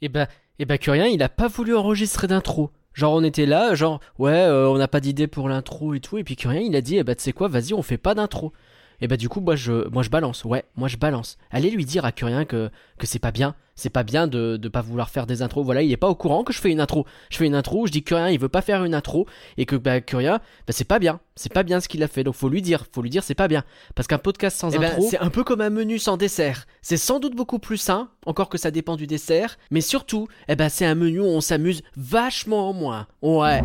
Curien, il a pas voulu enregistrer d'intro. Genre on était là, on n'a pas d'idée pour l'intro et tout, et puis Curien il a dit tu sais quoi, vas-y on fait pas d'intro. Et du coup moi je balance, moi je balance. Allez lui dire à Curien que c'est pas bien de pas vouloir faire des intros. Voilà, il est pas au courant que je fais une intro. Je fais une intro, je dis que Curien il veut pas faire une intro et que Curien c'est pas bien ce qu'il a fait. Donc faut lui dire c'est pas bien. Parce qu'un podcast sans intro, c'est un peu comme un menu sans dessert. C'est sans doute beaucoup plus sain, encore que ça dépend du dessert, mais surtout c'est un menu où on s'amuse vachement moins. Ouais.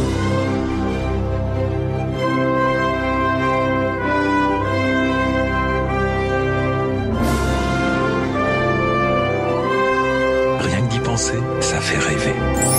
Ça fait rêver.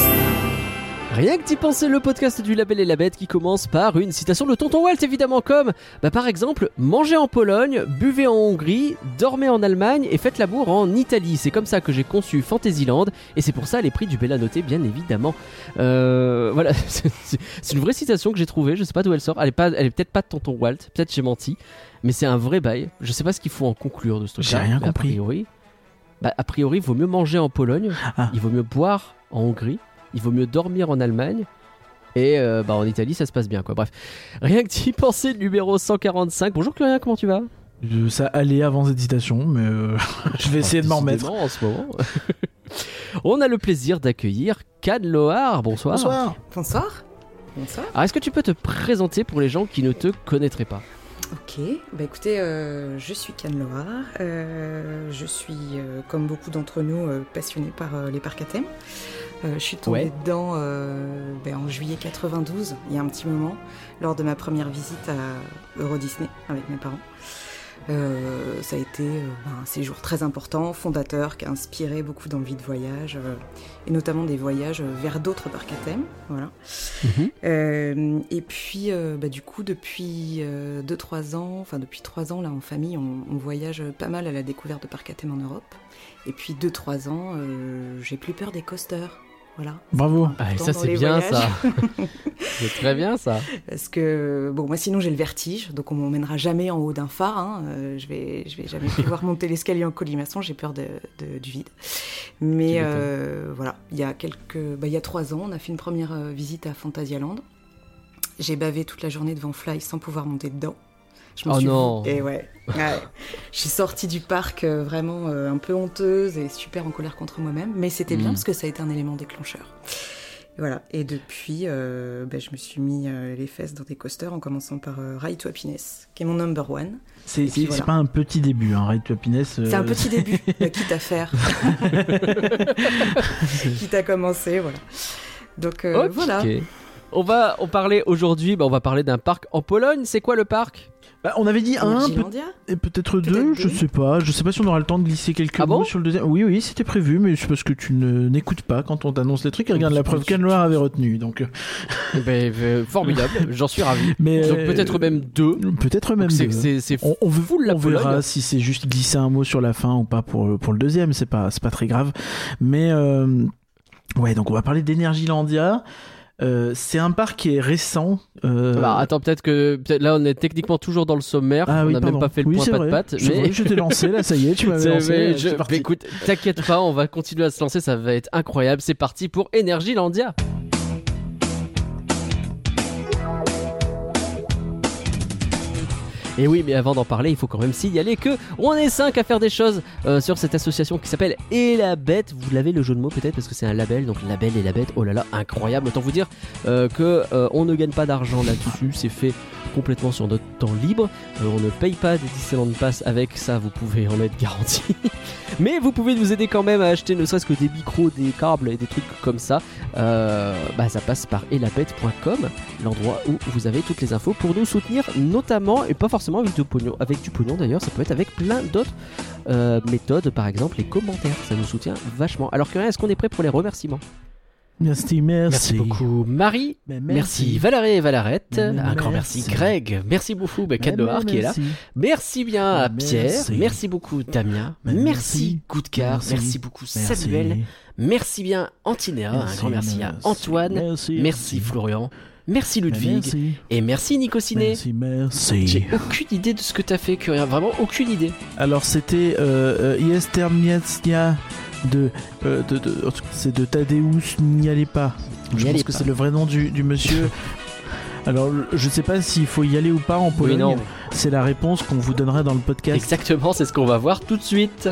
Rien que d'y penser, le podcast du Label et la Bête qui commence par une citation de Tonton Walt, évidemment, comme par exemple, mangez en Pologne, buvez en Hongrie, dormez en Allemagne et faites l'amour en Italie. C'est comme ça que j'ai conçu Fantasyland et c'est pour ça les prix du Bella Noté, bien évidemment. Voilà, c'est une vraie citation que j'ai trouvée, je sais pas d'où elle sort, elle est peut-être pas de Tonton Walt, peut-être j'ai menti, mais c'est un vrai bail. Je sais pas ce qu'il faut en conclure de ce truc-là. J'ai rien compris. A priori, il vaut mieux manger en Pologne, il vaut mieux boire en Hongrie, il vaut mieux dormir en Allemagne, et en Italie, ça se passe bien, quoi. Bref, rien que d'y penser, numéro 145. Bonjour Curien, comment tu vas ? Ça allait avant cette citation, mais je vais essayer de m'en remettre. En ce moment. On a le plaisir d'accueillir Can Lohar. Bonsoir. Bonsoir. Alors, est-ce que tu peux te présenter pour les gens qui ne te connaîtraient pas ? Ok, écoutez, je suis Can Lohar, je suis, comme beaucoup d'entre nous, passionnée par les parcs à thème. Je suis tombée dedans en juillet 92, il y a un petit moment, lors de ma première visite à Euro Disney avec mes parents. Ça a été un séjour très important, fondateur, qui a inspiré beaucoup d'envie de voyage, et notamment des voyages vers d'autres parcs à thème. Voilà. Et puis, du coup, depuis 2-3 ans, depuis 3 ans, là, en famille, on voyage pas mal à la découverte de parcs à thème en Europe. Et puis 2-3 ans, j'ai plus peur des coasters. Voilà. Bravo. Ça c'est bien voyages. Ça. C'est très bien ça. Parce que moi sinon j'ai le vertige, donc on m'emmènera jamais en haut d'un phare. Hein. Je vais jamais pouvoir monter l'escalier en colimaçon, j'ai peur du vide. Mais voilà, il y a 3 ans, on a fait une première visite à Fantasyland. J'ai bavé toute la journée devant Fly sans pouvoir monter dedans. Non. Et ouais. Je suis sortie du parc vraiment un peu honteuse et super en colère contre moi-même, mais c'était bien parce que ça a été un élément déclencheur. Et voilà. Et depuis, je me suis mis les fesses dans des coasters en commençant par Ride to Happiness, qui est mon number one. C'est pas un petit début, hein, Ride to Happiness. C'est un petit début, quitte à faire. Quitte à commencer, voilà. Donc voilà. On va parler aujourd'hui, on va parler d'un parc en Pologne. C'est quoi le parc ? On avait dit et peut-être deux, je sais pas si on aura le temps de glisser quelques mots sur le deuxième. Oui, c'était prévu, mais c'est parce que tu n'écoutes pas quand on t'annonce les trucs et regarde la preuve Can Lohar avait retenu, donc... formidable, j'en suis ravi. Mais donc peut-être même deux. Peut-être même deux. C'est fou la Pologne. On verra si c'est juste glisser un mot sur la fin ou pas pour le deuxième, c'est pas très grave. Mais donc on va parler d'Energylandia. C'est un parc qui est récent. Attends, peut-être là on est techniquement toujours dans le sommaire. On n'a même pas fait le point pas de patte. Mais je t'ai lancé là, ça y est, tu m'avais lancé. Écoute, t'inquiète pas, on va continuer à se lancer, ça va être incroyable. C'est parti pour Energylandia. Et oui, mais avant d'en parler, il faut quand même signaler que on est 5 à faire des choses sur cette association qui s'appelle Et la Bête. Vous l'avez le jeu de mots peut-être parce que c'est un label, donc Label et la Bête. Oh là là, incroyable. Autant vous dire que on ne gagne pas d'argent là-dessus. C'est fait complètement sur notre temps libre. On ne paye pas des Disneyland Pass avec ça, vous pouvez en être garanti. Mais vous pouvez nous aider quand même à acheter ne serait-ce que des micros, des câbles et des trucs comme ça. Ça passe par elabette.com, l'endroit où vous avez toutes les infos pour nous soutenir, notamment, et pas forcément avec du pognon d'ailleurs, ça peut être avec plein d'autres méthodes, par exemple les commentaires, ça nous soutient vachement. Alors Curien, est-ce qu'on est prêt pour les remerciements ? Merci beaucoup Marie, merci Valérie et Valarette, un grand merci Greg, merci beaucoup Can Lohar qui est là, merci bien à Pierre, merci beaucoup Damien, merci Goudcar, merci beaucoup Samuel, merci bien Antinéa, un grand merci à Antoine, merci Florian, merci Ludwig et merci Nico Ciné. Merci. J'ai aucune idée de ce que t'as fait Curien, vraiment aucune idée. Alors c'était Yestermietsia c'est de Tadeusz N'y allez pas. Je pense que c'est le vrai nom du monsieur. Alors, je sais pas s'il faut y aller ou pas en Pologne. Oui, c'est la réponse qu'on vous donnera dans le podcast. Exactement, c'est ce qu'on va voir tout de suite.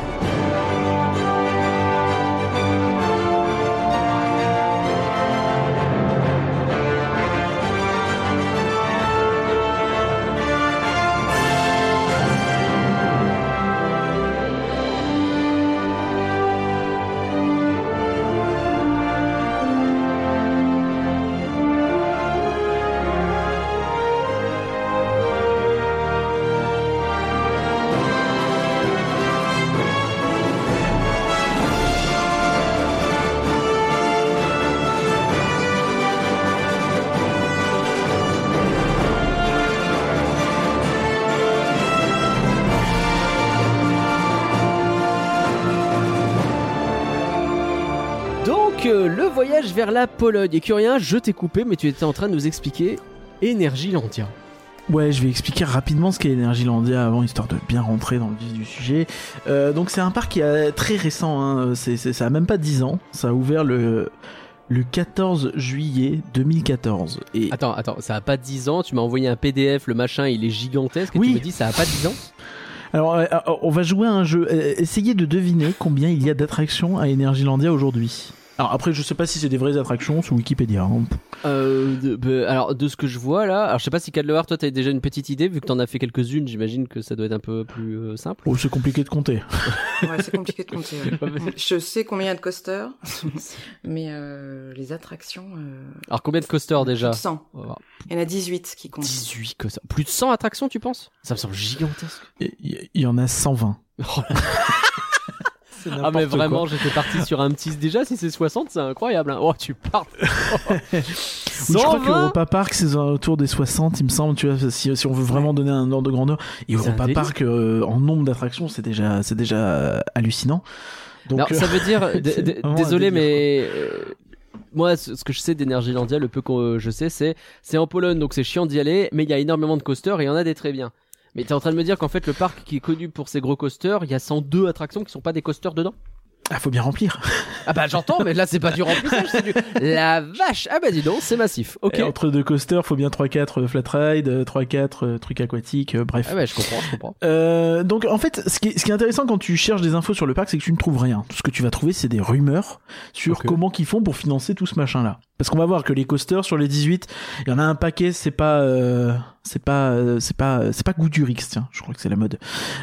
Le voyage vers la Pologne. Et Curien, je t'ai coupé, mais tu étais en train de nous expliquer Energylandia. Ouais, je vais expliquer rapidement ce qu'est Energylandia avant, histoire de bien rentrer dans le vif du sujet. Donc c'est un parc qui est très récent, hein. Ça a même pas 10 ans. Ça a ouvert le 14 juillet 2014. Et... Attends, ça a pas 10 ans, tu m'as envoyé un PDF, le machin il est gigantesque, et oui. Tu me dis ça a pas 10 ans. Alors, on va jouer à un jeu. Essayez de deviner combien il y a d'attractions à Energylandia aujourd'hui. Alors après, je sais pas si c'est des vraies attractions sous Wikipédia. Hein. Alors de ce que je vois là, alors je sais pas si Cadloar, toi t'as déjà une petite idée vu que t'en as fait quelques-unes. J'imagine que ça doit être un peu plus simple. Oh, c'est compliqué de compter. Ouais, c'est compliqué de compter. Ouais. Je sais combien il y a de coasters, mais les attractions. Alors combien de coasters déjà? 100. Il y en a 18 qui comptent. 18 coasters. Plus de 100 attractions, tu penses? Ça me semble gigantesque. Il y en a 120. Ah mais vraiment, j'étais parti sur un petit déjà. Si c'est 60, c'est incroyable. Hein. Oh, tu parles. Je crois qu'Europa Park c'est autour des 60, il me semble. Tu vois, si on veut vraiment donner un ordre de grandeur. Et Europa Park en nombre d'attractions, c'est déjà hallucinant. Donc, alors, ça veut dire, désolé, mais moi, ce que je sais d'Energylandia, le peu que je sais, c'est en Pologne, donc c'est chiant d'y aller, mais il y a énormément de coasters et il y en a des très bien. Mais t'es en train de me dire qu'en fait le parc qui est connu pour ses gros coasters, il y a 102 attractions qui sont pas des coasters dedans? Ah, faut bien remplir. Ah bah j'entends, mais là c'est pas du remplissage, c'est du... La vache. Ah bah dis donc, c'est massif. Ok. Et entre deux coasters, faut bien 3-4 flat ride, 3-4 trucs aquatiques, bref. Ah ouais, je comprends. Donc en fait, ce qui est intéressant quand tu cherches des infos sur le parc, c'est que tu ne trouves rien. Tout ce que tu vas trouver, c'est des rumeurs sur comment qu'ils font pour financer tout ce machin-là. Parce qu'on va voir que les coasters sur les 18, il y en a un paquet, c'est pas Goudurix, tiens, je crois que c'est la mode.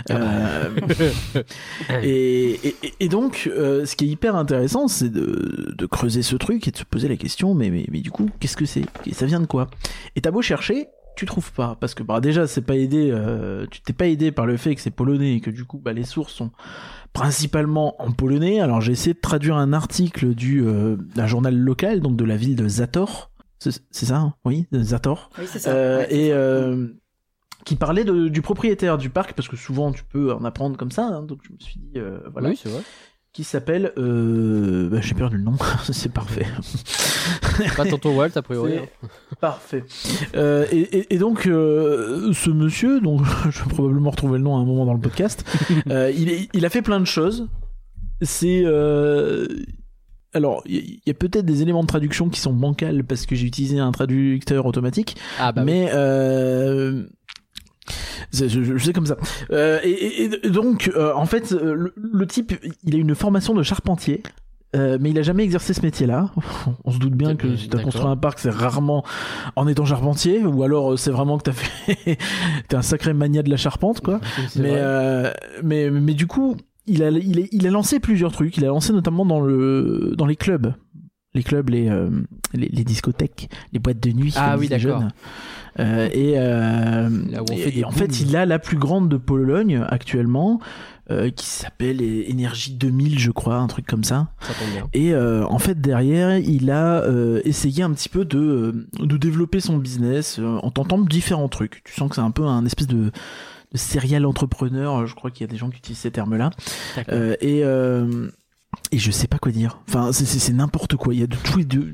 Et donc, ce qui est hyper intéressant, c'est de creuser ce truc et de se poser la question, mais du coup, qu'est-ce que c'est? Ça vient de quoi? Et t'as beau chercher, tu trouves pas, parce que déjà, c'est pas aidé, tu t'es pas aidé par le fait que c'est polonais et que du coup, les sources sont principalement en polonais. Alors j'ai essayé de traduire un article d'un journal local, donc de la ville de Zator. C'est ça, hein? Oui, Zator. Oui, c'est ça. Qui parlait du propriétaire du parc, parce que souvent tu peux en apprendre comme ça, hein, donc je me suis dit, voilà. Oui, c'est vrai. Qui s'appelle... j'ai perdu le nom, c'est parfait. Pas Tonton Walt, a priori. Parfait. Et donc, ce monsieur, dont je vais probablement retrouver le nom à un moment dans le podcast, il a fait plein de choses. C'est... Alors, il y a peut-être des éléments de traduction qui sont bancals parce que j'ai utilisé un traducteur automatique, mais... Je sais comme ça. Et donc, en fait, le type, il a une formation de charpentier, mais il a jamais exercé ce métier-là. On se doute bien que si t'as construit un parc, c'est rarement en étant charpentier, ou alors c'est vraiment que t'es un sacré mania de la charpente, quoi. Mais du coup, il a lancé plusieurs trucs. Il a lancé notamment dans les clubs. Les clubs, les discothèques, les boîtes de nuit. Ah oui, d'accord. Et en fait, il a la plus grande de Pologne actuellement, qui s'appelle Énergie 2000, je crois, un truc comme ça. Ça tombe bien. Et en fait, derrière, il a essayé un petit peu de développer son business en tentant différents trucs. Tu sens que c'est un peu un espèce de serial entrepreneur. Je crois qu'il y a des gens qui utilisent ces termes-là. Et je sais pas quoi dire. Enfin, c'est n'importe quoi. Il y a de tous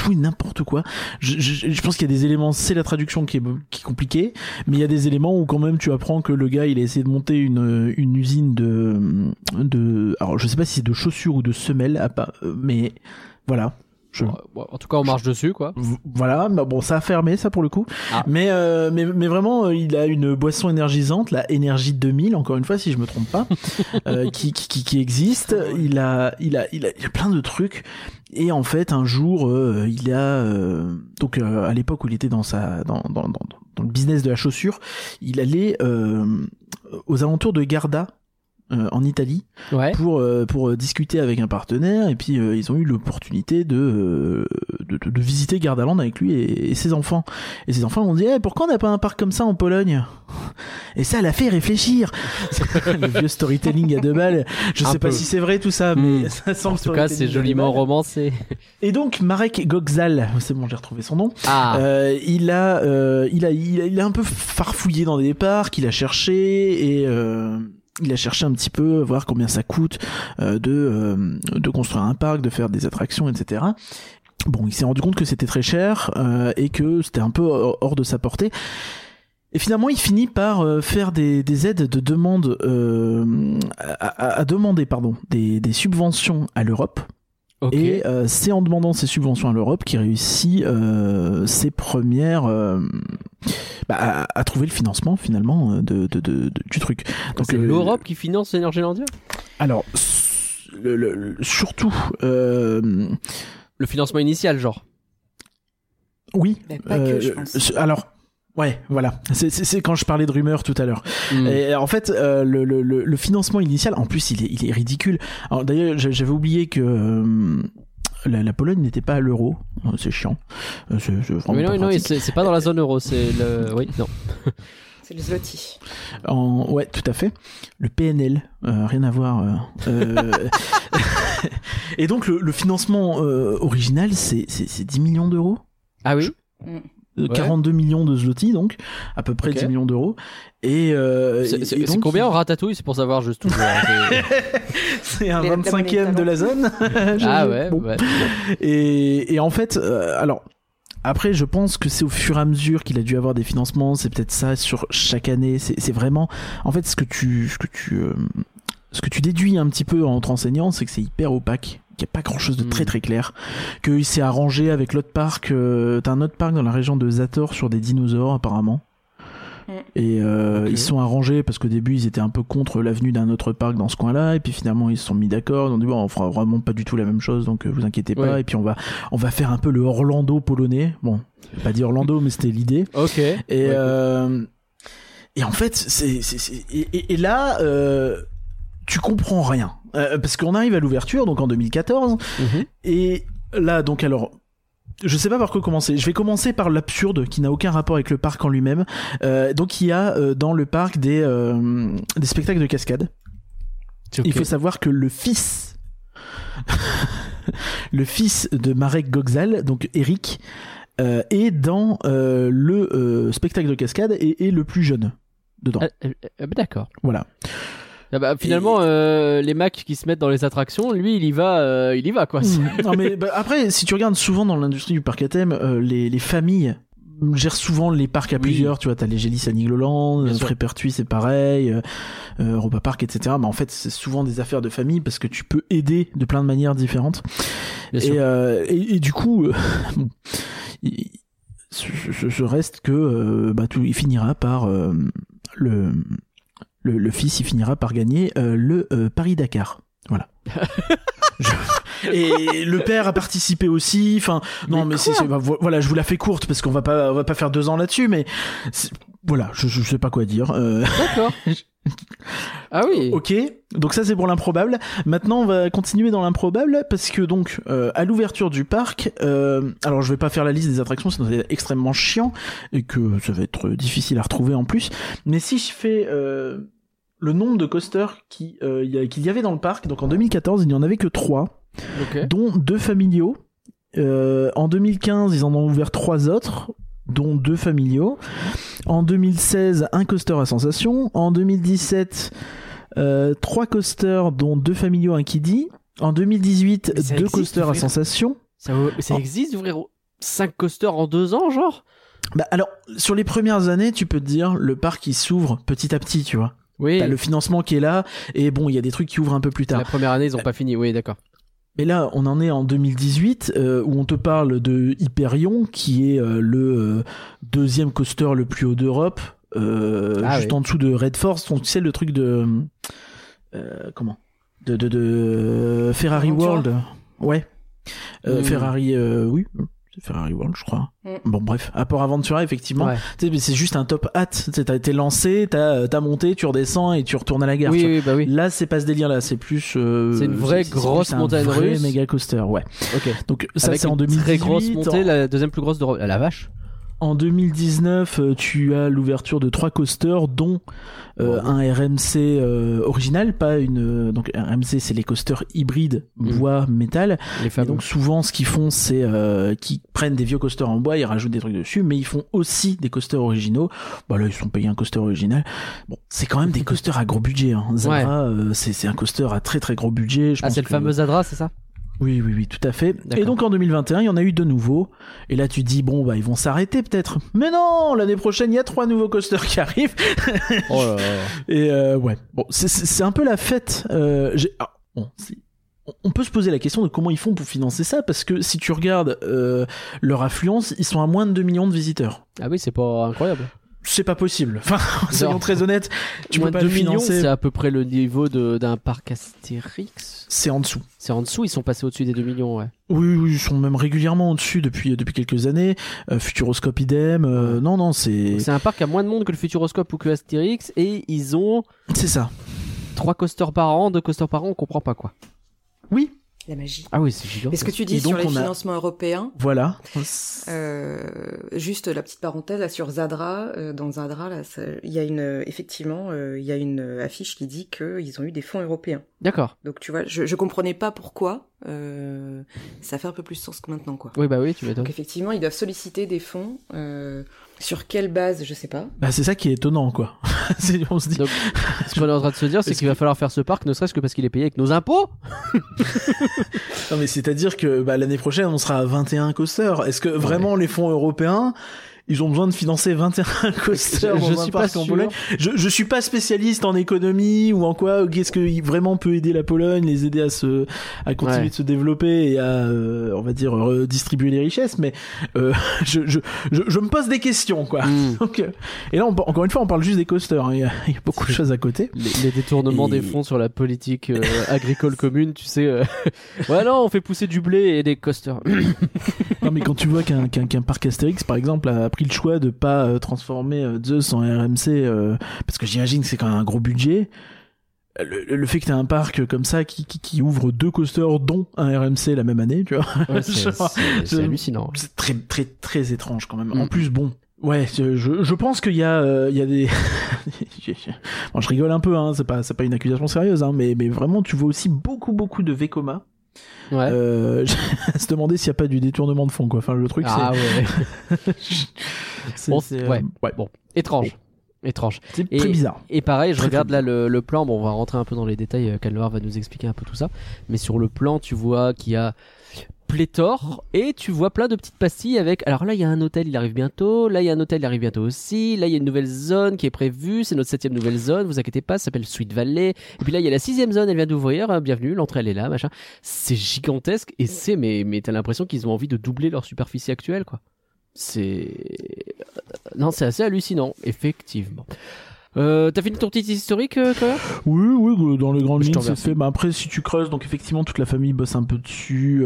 tout et n'importe quoi. Je pense qu'il y a des éléments, c'est la traduction qui est compliquée, mais il y a des éléments où quand même tu apprends que le gars il a essayé de monter une usine de alors je sais pas si c'est de chaussures ou de semelles, mais voilà. En tout cas, on marche dessus, quoi. Voilà, bah bon, ça a fermé, ça pour le coup. Mais vraiment, il a une boisson énergisante, la Énergie 2000, encore une fois, si je me trompe pas, qui existe. Il a plein de trucs. Et en fait, un jour, il a donc à l'époque où il était dans le business de la chaussure, il allait aux alentours de Garda. En Italie, pour discuter avec un partenaire, et puis ils ont eu l'opportunité de visiter Gardaland avec lui et ses enfants. Et ses enfants ont dit pourquoi on n'a pas un parc comme ça en Pologne? Et ça l'a fait réfléchir. Le vieux storytelling à 2 balles. Je sais pas si c'est vrai tout ça, mais ça semble. En tout cas, c'est joliment romancé. Et donc Marek Gogzal, c'est bon, j'ai retrouvé son nom. Il a un peu farfouillé dans des parcs, il a cherché et il a cherché un petit peu, voir combien ça coûte de construire un parc, de faire des attractions, etc. Bon, il s'est rendu compte que c'était très cher et que c'était un peu hors de sa portée. Et finalement, il finit par faire des aides de demande à demander des subventions à l'Europe. Okay. Et c'est en demandant ces subventions à l'Europe qu'il réussit ses premières à trouver le financement finalement du truc. Donc c'est l'Europe qui finance Energylandia ? Alors surtout le financement initial, genre. Oui. Mais pas que, je pense. Alors. Ouais, voilà. C'est quand je parlais de rumeurs tout à l'heure. Et en fait, le financement initial, en plus, il est ridicule. Alors d'ailleurs, j'avais oublié que la Pologne n'était pas à l'euro. C'est chiant. C'est vraiment non, c'est pas dans la zone euro. C'est le, oui, non. C'est le zloty. Ouais, tout à fait. Le PNL, rien à voir. Et donc le financement original, c'est 10 millions d'euros. Ah oui. 42 millions de zloty, donc à peu près 10 millions d'euros. Et c'est combien en ratatouille? C'est pour savoir juste tout. C'est un 25e de la zone. Ouais. Et en fait, alors après, je pense que c'est au fur et à mesure qu'il a dû avoir des financements. C'est peut-être ça sur chaque année. C'est vraiment, en fait, ce que tu déduis un petit peu en te renseignant, c'est que c'est hyper opaque. Qu'il n'y a pas grand chose de très très clair, qu'il s'est arrangé avec l'autre parc, t'as un autre parc dans la région de Zator sur des dinosaures apparemment, et ils se sont arrangés parce qu'au début ils étaient un peu contre l'avenue d'un autre parc dans ce coin là, et puis finalement ils se sont mis d'accord, ils ont dit bon, on fera vraiment pas du tout la même chose, donc vous inquiétez pas, et puis on va faire un peu le Orlando polonais, bon, je vais pas dire Orlando mais c'était l'idée. Et en fait et là tu comprends rien. Parce qu'on arrive à l'ouverture, donc en 2014, et là, donc alors, je sais pas par quoi commencer. Je vais commencer par l'absurde, qui n'a aucun rapport avec le parc en lui-même. Donc il y a dans le parc des spectacles de cascade. Il faut savoir que le fils de Marek Gogzal, donc Eric, est dans le spectacle de cascade et est le plus jeune dedans. D'accord. Voilà. Finalement, les Macs qui se mettent dans les attractions, lui, il y va quoi. Non mais après, si tu regardes souvent dans l'industrie du parc à thème, les familles gèrent souvent les parcs à plusieurs. Tu vois, t'as les Gélis à Nigloland, Frépertuis c'est pareil, Europa Park, etc. Mais en fait, c'est souvent des affaires de famille parce que tu peux aider de plein de manières différentes. Et du coup, ce reste que il finira par le fils, il finira par gagner le Paris-Dakar. Voilà. Et le père a participé aussi. Enfin, non, mais voilà, je vous la fais courte parce qu'on va pas faire 2 ans là-dessus, mais voilà, je sais pas quoi dire. D'accord. Ah oui. Ok. Donc ça c'est pour l'improbable. Maintenant on va continuer dans l'improbable parce que donc à l'ouverture du parc, alors je vais pas faire la liste des attractions sinon c'est extrêmement chiant et que ça va être difficile à retrouver en plus. Mais si je fais le nombre de coasters qu'il y avait dans le parc, donc en 2014 il n'y en avait que 3, dont 2 familiaux. En 2015 ils en ont ouvert 3 autres, dont 2 familiaux. En 2016 un coaster à sensation. En 2017 3 coasters dont 2 familiaux, un kiddie. En 2018 2 coasters à sensation. Ça existe d'ouvrir 5 coasters en 2 ans, genre. Bah alors, sur les premières années, tu peux te dire, le parc il s'ouvre petit à petit, tu vois. Oui. T'as le financement qui est là, et bon, il y a des trucs qui ouvrent un peu plus tard. La première année, ils ont pas fini, oui, d'accord. Mais là, on en est en 2018, où on te parle de Hyperion, qui est le deuxième coaster le plus haut d'Europe, juste en dessous de Red Force. Donc, tu sais, le truc de... de Ferrari World. Ouais. Ferrari, oui. C'est Ferrari World, je crois. Bon, bref. À Port Aventura, effectivement. Ouais. Tu sais, mais c'est juste un top hat. Tu sais, t'as été lancé, t'as monté, tu redescends et tu retournes à la gare. Oui, bah oui. Là, c'est pas ce délire-là. C'est plus... c'est une vraie grosse montagne russe. C'est un vrai méga coaster, ouais. Ok. Donc, ça, avec c'est en 2018. Très grosse montée, la deuxième plus grosse d'Europe. La vache. En 2019, tu as l'ouverture de 3 coasters, dont un RMC original, pas une. Donc RMC, c'est les coasters hybrides bois métal. Et donc souvent, ce qu'ils font, c'est qu'ils prennent des vieux coasters en bois, ils rajoutent des trucs dessus, mais ils font aussi des coasters originaux. Bah là, ils sont payés un coaster original. Bon, c'est quand même des coasters à gros budget. Hein. Zadra, c'est un coaster à très très gros budget. Je pense c'est le fameux Zadra, c'est ça? Oui, tout à fait. D'accord. Et donc en 2021, il y en a eu 2 nouveaux. Et là, tu dis, bon, bah, ils vont s'arrêter peut-être. Mais non, l'année prochaine, il y a 3 nouveaux coasters qui arrivent. Oh là là. Et ouais, bon, c'est un peu la fête. On peut se poser la question de comment ils font pour financer ça, parce que si tu regardes leur affluence, ils sont à moins de 2 millions de visiteurs. Ah oui, c'est pas incroyable. C'est pas possible. Enfin, soyons très honnêtes, tu peux pas 2 le financer. Millions, c'est à peu près le niveau d'un parc Astérix. C'est en dessous. C'est en dessous, ils sont passés au-dessus des 2 millions, ouais. Oui, ils sont même régulièrement au-dessus depuis quelques années. Futuroscope idem. Non, c'est... Donc, c'est un parc à moins de monde que le Futuroscope ou que Astérix, et ils ont... C'est ça. 3 coasters par an, 2 coasters par an, on comprend pas quoi. Oui. La magie. Ah oui, c'est gigant. Et ce que tu dis sur les financements européens. Voilà. Juste la petite parenthèse là, sur Zadra. Dans Zadra, là, il y a une affiche qui dit qu'ils ont eu des fonds européens. D'accord. Donc tu vois, je comprenais pas pourquoi. Ça fait un peu plus sens que maintenant, quoi. Oui, bah oui, tu m'étonnes. Donc effectivement, ils doivent solliciter des fonds. Sur quelle base, je sais pas. Bah c'est ça qui est étonnant, quoi. On se dit. Donc, ce qu'on est en train de se dire, c'est qu'il va falloir faire ce parc, ne serait-ce que parce qu'il est payé avec nos impôts. Non mais c'est-à-dire que l'année prochaine, on sera à 21 coasters. Est-ce que vraiment les fonds européens, ils ont besoin de financer 21 coasters dans un parc en Pologne? Je suis pas spécialiste en économie ou en quoi. Qu'est-ce que vraiment peut aider la Pologne, les aider à continuer de se développer et à, on va dire, redistribuer les richesses. Mais je me pose des questions, quoi. Donc, et là, encore une fois, on parle juste des coasters. Hein. Il y a beaucoup de choses à côté. Les détournements des fonds sur la politique agricole commune, tu sais. Ouais, non, on fait pousser du blé et des coasters. Non, mais quand tu vois qu'un parc Astérix, par exemple, a pris le choix de pas transformer Zeus en RMC, parce que j'imagine que c'est quand même un gros budget. Le fait que t'aies un parc comme ça qui ouvre 2 coasters dont un RMC la même année, tu vois. Ouais, c'est hallucinant. C'est très très très étrange quand même. En plus, bon. Ouais, je pense qu'il y a des. Bon, je rigole un peu, hein. C'est pas une accusation sérieuse, hein. Mais vraiment, tu vois aussi beaucoup de Vekoma. Ouais. Se demander s'il n'y a pas du détournement de fonds, quoi. Enfin, le truc, c'est. Bon, étrange. C'est très bizarre. Et pareil, je regarde là le plan. Bon, on va rentrer un peu dans les détails. Canloire va nous expliquer un peu tout ça. Mais sur le plan, tu vois qu'il y a pléthore et tu vois plein de petites pastilles avec. Alors là, il y a un hôtel, il arrive bientôt. Là, il y a un hôtel, il arrive bientôt aussi. Là, il y a une nouvelle zone qui est prévue. C'est notre 7e nouvelle zone. Vous inquiétez pas, ça s'appelle Sweet Valley. Et puis là, il y a la 6e zone, elle vient d'ouvrir. Bienvenue, l'entrée elle est là, machin. C'est gigantesque et mais t'as l'impression qu'ils ont envie de doubler leur superficie actuelle, quoi. Non, c'est assez hallucinant, effectivement. T'as fini ton petit historique, Claire ? Oui, dans les grandes lignes, c'est fait. Bah, après, si tu creuses, donc effectivement, toute la famille bosse un peu dessus.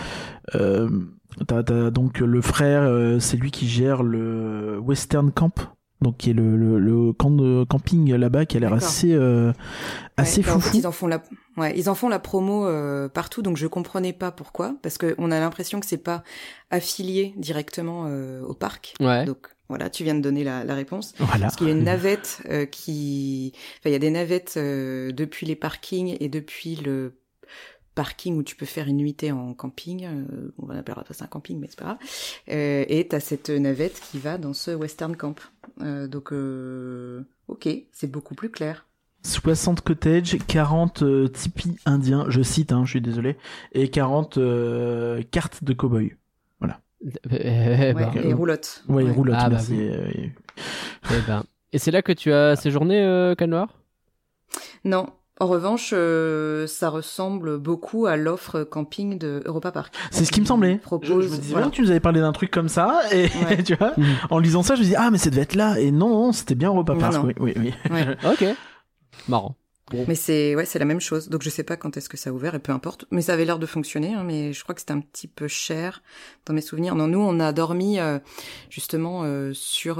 T'as donc le frère, c'est lui qui gère le Western Camp, donc qui est le camp de camping là-bas, qui a l'air assez foufou. En fait, ils en font la promo partout, donc je comprenais pas pourquoi, parce que on a l'impression que c'est pas affilié directement au parc. Ouais. Donc voilà, tu viens de donner la réponse. Voilà. Parce qu'il y a une navette il y a des navettes depuis les parkings et depuis le parking où tu peux faire une nuitée en camping, on va l'appeler ça un camping, mais c'est pas grave. Et t'as cette navette qui va dans ce Western Camp. Donc, ok, c'est beaucoup plus clair. 60 cottages, 40 tipis indiens, je cite, je suis désolé, et 40 cartes de cow-boy. Voilà. Les roulottes. Ouais, les roulottes, Ah, merci. Et c'est là que tu as séjourné, Cannes Noir ? Non. En revanche, ça ressemble beaucoup à l'offre camping de Europa Park. C'est ce qui me semblait. Je me disais bien que tu nous avais parlé d'un truc comme ça, et tu vois, en lisant ça, je me dis mais ça devait être là, et non, c'était bien Europa Park. Non. Oui. Ouais. Ok, marrant. Bon. Mais c'est la même chose. Donc je sais pas quand est-ce que ça a ouvert et peu importe. Mais ça avait l'air de fonctionner. Mais je crois que c'était un petit peu cher dans mes souvenirs. Non, nous on a dormi justement sur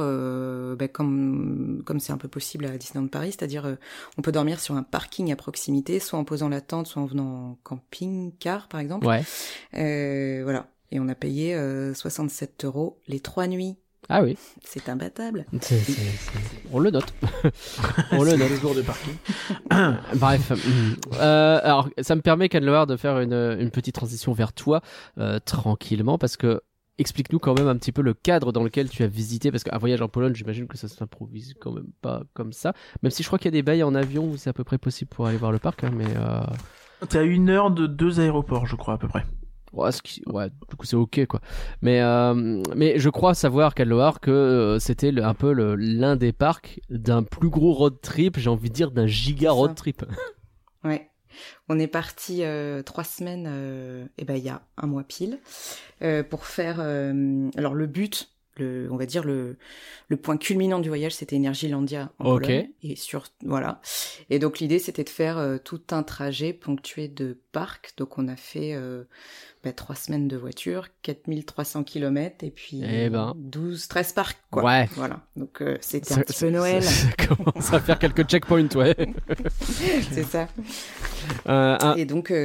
comme c'est un peu possible à Disneyland Paris, c'est-à-dire on peut dormir sur un parking à proximité, soit en posant la tente, soit en venant en camping-car par exemple. Ouais. Voilà. Et on a payé 67 € les 3 nuits. Ah oui. C'est imbattable. On le note. On le note. Le jour de parking. Bref. Alors, ça me permet, Cannes Noir, de faire une petite transition vers toi, tranquillement, parce que explique-nous quand même un petit peu le cadre dans lequel tu as visité, parce qu'un voyage en Pologne, j'imagine que ça s'improvise quand même pas comme ça, même si je crois qu'il y a des bails en avion où c'est à peu près possible pour aller voir le parc, hein, mais... T'es à 1 heure de 2 aéroports, je crois, à peu près. Ouais, du coup c'est ok quoi. Mais je crois savoir, Cannes Noir, que c'était un peu l'un des parcs d'un plus gros road trip, j'ai envie de dire d'un giga road trip. Ouais. On est parti 3 semaines, il y a un mois pile, pour faire. Alors le but, on va dire le point culminant du voyage, c'était Energylandia en Pologne. Et voilà. Et donc l'idée, c'était de faire tout un trajet ponctué de parcs. Donc on a fait 3 semaines de voiture, 4300 km et puis 13 parcs, quoi. Ouais. Voilà. Donc c'était un petit peu Noël. Ça commence à faire quelques checkpoints, ouais. C'est ça. Et donc...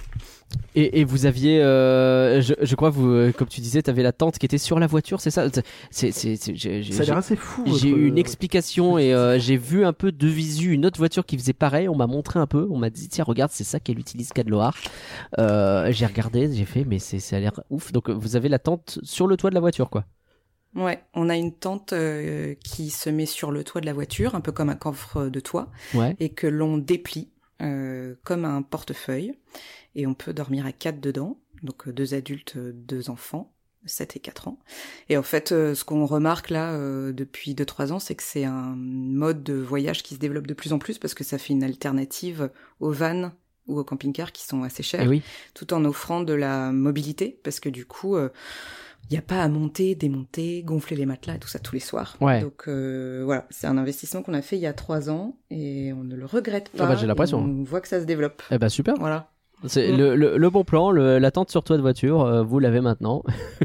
Et vous aviez, je crois, vous, comme tu disais, tu avais la tente qui était sur la voiture, c'est ça ? Ça a l'air assez fou. J'ai eu une explication et j'ai vu un peu de visu une autre voiture qui faisait pareil. On m'a montré un peu, on m'a dit tiens regarde, c'est ça qu'elle utilise Cannes Noir. J'ai regardé, j'ai fait mais ça a l'air ouf. Donc vous avez la tente sur le toit de la voiture, quoi. Ouais, on a une tente qui se met sur le toit de la voiture, un peu comme un coffre de toit, et que l'on déplie comme un portefeuille. Et on peut dormir à 4 dedans, donc 2 adultes, 2 enfants, 7 et 4 ans. Et en fait, ce qu'on remarque là depuis 2-3 ans, c'est que c'est un mode de voyage qui se développe de plus en plus parce que ça fait une alternative aux vannes ou aux camping-cars qui sont assez chers, tout en offrant de la mobilité, parce que du coup... il n'y a pas à monter, démonter, gonfler les matelas et tout ça tous les soirs. Ouais. Donc voilà, c'est un investissement qu'on a fait il y a 3 ans et on ne le regrette pas. J'ai l'impression. On voit que ça se développe. Super. Voilà. C'est le bon plan, la tente sur toit de voiture, vous l'avez maintenant.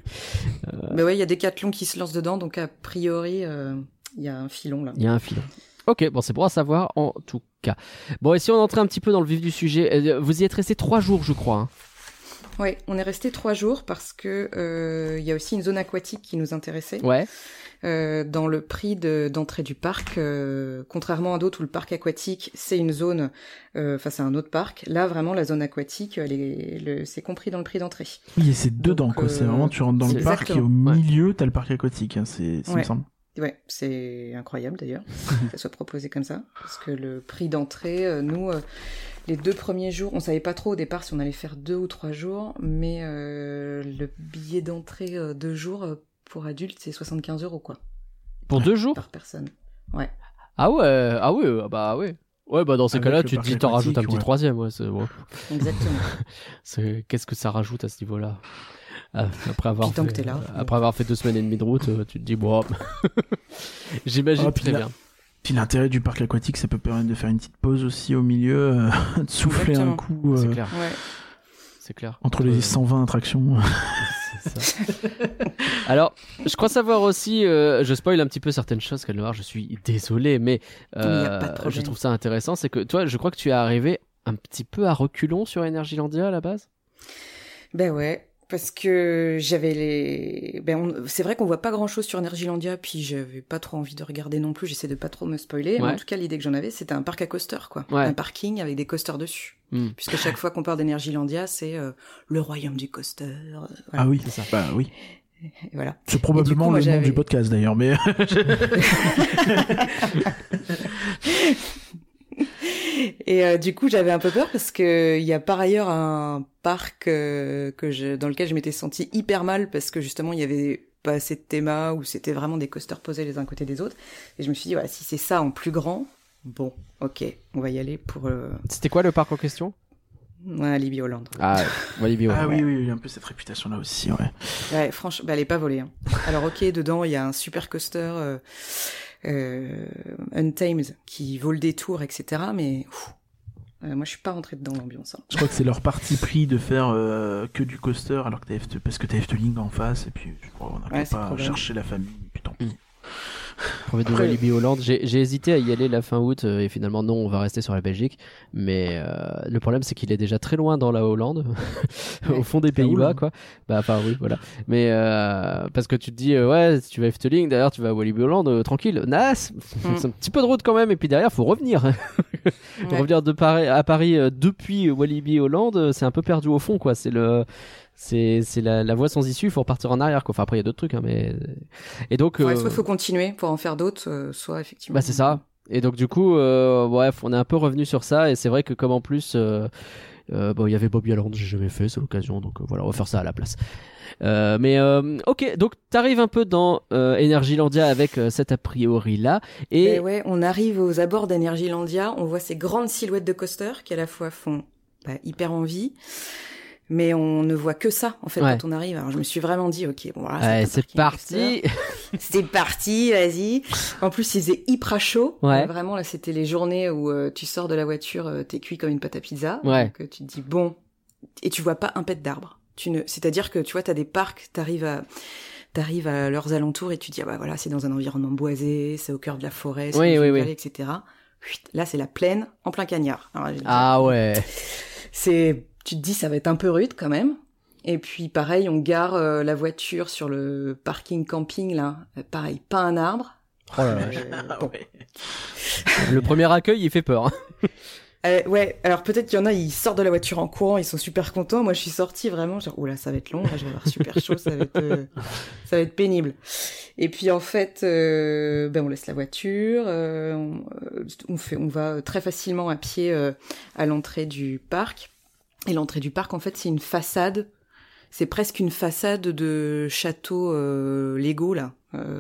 Mais ouais, il y a Decathlon qui se lance dedans, donc a priori, il y a un filon là. Il y a un filon. Ok, bon, c'est bon à savoir en tout cas. Bon, et si on entrait un petit peu dans le vif du sujet, vous y êtes resté 3 jours, je crois. Hein. Ouais, on est resté 3 jours parce que il y a aussi une zone aquatique qui nous intéressait. Ouais. Dans le prix d'entrée du parc, contrairement à d'autres où le parc aquatique c'est une zone, c'est un autre parc. Là vraiment la zone aquatique, c'est compris dans le prix d'entrée. Oui, et c'est dedans quoi. C'est vraiment tu rentres dans le parc et au milieu t'as le parc aquatique. Hein, il me semble. Ouais, c'est incroyable d'ailleurs que ça soit proposé comme ça, parce que le prix d'entrée, nous. Les 2 premiers jours, on savait pas trop au départ si on allait faire 2 ou 3 jours, mais le billet d'entrée 2 jours pour adultes, c'est 75 € quoi. Pour 2 jours ? Par personne. Ouais. Ah ouais, bah ouais. Ouais, bah dans ces cas-là, tu te dis t'en rajoutes un petit 3e, c'est bon. Exactement. Qu'est-ce que ça rajoute à ce niveau-là ? Après avoir fait 2 semaines et demie de route, tu te dis bon, j'imagine très bien. Puis l'intérêt du parc aquatique, ça peut permettre de faire une petite pause aussi au milieu, de souffler un coup. C'est clair. Ouais. C'est clair. Entre les 120 attractions. C'est ça. Alors, je crois savoir aussi, je spoil un petit peu certaines choses, Cannes Noir, je suis désolé, mais je trouve ça intéressant, c'est que toi, je crois que tu es arrivé un petit peu à reculons sur Energylandia à la base ? Ben ouais. Parce que j'avais c'est vrai qu'on voit pas grand chose sur Energylandia, puis j'avais pas trop envie de regarder non plus, j'essaie de pas trop me spoiler, mais en tout cas l'idée que j'en avais c'était un parc à coasters quoi, un parking avec des coasters dessus, puisque chaque fois qu'on parle d'Energylandia c'est le royaume du coaster. Voilà. Ah oui, c'est ça. Bah oui. Et voilà. C'est probablement le nom du podcast d'ailleurs, mais... Et du coup, j'avais un peu peur parce que il y a par ailleurs un parc dans lequel je m'étais sentie hyper mal parce que justement, il y avait pas assez de thémas où c'était vraiment des coasters posés les uns à côté des autres. Et je me suis dit, voilà, si c'est ça en plus grand, bon, ok, on va y aller pour... C'était quoi le parc en question ? Walibi Holland. Ah, Walibi Holland. Ah oui, il y a un peu cette réputation-là aussi, ouais. Ouais, franchement, elle est pas volée. Hein. Alors ok, dedans, il y a un super coaster Untamed qui vaut le détour, etc. Mais moi, je suis pas rentrée dedans l'ambiance. Hein. Je crois que c'est leur parti pris de faire que du coaster, alors que parce que t'as Efteling en face, et puis je crois qu'on n'a pas cherché la famille, puis tant pis. Brevet de Walibi Holland, j'ai hésité à y aller la fin août et finalement non, on va rester sur la Belgique, mais le problème c'est qu'il est déjà très loin dans la Hollande au fond des Pays-Bas quoi. Bah enfin oui voilà, mais parce que tu te dis ouais si tu vas à Efteling d'ailleurs tu vas à Walibi Holland tranquille, c'est un petit peu de route quand même et puis derrière faut revenir revenir à Paris depuis Walibi Holland, c'est un peu perdu au fond quoi, c'est la voie sans issue, il faut repartir en arrière quoi. Enfin après il y a d'autres trucs hein, mais et donc soit il faut continuer pour en faire d'autres, soit effectivement bah c'est ça. Et donc du coup bref on est un peu revenu sur ça et c'est vrai que comme en plus il y avait Bobby Island, j'ai jamais fait, c'est l'occasion donc voilà on va faire ça à la place. Mais ok, donc t'arrives un peu dans Energylandia avec cet a priori là et ouais, on arrive aux abords d'Energylandia, on voit ces grandes silhouettes de coasters qui à la fois font hyper envie. Mais on ne voit que ça, en fait, quand on arrive. Alors, je me suis vraiment dit, ok, bon, voilà. C'est parti. C'est parti, vas-y. En plus, il faisait hyper chaud. Ouais. Vraiment, là, c'était les journées où tu sors de la voiture, t'es cuit comme une pâte à pizza. Ouais. Donc, tu te dis, bon. Et tu vois pas un pet d'arbre. C'est-à-dire que, tu vois, t'as des parcs, t'arrives à leurs alentours et tu te dis, ah bah voilà, c'est dans un environnement boisé, c'est au cœur de la forêt, c'est dans une vallée, etc. Là, c'est la plaine, en plein cagnard. Alors, ouais. Tu te dis ça va être un peu rude quand même. Et puis pareil, on gare la voiture sur le parking camping là. Pareil, pas un arbre. Oh là là. Bon. Le premier accueil, il fait peur. Ouais, alors peut-être qu'il y en a, ils sortent de la voiture en courant, ils sont super contents. Moi, je suis sortie vraiment genre oula, ça va être long, là, je vais avoir super chaud, ça va être pénible. Et puis en fait, on laisse la voiture, on va très facilement à pied à l'entrée du parc. Et l'entrée du parc, en fait, c'est une façade. C'est presque une façade de château Lego, là,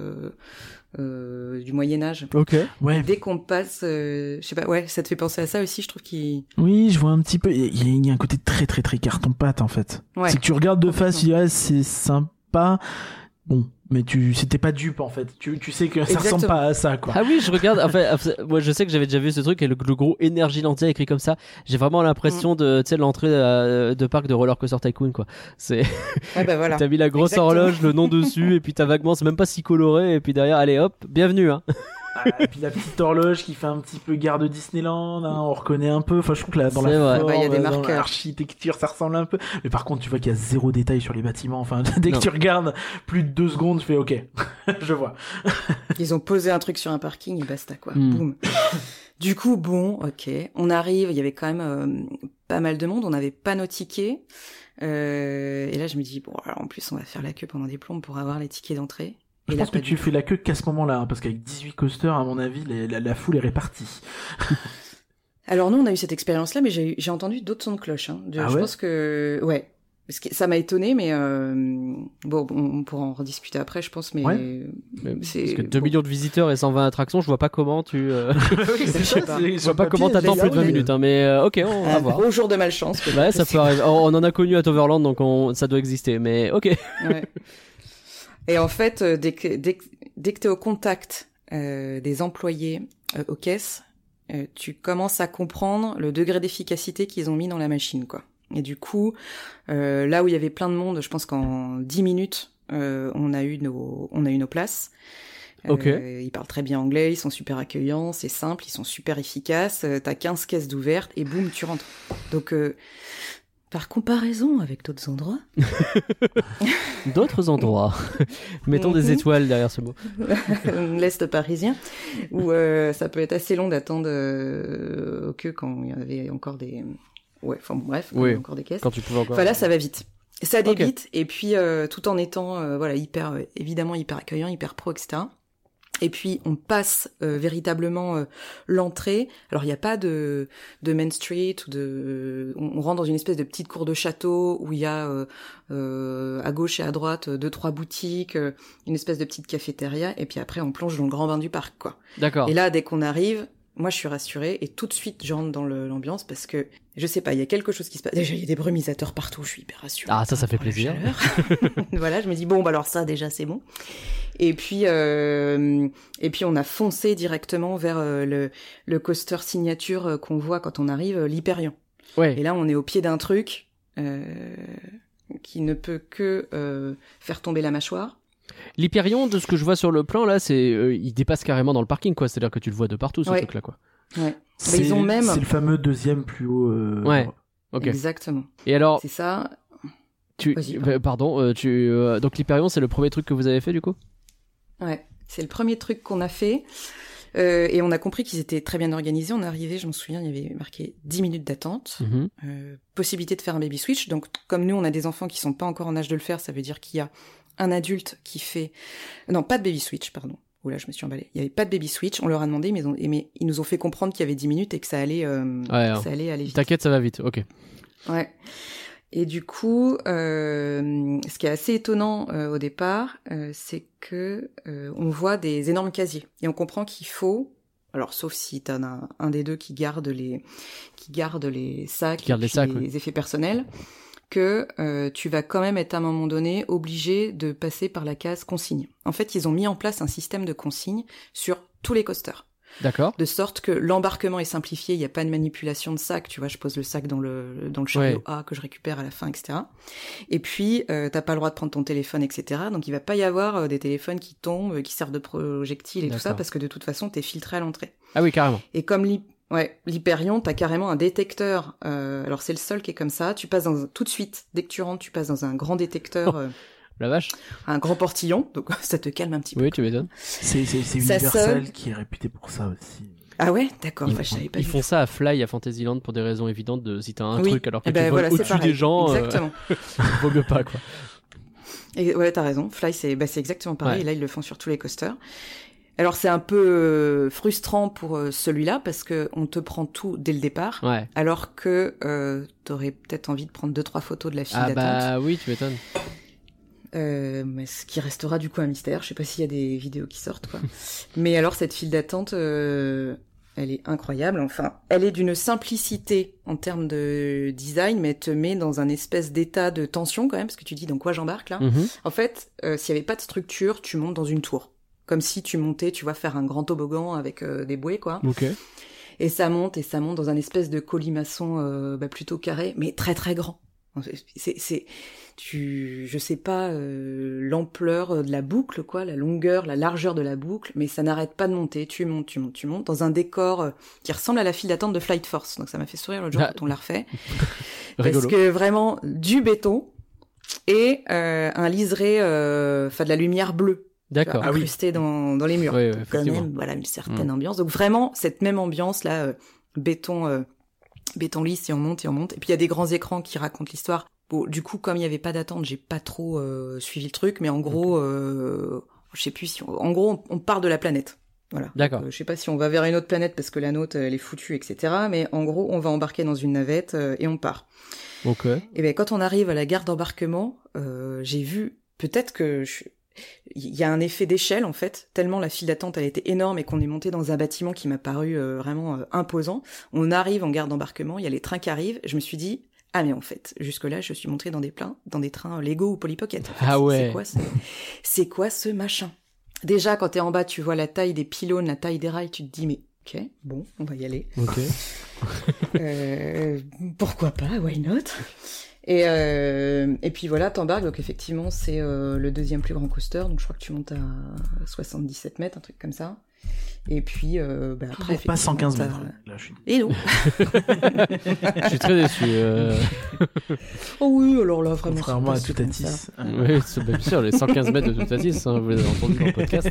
du Moyen-Âge. Ok. Ouais. Dès qu'on passe, je sais pas, ouais, ça te fait penser à ça aussi, je trouve qu'il... Oui, je vois un petit peu. Il y a un côté très, très, très carton-pâte, en fait. Ouais. C'est que tu regardes de face, tu dis, c'est sympa. Bon. Mais c'était pas dupe en fait. Tu sais que ça ressemble pas à ça quoi. Ah oui, je regarde. Enfin, moi je sais que j'avais déjà vu ce truc et le gros Energylandia écrit comme ça. J'ai vraiment l'impression de l'entrée de parc de Roller Coaster Tycoon quoi. C'est. Ouais, bah voilà. T'as mis la grosse horloge, le nom dessus et puis t'as vaguement, c'est même pas si coloré et puis derrière, allez hop, bienvenue hein. Et puis la petite horloge qui fait un petit peu gare de Disneyland, hein, on reconnaît un peu. Enfin, je trouve que là, dans la forme, y a des dans l'architecture, ça ressemble un peu. Mais par contre, tu vois qu'il y a zéro détail sur les bâtiments. Enfin, dès que tu regardes plus de 2 secondes, tu fais OK, je vois. Ils ont posé un truc sur un parking et basta quoi. Boum. Du coup, bon, OK, on arrive. Il y avait quand même pas mal de monde. On n'avait pas nos tickets. Et là, je me dis bon, alors en plus, on va faire la queue pendant des plombes pour avoir les tickets d'entrée. Je pense que tu fais la queue qu'à ce moment-là, hein, parce qu'avec 18 coasters, à mon avis, la foule est répartie. Alors nous, on a eu cette expérience-là, mais j'ai entendu d'autres sons de cloche. Hein. Je pense que... Ouais. Parce que ça m'a étonné, mais bon, on pourra en rediscuter après, je pense, mais... Ouais. Parce que 2 millions de visiteurs et 120 attractions, je vois pas comment tu... Oui, je vois pas comment t'attends plus de 20 minutes, hein, mais ok, on va voir. Gros jour de malchance. Ouais, ça peut arriver. On en a connu à Toverland, donc ça doit exister, mais ok. Ouais. Et en fait, dès que t'es au contact des employés aux caisses, tu commences à comprendre le degré d'efficacité qu'ils ont mis dans la machine, quoi. Et du coup, là où il y avait plein de monde, je pense qu'en 10 minutes, on a eu nos places. Okay. Ils parlent très bien anglais, ils sont super accueillants, c'est simple, ils sont super efficaces. T'as 15 caisses d'ouvertes et boum, tu rentres. Donc... par comparaison avec d'autres endroits. D'autres endroits. Mettons des étoiles derrière ce mot. L'Est parisien, où ça peut être assez long d'attendre aux queues quand il y avait encore des... Ouais, enfin bref, quand il y a encore des caisses. Quand tu pouvais encore... Enfin là, ça va vite. Ça débite, et puis tout en étant évidemment hyper accueillant, hyper pro, etc. Et puis on passe véritablement l'entrée. Alors il n'y a pas de Main Street ou on rentre dans une espèce de petite cour de château où il y a à gauche et à droite 2-3 boutiques, une espèce de petite cafétéria, et puis après on plonge dans le grand bain du parc, quoi. D'accord. Et là, dès qu'on arrive, moi je suis rassurée et tout de suite je rentre dans l'ambiance parce que je sais pas, il y a quelque chose qui se passe. Déjà il y a des brumisateurs partout, je suis hyper rassurée. Ah, ça fait plaisir. Voilà, je me dis bon bah alors ça déjà c'est bon. Et puis on a foncé directement vers le coaster signature qu'on voit quand on arrive, l'Hyperion. Ouais. Et là on est au pied d'un truc qui ne peut que faire tomber la mâchoire. L'Hyperion, de ce que je vois sur le plan là, il dépasse carrément dans le parking, quoi. C'est-à-dire que tu le vois de partout, ce truc-là, quoi. Ouais. C'est le fameux deuxième plus haut. Ouais. Ok. Exactement. Et alors. C'est ça. Donc l'Hyperion, c'est le premier truc que vous avez fait du coup ? Ouais, c'est le premier truc qu'on a fait. Et on a compris qu'ils étaient très bien organisés. On est arrivé, je me souviens, il y avait marqué 10 minutes d'attente, possibilité de faire un baby switch. Donc, comme nous, on a des enfants qui sont pas encore en âge de le faire, ça veut dire qu'il y a un adulte qui fait... Non, pas de baby switch, pardon. Oula, je me suis emballée. Il y avait pas de baby switch. On leur a demandé, mais ils nous ont fait comprendre qu'il y avait 10 minutes et que ça allait, ça allait aller vite. T'inquiète, ça va vite. Ok. Ouais. Et du coup, ce qui est assez étonnant au départ, c'est que on voit des énormes casiers et on comprend qu'il faut, alors sauf si t'en as un des deux qui garde les sacs, les effets personnels, que tu vas quand même être à un moment donné obligé de passer par la case consigne. En fait, ils ont mis en place un système de consigne sur tous les coasters. D'accord. De sorte que l'embarquement est simplifié, il n'y a pas de manipulation de sac, tu vois, je pose le sac dans le chariot A que je récupère à la fin, etc. Et puis, t'as pas le droit de prendre ton téléphone, etc. Donc il va pas y avoir des téléphones qui tombent, qui servent de projectiles et tout ça, parce que de toute façon, t'es filtré à l'entrée. Ah oui, carrément. Et comme l'Hyperion, t'as carrément un détecteur, alors c'est le seul qui est comme ça, tu passes tout de suite, dès que tu rentres, tu passes dans un grand détecteur... La vache. Un grand portillon, donc ça te calme un petit peu. Oui, tu m'étonnes. C'est Universal qui est réputé pour ça aussi. Ah ouais, d'accord. Je savais pas. Ils font ça à Fly, à Fantasyland, pour des raisons évidentes de si t'as un truc alors que tu voles au-dessus des gens. Exactement. Vaut mieux pas, quoi. Et ouais, t'as raison. Fly, c'est exactement pareil. Ouais. Et là, ils le font sur tous les coasters. Alors c'est un peu frustrant pour celui-là parce que on te prend tout dès le départ, alors que t'aurais peut-être envie de prendre 2-3 photos de la file d'attente. Ah bah oui, tu m'étonnes. Mais ce qui restera du coup un mystère. Je sais pas s'il y a des vidéos qui sortent, quoi. Mais alors cette file d'attente, elle est incroyable. Enfin, elle est d'une simplicité en termes de design, mais elle te met dans un espèce d'état de tension quand même, parce que tu dis dans quoi j'embarque là. En fait, s'il y avait pas de structure, tu montes dans une tour, comme si tu montais, tu vois, faire un grand toboggan avec des bouées, quoi. Ok. Et ça monte dans un espèce de colimaçon plutôt carré, mais très très grand. Je sais pas l'ampleur de la boucle, quoi, la longueur, la largeur de la boucle, mais ça n'arrête pas de monter. Tu montes dans un décor qui ressemble à la file d'attente de Flight Force. Donc ça m'a fait sourire l'autre jour quand on l'a refait. Parce que vraiment du béton et un liseré, de la lumière bleue. D'accord. Incrustée dans les murs. Oui, donc, quand même, voilà, une certaine ambiance. Donc vraiment cette même ambiance là, béton lisse et on monte. Et puis il y a des grands écrans qui racontent l'histoire. Bon, du coup, comme il y avait pas d'attente, j'ai pas trop suivi le truc, mais en gros, je sais plus si en gros, on part de la planète. Voilà. D'accord. Donc, je sais pas si on va vers une autre planète parce que la nôtre elle est foutue, etc. Mais en gros, on va embarquer dans une navette et on part. Ok. Et ben quand on arrive à la gare d'embarquement, j'ai vu peut-être que il y a un effet d'échelle en fait, tellement la file d'attente elle était énorme et qu'on est monté dans un bâtiment qui m'a paru vraiment imposant. On arrive en gare d'embarquement, il y a les trains qui arrivent, je me suis dit ah mais en fait, jusque-là je suis monté dans des trains Lego ou Polly Pocket. En fait. Ah ouais. C'est quoi ce machin? Déjà quand t'es en bas, tu vois la taille des pylônes, la taille des rails, tu te dis mais ok, bon, on va y aller. Ok. Pourquoi pas, why not? Et puis voilà, t'embarques, donc effectivement c'est le deuxième plus grand coaster, donc je crois que tu montes à 77 mètres, un truc comme ça. Et puis après pas 115 mètres. Là, je suis... Et non. Je suis très déçu. Oh oui, alors là vraiment. Contrairement à Toutatis. Oui, c'est bien sûr, les 115 mètres de Toutatis, hein, vous les avez entendus dans le podcast.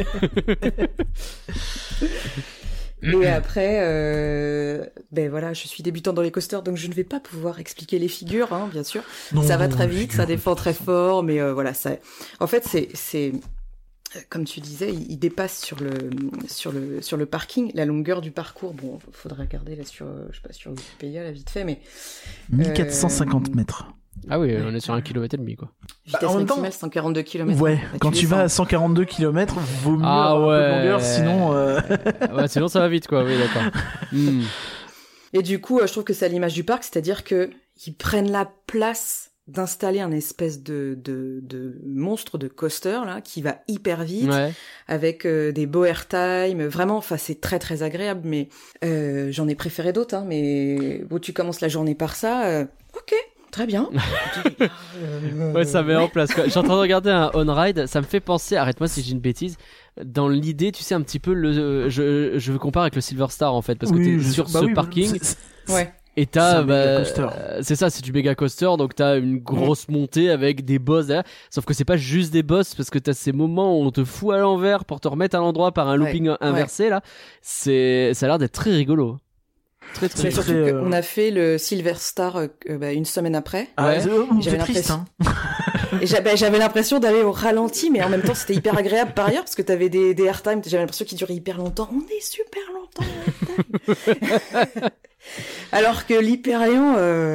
Et après, voilà, je suis débutante dans les coasters, donc je ne vais pas pouvoir expliquer les figures, hein, bien sûr. Ça va très vite, ça défend très fort, mais voilà, ça. En fait, comme tu disais, il dépasse sur le parking, la longueur du parcours. Bon, faudrait regarder là sur Wikipédia, là, vite fait, mais 1450 mètres. Ah oui, on est sur 1,5 km, quoi. Vitesse maximale, 142 km. Ouais, quand tu vas à 142 km, vaut mieux avoir un peu de longueur, sinon... Ouais, sinon ça va vite, quoi, oui, d'accord. Et du coup, je trouve que c'est à l'image du parc, c'est-à-dire qu'ils prennent la place d'installer un espèce de monstre de coaster, là, qui va hyper vite, avec des beaux airtime, vraiment, enfin, c'est très très agréable, mais j'en ai préféré d'autres, hein, mais bon, tu commences la journée par ça, ok. Très bien. Ouais, ça met en place, quoi. Je suis en train de regarder un on-ride, ça me fait penser, arrête-moi si j'ai une bêtise, dans l'idée, tu sais, un petit peu, je veux comparer avec le Silver Star, en fait, parce que t'es sur ce parking, et t'as, c'est ça, c'est du méga coaster, donc t'as une grosse montée avec des boss derrière, sauf que c'est pas juste des boss, parce que t'as ces moments où on te fout à l'envers pour te remettre à l'endroit par un looping inversé, là, ça a l'air d'être très rigolo. Très, mais surtout qu'on a fait le Silver Star une semaine après. J'avais l'impression. J'avais l'impression d'aller au ralenti, mais en même temps c'était hyper agréable par ailleurs parce que t'avais des airtime. J'avais l'impression qu'ils duraient hyper longtemps. On est super longtemps. Alors que l'Hyperion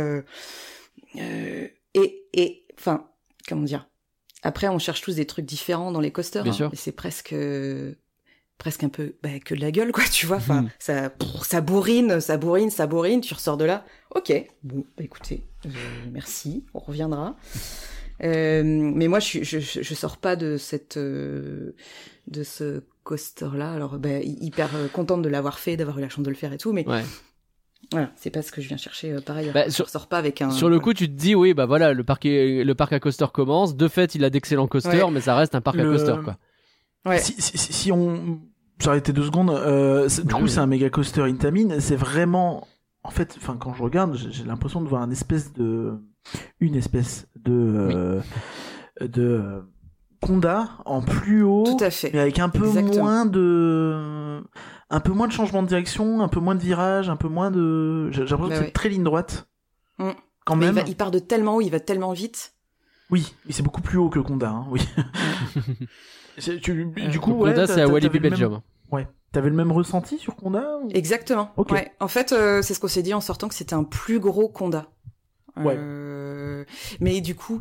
enfin comment dire. Après on cherche tous des trucs différents dans les coasters. Bien sûr. Et c'est presque un peu que de la gueule, quoi, tu vois. Enfin, ça bourrine, tu ressors de là. Ok, bon, écoutez, merci, on reviendra. Mais moi, je sors pas de ce coaster-là. Alors, hyper contente de l'avoir fait, d'avoir eu la chance de le faire et tout, mais voilà, c'est pas ce que je viens chercher par ailleurs. Je ressors pas avec un. Sur le coup, tu te dis, oui, voilà, le parc à coaster commence. De fait, il a d'excellents coasters, mais ça reste un parc à coaster, quoi. Ouais. Si on s'arrêtait 2 secondes, du coup c'est un méga coaster Intamin, c'est vraiment, en fait, enfin quand je regarde, j'ai l'impression de voir une espèce de Conda en plus haut, tout à fait, mais avec un peu moins de changement de direction, un peu moins de virage, un peu moins de, j'ai l'impression que c'est très ligne droite. Quand même. Il part de tellement haut, il va tellement vite. Oui, c'est beaucoup plus haut que Conda, hein, oui. Du coup, Conda, c'est à Walibi Belgium. Ouais. T'avais le même ressenti sur Conda ou... Exactement. Okay. Ouais. En fait, c'est ce qu'on s'est dit en sortant, que c'était un plus gros Conda. Ouais. Mais du coup,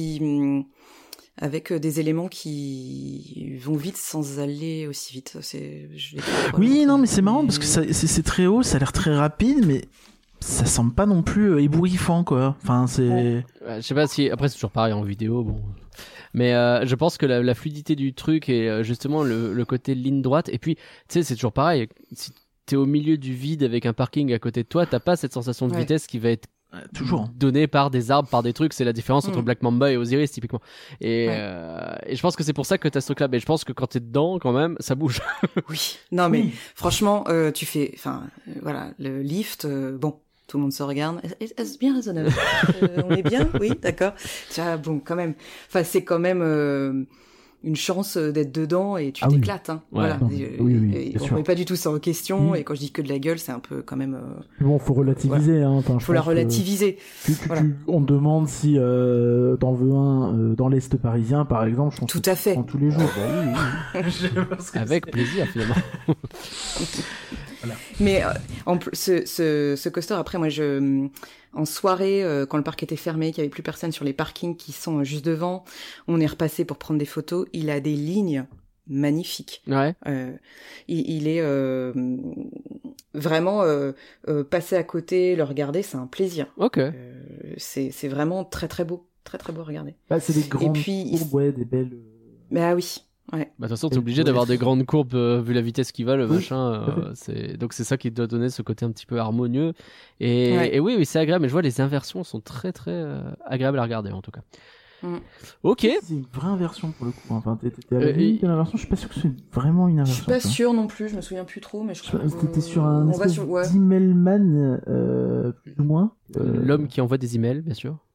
avec des éléments qui vont vite sans aller aussi vite. Oui, non, mais c'est marrant parce que c'est très haut, ça a l'air très rapide, mais ça semble pas non plus ébouriffant, quoi. Enfin, c'est. Je sais pas si. Après, c'est toujours pareil en vidéo, bon. Mais je pense que la fluidité du truc et justement le côté ligne droite. Et puis, tu sais, c'est toujours pareil. Si t'es au milieu du vide avec un parking à côté de toi, t'as pas cette sensation de vitesse qui va être toujours donnée par des arbres, par des trucs. C'est la différence entre Black Mamba et Osiris, typiquement. Et je pense que c'est pour ça que t'as ce truc-là. Mais je pense que quand t'es dedans, quand même, ça bouge. Oui. Non, mais franchement, tu fais, enfin, voilà, le lift, bon. Tout le monde se regarde. Est-ce bien raisonnable? On est bien? Oui, d'accord. Tiens, bon, quand même. Enfin, c'est quand même une chance d'être dedans et tu t'éclates. Hein. Ouais. Voilà. Oui, on remet pas du tout ça en question. Et quand je dis que de la gueule, c'est un peu quand même. Bon, faut relativiser. Voilà. Hein. Enfin, faut la relativiser. On demande si t'en veux un dans l'Est parisien, par exemple. Je pense tout à fait. Tous les jours. Avec plaisir, finalement. Voilà. Mais ce coaster, après, moi, en soirée, quand le parc était fermé, qu'il y avait plus personne sur les parkings qui sont juste devant, on est repassé pour prendre des photos. Il a des lignes magnifiques. Ouais. Il est vraiment passer à côté, le regarder, c'est un plaisir. Ok. C'est vraiment très très beau, très très beau à regarder. Bah, c'est des grandes courbes, des belles. Bah oui. Ouais. Bah, de toute façon, t'es obligé d'avoir des grandes courbes vu la vitesse qu'il va, le machin. Donc c'est ça qui doit donner ce côté un petit peu harmonieux. Et oui, c'est agréable. Mais je vois les inversions sont très très agréables à regarder en tout cas. Ok. C'est une vraie inversion pour le coup. Enfin, t'étais à la limite de l'inversion. Je suis pas sûr que c'est vraiment une inversion. Je suis pas sûr non plus. Je me souviens plus trop, mais je crois. T'étais sur un d'emailman plus ou moins. L'homme qui envoie des emails, bien sûr.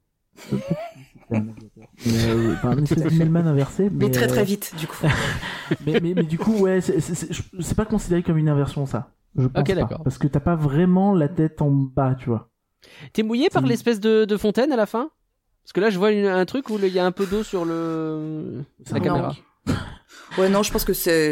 Une espèce d'emailman inversé, mais très très vite du coup. mais du coup, ouais, c'est pas considéré comme une inversion, ça. Je pense pas, d'accord. parce que t'as pas vraiment la tête en bas, tu vois. T'es mouillé par l'espèce de fontaine à la fin? Parce que là, je vois un truc où il y a un peu d'eau sur la caméra. Ouais, non, je pense que c'est...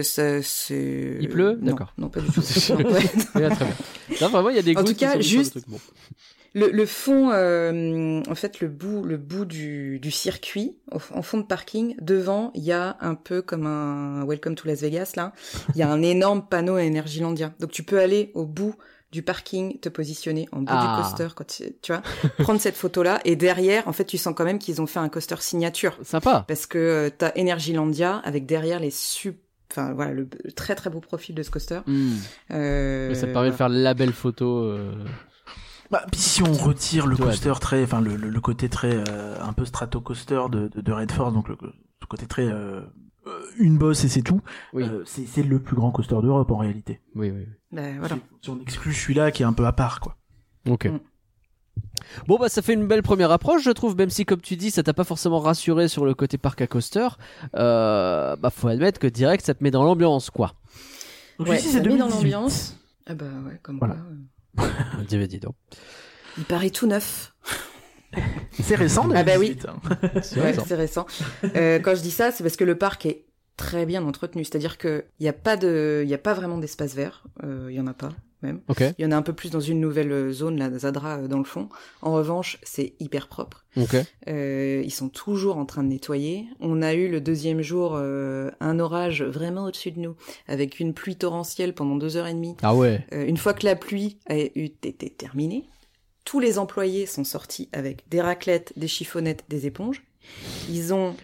Il pleut, non, d'accord. Non, pas du tout. Non, ouais, très bien. Non, vraiment, il y a des goûts. En tout cas, juste trucs, bon. le fond, en fait, le bout du circuit, en fond de parking, devant, il y a un peu comme un Welcome to Las Vegas, là. Il y a un énorme panneau à Energylandia. Donc, tu peux aller au bout du parking, te positionner en bout du coaster, quand tu vois, prendre cette photo-là, et derrière, en fait, tu sens quand même qu'ils ont fait un coaster signature. Sympa. Parce que t'as Energylandia avec derrière enfin voilà, le très très beau profil de ce coaster. Mais ça te permet de faire la belle photo. Bah, puis si on retire le coaster très, enfin le côté très un peu stratocoaster de Red Force, donc le côté très une bosse et c'est tout. Oui. C'est le plus grand coaster d'Europe en réalité. Oui. Voilà. Si on exclut celui-là qui est un peu à part, quoi. Ok. Bon bah ça fait une belle première approche, je trouve, même si comme tu dis ça t'a pas forcément rassuré sur le côté parc à coaster. Bah faut admettre que direct ça te met dans l'ambiance, quoi. Donc Ouais, ici ça c'est met dans 2018. l'ambiance. Ah bah ouais, comme Voilà. quoi. Dis donc. Il paraît tout neuf. C'est récent, Ah bah oui. 2018, hein. Ouais, c'est récent. Quand je dis ça, c'est parce que le parc est très bien entretenu. C'est-à-dire que il y a pas vraiment d'espace vert. Il y en a pas même. Ok. Il y en a un peu plus dans une nouvelle zone, la Zadra, dans le fond. En revanche, c'est hyper propre. Ok. Ils sont toujours en train de nettoyer. On a eu le deuxième jour un orage vraiment au-dessus de nous, avec une pluie torrentielle pendant 2h30. Ah ouais. Une fois que la pluie a été terminée, tous les employés sont sortis avec des raclettes, des chiffonnettes, des éponges. Ils ont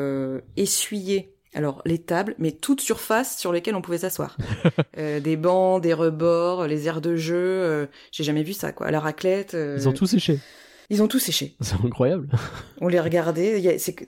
essuyé les tables, mais toutes surfaces sur lesquelles on pouvait s'asseoir. Des bancs, des rebords, les aires de jeu. J'ai jamais vu ça, quoi. La raclette. Ils ont tout séché. Ils ont tout séché. C'est incroyable. On les regardait.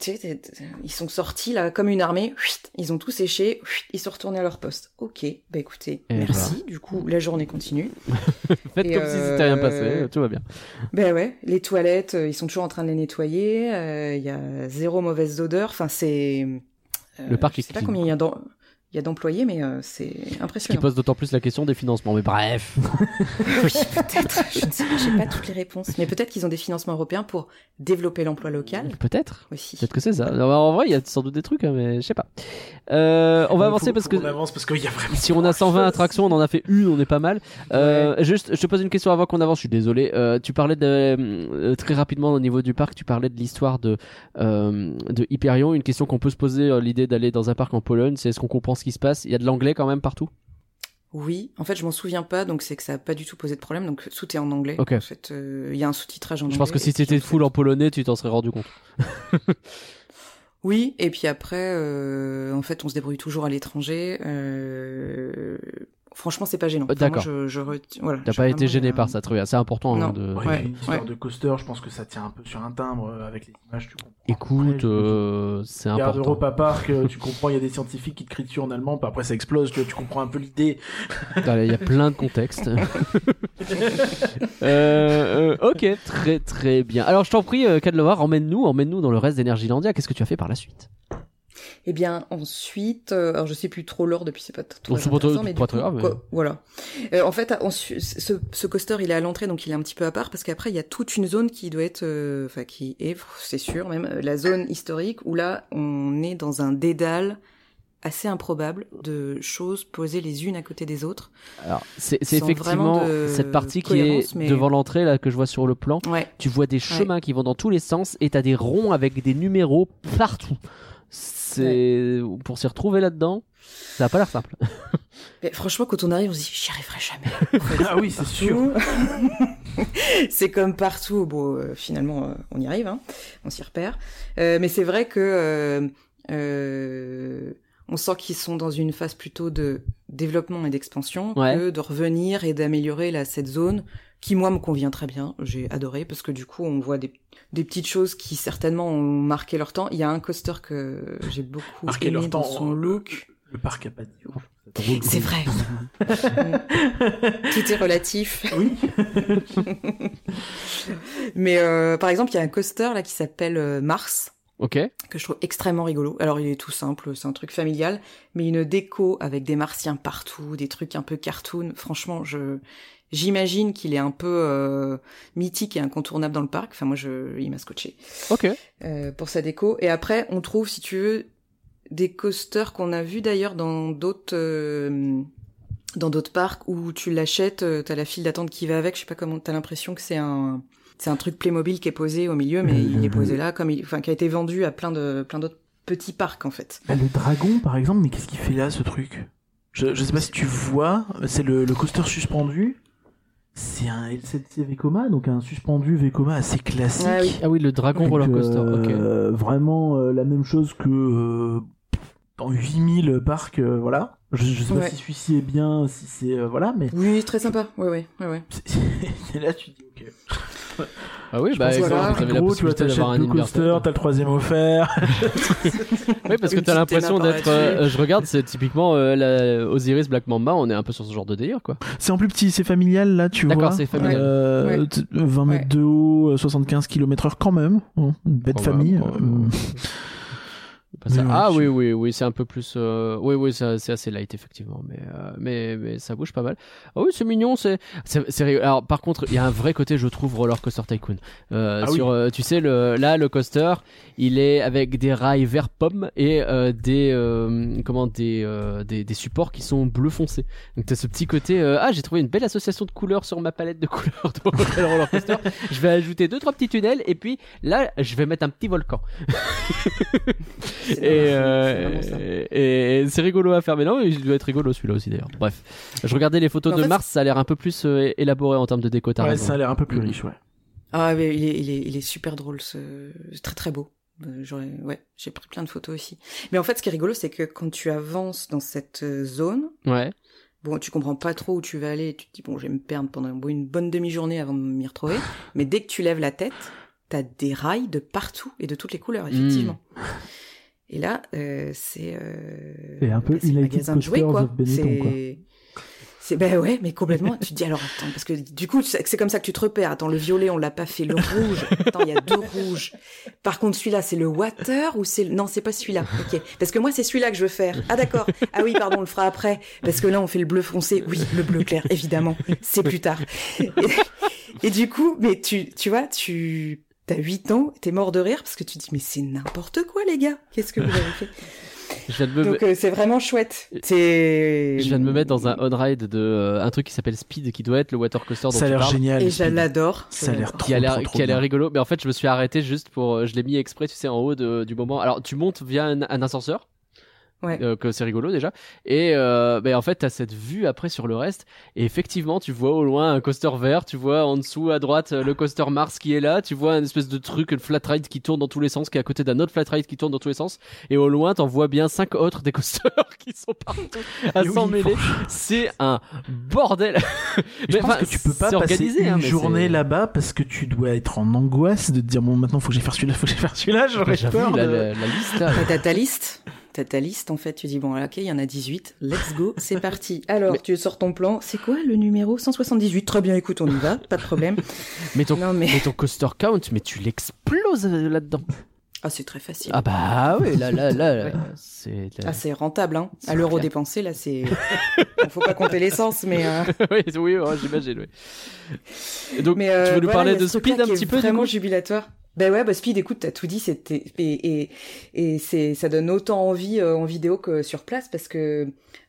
Ils sont sortis là comme une armée. Ils ont tout séché. Ils sont retournés à leur poste. Ok, bah écoutez, merci. Voilà. Du coup, la journée continue. Faites comme si c'était rien passé, tout va bien. Ben ouais, les toilettes, ils sont toujours en train de les nettoyer. Il y a zéro mauvaise odeur. Enfin, c'est Le parc je est sais pas clean. combien il y a d'employés, mais c'est Ce qui impressionnant. pose d'autant plus la question des financements. Mais bref. Oui, peut-être. Je ne sais pas, j'ai pas toutes les réponses. Mais peut-être qu'ils ont des financements européens pour développer l'emploi local Peut-être. aussi. Peut-être que c'est ça. Alors, en vrai, il y a sans doute des trucs, hein, mais je sais pas. On va avancer parce que On avance parce qu'il y a vraiment. si on a 120 attractions, on en a fait une, on est pas mal. Juste, je te pose une question avant qu'on avance. Je suis désolé. Tu parlais de très rapidement au niveau du parc. Tu parlais de l'histoire de Hyperion. Une question qu'on peut se poser, l'idée d'aller dans un parc en Pologne, c'est est-ce qu'on comprend ce qui se passe? Il y a de l'anglais quand même partout. Oui, en fait, je m'en souviens pas, donc c'est que ça a pas du tout posé de problème. Donc tout est en anglais. Ok. En fait, il y a un sous-titrage en anglais. Je pense que si et puis, c'était en full fait- en polonais, tu t'en serais rendu compte. Oui, et puis après, en fait, on se débrouille toujours à l'étranger. Franchement, c'est pas gênant. Enfin, D'accord. moi, voilà. T'as j'ai pas été vraiment, gêné par ça, très bien. C'est important. Non. Hein, de... Ouais, Ouais, une histoire ouais. de coaster, je pense que ça tient un peu sur un timbre avec les images, tu comprends. Écoute, Après, c'est regarde important. Europa Park, tu comprends, il y a des scientifiques qui te crient dessus en allemand, puis après ça explose, tu comprends un peu l'idée. Il y a plein de contextes. Ok, très très bien. Alors je t'en prie, Kadlovar, emmène-nous dans le reste d'Energylandia. Qu'est-ce que tu as fait par la suite? Eh bien, ensuite, alors je sais plus trop l'ordre depuis, c'est pas trop C'est pas intéressant, mais pas du très coup, grave, mais- quoi, voilà. En fait, ce coaster, il est à l'entrée, donc il est un petit peu à part, parce qu'après, il y a toute une zone qui doit être, qui est, c'est sûr, même, la zone historique, où là, on est dans un dédale assez improbable de choses posées les unes à côté des autres. Alors c'est Sans effectivement vraiment de cette partie qui cohérence, est mais- devant l'entrée là que je vois sur le plan. Ouais. Tu vois des chemins qui vont dans tous les sens et t'as des ronds avec des numéros partout. C'est pour s'y retrouver là-dedans, ça a pas l'air simple. Mais franchement, quand on arrive, on se dit, j'y arriverai jamais. Ah oui, c'est sûr. C'est comme partout. Bon, finalement, on y arrive, hein. On s'y repère. Mais c'est vrai que on sent qu'ils sont dans une phase plutôt de développement et d'expansion que de revenir et d'améliorer cette zone qui, moi, me convient très bien. J'ai adoré parce que du coup, on voit des petites choses qui certainement ont marqué leur temps. Il y a un coaster que j'ai beaucoup Marqué aimé leur dans temps, son look. Le parc a pas dit. C'est vrai. Tout est relatif. Oui. Mais par exemple, il y a un coaster là qui s'appelle Mars. Ok. Que je trouve extrêmement rigolo. Alors il est tout simple, c'est un truc familial, mais une déco avec des martiens partout, des trucs un peu cartoon. Franchement, j'imagine qu'il est un peu mythique et incontournable dans le parc. Enfin moi, il m'a scotché. Ok. Pour sa déco. Et après, on trouve, si tu veux, des coasters qu'on a vus d'ailleurs dans d'autres parcs où tu l'achètes, t'as la file d'attente qui va avec. Je sais pas comment. T'as l'impression que c'est un truc Playmobil qui est posé au milieu, mais il est posé là qui a été vendu à plein d'autres petits parcs en fait. Le dragon par exemple, mais qu'est-ce qu'il fait là ce truc? Je sais pas si tu vois, c'est le coaster suspendu. C'est un LCC Vekoma, donc un suspendu Vekoma assez classique. Ah oui, le Dragon Roller Coaster. Vraiment la même chose que dans 8000 parcs, voilà. Je sais pas si celui-ci est bien, si c'est voilà, mais oui, très sympa. Ouais. Et là tu dis ok. Ah oui, bah voilà, vous avez la possibilité d'avoir un coaster, t'as le troisième offert. Oui, parce que t'as l'impression d'être. Je regarde, c'est typiquement Osiris Black Mamba, on est un peu sur ce genre de délire, quoi. C'est en plus petit, c'est familial là, tu vois. D'accord, c'est familial. 20 mètres de haut, 75 km/h quand même. Une bête famille. Oui, c'est un peu plus. Oui, c'est assez light effectivement, mais ça bouge pas mal. Ah oui, c'est mignon, c'est. Alors par contre, il y a un vrai côté, je trouve, Roller Coaster Tycoon. Tu sais, le coaster, il est avec des rails vert pomme et des supports qui sont bleu foncé. Donc t'as ce petit côté. J'ai trouvé une belle association de couleurs sur ma palette de couleurs de Roller Coaster. Je vais ajouter 2-3 petits tunnels et puis là, je vais mettre un petit volcan. Et c'est rigolo à faire, mais non, il doit être rigolo celui-là aussi d'ailleurs. Bref, je regardais les photos de Mars, ça a l'air un peu plus élaboré en termes de déco. Ouais, ça a l'air un peu plus riche, ouais. Ah, mais il est super drôle, c'est très très beau. J'ai pris plein de photos aussi. Mais en fait, ce qui est rigolo, c'est que quand tu avances dans cette zone, bon, tu comprends pas trop où tu vas aller, tu te dis bon, je vais me perdre pendant une bonne demi-journée avant de m'y retrouver. Mais dès que tu lèves la tête, t'as des rails de partout et de toutes les couleurs, effectivement. Et là, c'est un peu un magasin de jouets, quoi. Ouais, mais complètement. Tu te dis alors attends, parce que du coup c'est comme ça que tu te repères. Attends, le violet on l'a pas fait, le rouge. Attends, il y a 2 rouges. Par contre celui-là c'est le water ou non, c'est pas celui-là. Ok, parce que moi c'est celui-là que je veux faire. Ah d'accord. Ah oui pardon, on le fera après parce que là on fait le bleu foncé. Oui, le bleu clair évidemment. C'est plus tard. Et du coup, mais tu vois, t'as 8 ans, t'es mort de rire parce que tu te dis mais c'est n'importe quoi les gars, qu'est-ce que vous avez fait? Donc c'est vraiment chouette. Je viens de me mettre dans un on-ride de un truc qui s'appelle Speed, qui doit être le water coaster dont ça a l'air génial. Et je l'adore. Ça a l'air trop qui a l'air rigolo. Mais en fait je me suis arrêté juste pour, je l'ai mis exprès, tu sais, en haut du moment. Alors tu montes via un ascenseur. Que c'est rigolo déjà, et en fait t'as cette vue après sur le reste, et effectivement tu vois au loin un coaster vert, tu vois en dessous à droite le coaster Mars qui est là, tu vois une espèce de truc, une flat ride qui tourne dans tous les sens, qui est à côté d'un autre flat ride qui tourne dans tous les sens, et au loin t'en vois bien 5 autres des coasters qui sont partout à s'en mêler. C'est un bordel. Je pense que tu peux pas passer une journée là-bas parce que tu dois être en angoisse de te dire bon maintenant faut que j'aille faire celui-là, j'aurais peur la liste là. T'as ta liste en fait, tu dis bon ok, il y en a 18, let's go, c'est parti. Alors tu sors ton plan, c'est quoi le numéro 178? Très bien, écoute, on y va, pas de problème. mais ton coaster count, mais tu l'exploses là-dedans. Ah, c'est très facile. Ah bah oui, là ouais. C'est rentable, hein. À l'euro dépensé, là, c'est... Faut pas compter l'essence, mais... oui, j'imagine, oui. Donc, tu veux nous parler de Speed un petit peu, vraiment jubilatoire. Speed, écoute, t'as tout dit, et ça donne autant envie en vidéo que sur place, parce que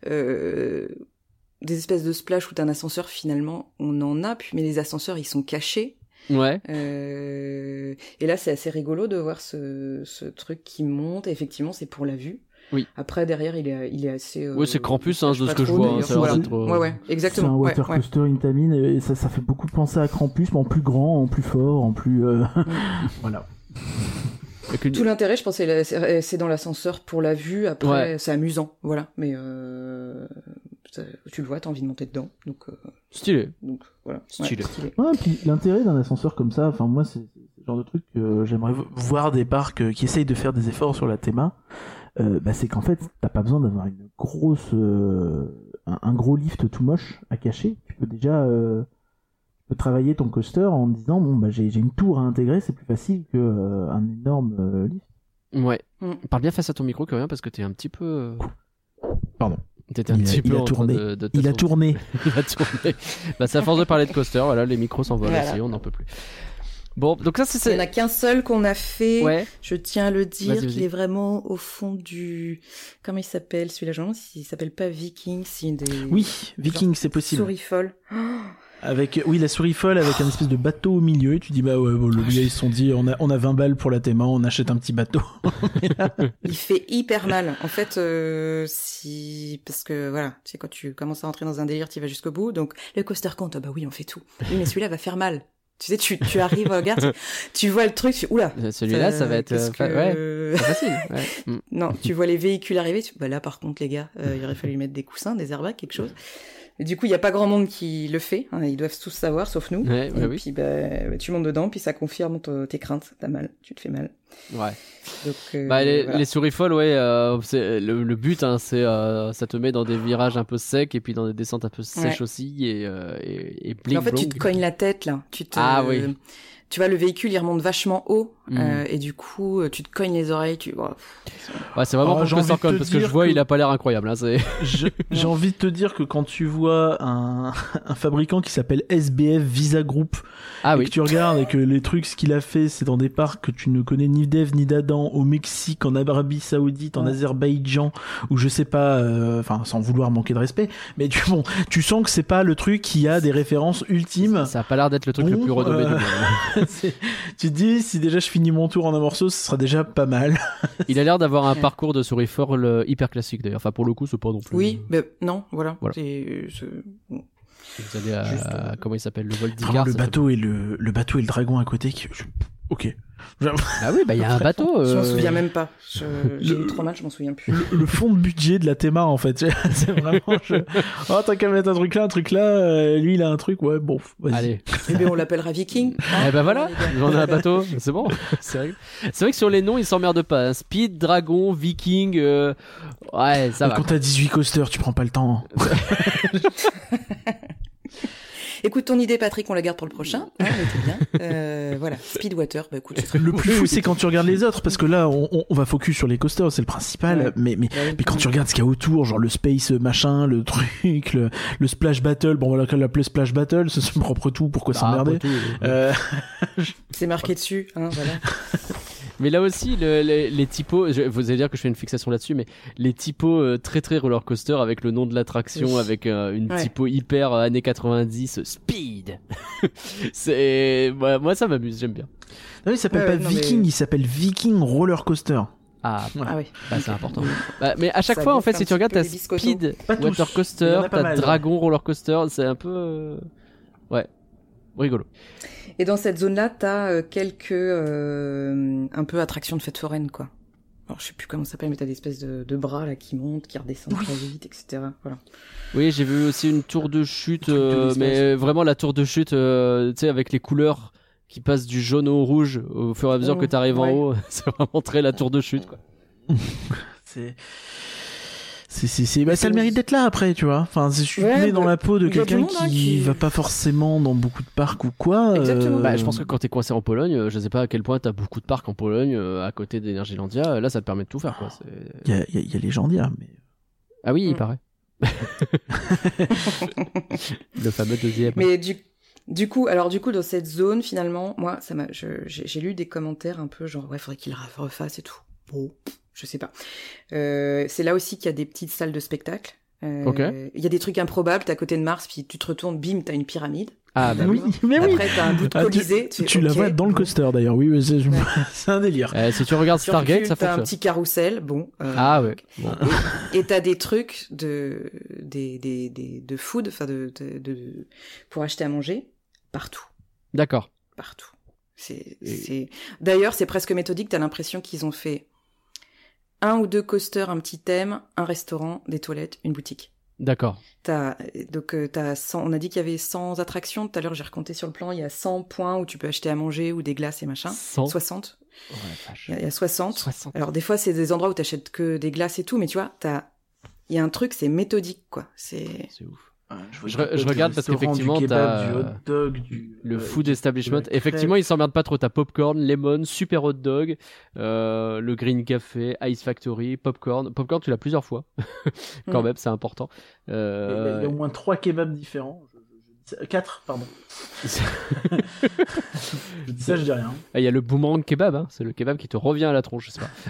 des espèces de splash où t'as un ascenseur, finalement, on en a, mais les ascenseurs, ils sont cachés. Ouais. Et là, c'est assez rigolo de voir ce truc qui monte. Et effectivement, c'est pour la vue. Oui. Après, derrière, il est assez. Oui, c'est Krampus, de ce que je vois. Ouais, exactement. C'est un water coaster Intamin, et ça fait beaucoup penser à Krampus, mais en plus grand, en plus fort, en plus. Voilà. Tout l'intérêt, je pense, c'est dans l'ascenseur pour la vue. Après, c'est amusant, voilà. Mais tu le vois, t'as envie de monter dedans, donc. Stylé. Donc voilà. Stylé. Ouais, puis l'intérêt d'un ascenseur comme ça, enfin moi, c'est le genre de truc que j'aimerais voir des parcs qui essayent de faire des efforts sur la théma. C'est qu'en fait, t'as pas besoin d'avoir une grosse, un gros lift tout moche à cacher. Tu peux déjà travailler ton coaster en disant j'ai une tour à intégrer, c'est plus facile que un énorme lift. Ouais. Parle bien face à ton micro, Corinne, parce que t'es un petit peu. Pardon. T'étais un petit peu en train de il a tourné. Il a tourné. C'est à force de parler de coaster, voilà, les micros s'envolent aussi, on n'en peut plus. Bon, donc ça, Il n'y en a qu'un seul qu'on a fait. Ouais. Je tiens à le dire, Vas-y. qu'il est vraiment au fond du... Comment il s'appelle celui-là? Je me demande s'il s'appelle pas Viking. Oui, Viking, c'est possible. Souris folle. La souris folle avec un espèce de bateau au milieu. Et tu dis, bah ouais, bon, le gars, ils se sont dit, on a 20 balles pour la théma, on achète un petit bateau. Il fait hyper mal. En fait, parce que voilà, tu sais, quand tu commences à rentrer dans un délire, tu vas jusqu'au bout. Donc, le coaster compte. Bah oui, on fait tout. Oui, mais celui-là va faire mal. Tu sais, tu arrives, regarde, tu vois le truc, oula. Celui-là, ça va être c'est facile. Ouais. Non, tu vois les véhicules arriver, bah là par contre les gars, il aurait fallu mettre des coussins, des airbags, quelque chose. Et du coup, il y a pas grand monde qui le fait, hein, ils doivent tous savoir sauf nous. Ouais, et oui. Puis tu montes dedans, puis ça confirme tes craintes, t'as mal, tu te fais mal. Ouais. Donc les souris folles, ouais, c'est le but, hein, c'est ça te met dans des virages un peu secs et puis dans des descentes un peu sèches aussi et mais en fait, tu te cognes la tête là, Ah oui. Tu vois, le véhicule, il remonte vachement haut, et du coup, tu te cognes les oreilles, Ouais, c'est vraiment pour que ça colle, parce que je vois, il a pas l'air incroyable, hein, J'ai envie de te dire que quand tu vois un fabricant qui s'appelle SBF Visa Group, que tu regardes et que les trucs, ce qu'il a fait, c'est dans des parcs que tu ne connais ni d'Ève ni d'Adam, au Mexique, en Arabie Saoudite, en Azerbaïdjan, ou je sais pas, sans vouloir manquer de respect, mais tu sens que c'est pas le truc qui a des références ultimes. Ça a pas l'air d'être le truc le plus renommé du monde. Tu te dis, si déjà je finis mon tour en un morceau, ce sera déjà pas mal. Il a l'air d'avoir un parcours de souris folle hyper classique d'ailleurs. Enfin, pour le coup, c'est pas non plus. Oui, mais non, voilà. Vous allez à comment il s'appelle, le vol d'Igar. Le bateau et le dragon à côté. Ok. Ah oui, il y a un bateau. Je m'en souviens même pas. J'ai eu trop mal, je m'en souviens plus. Le fond de budget de la théma, en fait. C'est vraiment. Oh, t'as qu'à mettre un truc là. Lui, il a un truc. Ouais, bon. Vas-y. Allez. Eh bien, on l'appellera Viking. Eh ben voilà. On a un bateau. C'est bon. C'est vrai que sur les noms, ils s'emmerdent pas. Hein. Speed, Dragon, Viking. Ouais, ça va. Quand t'as 18 coasters, tu prends pas le temps. Écoute, ton idée, Patrick, on la garde pour le prochain. Hein, bien. Voilà, Speedwater, écoute. Le plus fou, c'est quand tu regardes les autres, parce que là, on va focus sur les coasters, c'est le principal. Ouais. Mais quand tu regardes ce qu'il y a autour, genre le space machin, le truc, le splash battle, bon, voilà, l'appeler splash battle, c'est son propre tout, pourquoi s'emmerder? C'est marqué dessus, hein, voilà. Mais là aussi, les typos, vous allez dire que je fais une fixation là-dessus, mais les typos très très roller coaster avec le nom de l'attraction, avec une typo hyper années 90, Speed. Moi ça m'amuse, j'aime bien. Non, il s'appelle pas Viking, il s'appelle Viking Roller Coaster. Ah oui, c'est important. Oui. Mais à chaque fois, en fait, si tu regardes, t'as Speed Water Coaster, t'as Dragon Roller Coaster, c'est un peu... rigolo. Et dans cette zone-là, t'as quelques un peu attractions de fête foraine, quoi. Alors je sais plus comment ça s'appelle, mais t'as des espèces de bras là qui montent, qui redescendent très vite, etc. Voilà. Oui, j'ai vu aussi une tour de chute, mais vraiment la tour de chute, tu sais, avec les couleurs qui passent du jaune au rouge au fur et à mesure que t'arrives en haut. C'est vraiment très la tour de chute, quoi. Ça a le mérite d'être là après, tu vois. Enfin, je suis dans la peau de quelqu'un qui va pas forcément dans beaucoup de parcs ou quoi. Exactement. Je pense que quand t'es coincé en Pologne, je sais pas à quel point t'as beaucoup de parcs en Pologne à côté d'Energylandia. Là, ça te permet de tout faire, quoi. Il y a Legendia, mais. Ah oui, il paraît. Le fameux deuxième. Mais du coup, dans cette zone, finalement, moi, j'ai lu des commentaires un peu genre, faudrait qu'il refasse et tout. Bon, je sais pas. C'est là aussi qu'il y a des petites salles de spectacle. Il y a des trucs improbables, t'es à côté de Mars, puis tu te retournes, bim, t'as une pyramide. Ah bah oui, mais après t'as un bout de Colisée. Tu la vois dans le coaster d'ailleurs, oui, c'est un délire. Si tu regardes Stargate, ça fonctionne. T'as un petit carrousel, bon. Ah ouais. Bon. Et t'as des trucs de food, enfin pour acheter à manger partout. D'accord. Partout. D'ailleurs, c'est presque méthodique. T'as l'impression qu'ils ont fait 1 ou 2 coasters, un petit thème, un restaurant, des toilettes, une boutique. D'accord. T'as 100, on a dit qu'il y avait 100 attractions. Tout à l'heure, j'ai recompté sur le plan. Il y a 100 points où tu peux acheter à manger ou des glaces et machin. 60. Ouais, il y a 60. Alors, des fois, c'est des endroits où t'achètes que des glaces et tout, mais tu vois, il y a un truc, c'est méthodique, quoi. C'est ouf. Je regarde parce qu'effectivement t'as le food establishment. Effectivement, ils s'emmerdent pas trop. T'as popcorn, lemon, super hot dog, le green café, ice factory, popcorn. Popcorn, tu l'as plusieurs fois. Quand même, c'est important. Il y a au moins 3 kebabs différents. 4, pardon. Je dis ça, je dis rien. Il y a le boomerang kebab, hein. C'est le kebab qui te revient à la tronche, je sais pas.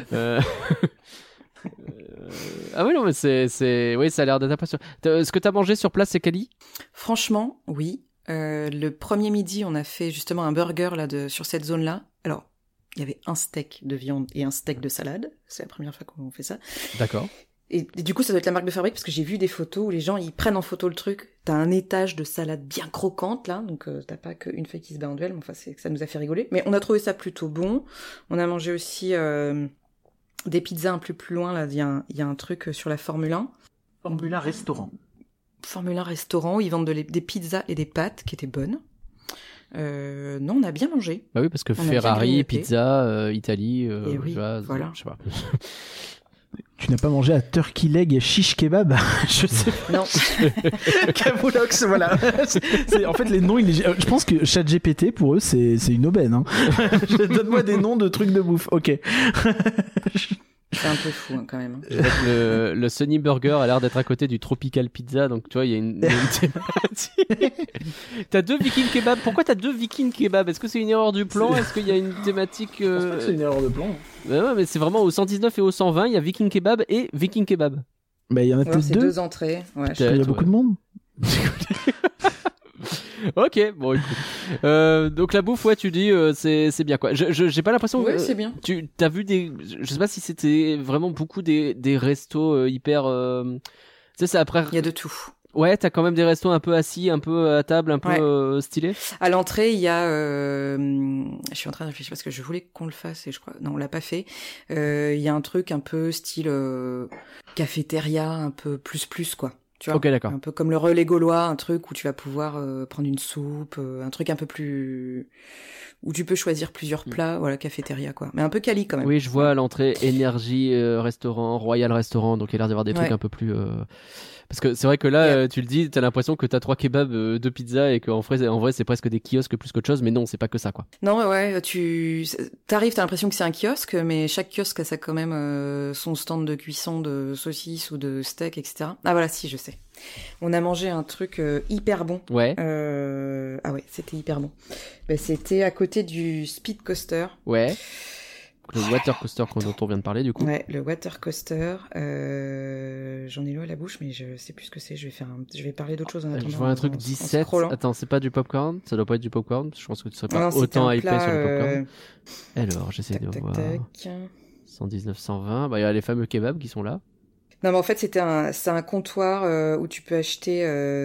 Ah oui, non, mais oui, ça a l'air d'être impressionnant. Ce que t'as mangé sur place, c'est quali ? Franchement, oui. Le premier midi, on a fait justement un burger là, sur cette zone-là. Alors, il y avait un steak de viande et un steak de salade. C'est la première fois qu'on fait ça. D'accord. Et du coup, ça doit être la marque de fabrique parce que j'ai vu des photos où les gens, ils prennent en photo le truc. T'as un étage de salade bien croquante, là. Donc, t'as pas qu'une feuille qui se bat en duel. Mais enfin, ça nous a fait rigoler. Mais on a trouvé ça plutôt bon. On a mangé aussi des pizzas un peu plus loin. Là, il y a un truc sur la Formule 1. Formule 1 restaurant. Formule 1 restaurant où ils vendent des pizzas et des pâtes qui étaient bonnes. Non, on a bien mangé. Bah oui, parce que Ferrari, pizza, Italie, et oui, voilà. Je sais pas. Tu n'as pas mangé à Turkey Leg et Shish Kebab? Je sais pas. Non. Camoulox, voilà. En fait, les noms, je pense que ChatGPT, pour eux, c'est une aubaine. Hein. Donne-moi des noms de trucs de bouffe. Ok. C'est un peu fou, hein, quand même. Le Sunny Burger a l'air d'être à côté du Tropical Pizza, donc tu vois, il y a une thématique. T'as 2 Viking Kebab. Pourquoi t'as 2 Viking Kebab? Est-ce que c'est une erreur du plan? Est-ce qu'il y a une thématique Je pense pas que c'est une erreur de plan. Ouais, mais c'est vraiment au 119 et au 120, il y a Viking Kebab et Viking Kebab. Bah, il y en a peut-être c'est 2 entrées. Ouais, il y a beaucoup de monde. Ok, bon écoute. Donc la bouffe, ouais, tu dis c'est bien quoi. J'ai pas l'impression. Ouais, c'est bien. Tu t'as vu je sais pas si c'était vraiment beaucoup des restos hyper. Tu sais, c'est après. Il y a de tout. Ouais, t'as quand même des restos un peu assis, un peu à table, un peu stylés. À l'entrée, il y a. Je suis en train de réfléchir parce que je voulais qu'on le fasse et je crois non, on l'a pas fait. Il y a un truc un peu style cafétéria, un peu plus quoi. Tu vois, ok, d'accord. Un peu comme le relais gaulois, un truc où tu vas pouvoir prendre une soupe, un truc un peu plus où tu peux choisir plusieurs plats, voilà, cafétéria quoi. Mais un peu quali quand même. Oui, je vois à l'entrée énergie restaurant, Royal restaurant, donc il y a l'air d'avoir des trucs un peu plus parce que c'est vrai que là tu le dis, t'as l'impression que t'as 3 kebabs, 2 pizzas et qu'en vrai c'est presque des kiosques plus qu'autre chose, mais non, c'est pas que ça quoi. Non, ouais, t'arrives, t'as l'impression que c'est un kiosque, mais chaque kiosque a ça quand même son stand de cuisson de saucisses ou de steak, etc. Ah voilà, si, je sais. On a mangé un truc hyper bon. Ouais. Ah ouais, c'était hyper bon. Bah, c'était à côté du Speed Coaster. Ouais. Le water coaster dont on vient de parler du coup. Ouais, le water coaster. J'en ai l'eau à la bouche, mais je sais plus ce que c'est. Je vais parler d'autre chose en attendant. Je vois un truc 17. Attends, c'est pas du popcorn? Ça doit pas être du popcorn. Je pense que tu serais pas autant hypé sur le popcorn. Alors, j'essaie de voir. 119, 120. Bah, il y a les fameux kebabs qui sont là. Non, mais en fait, c'est un comptoir où tu peux acheter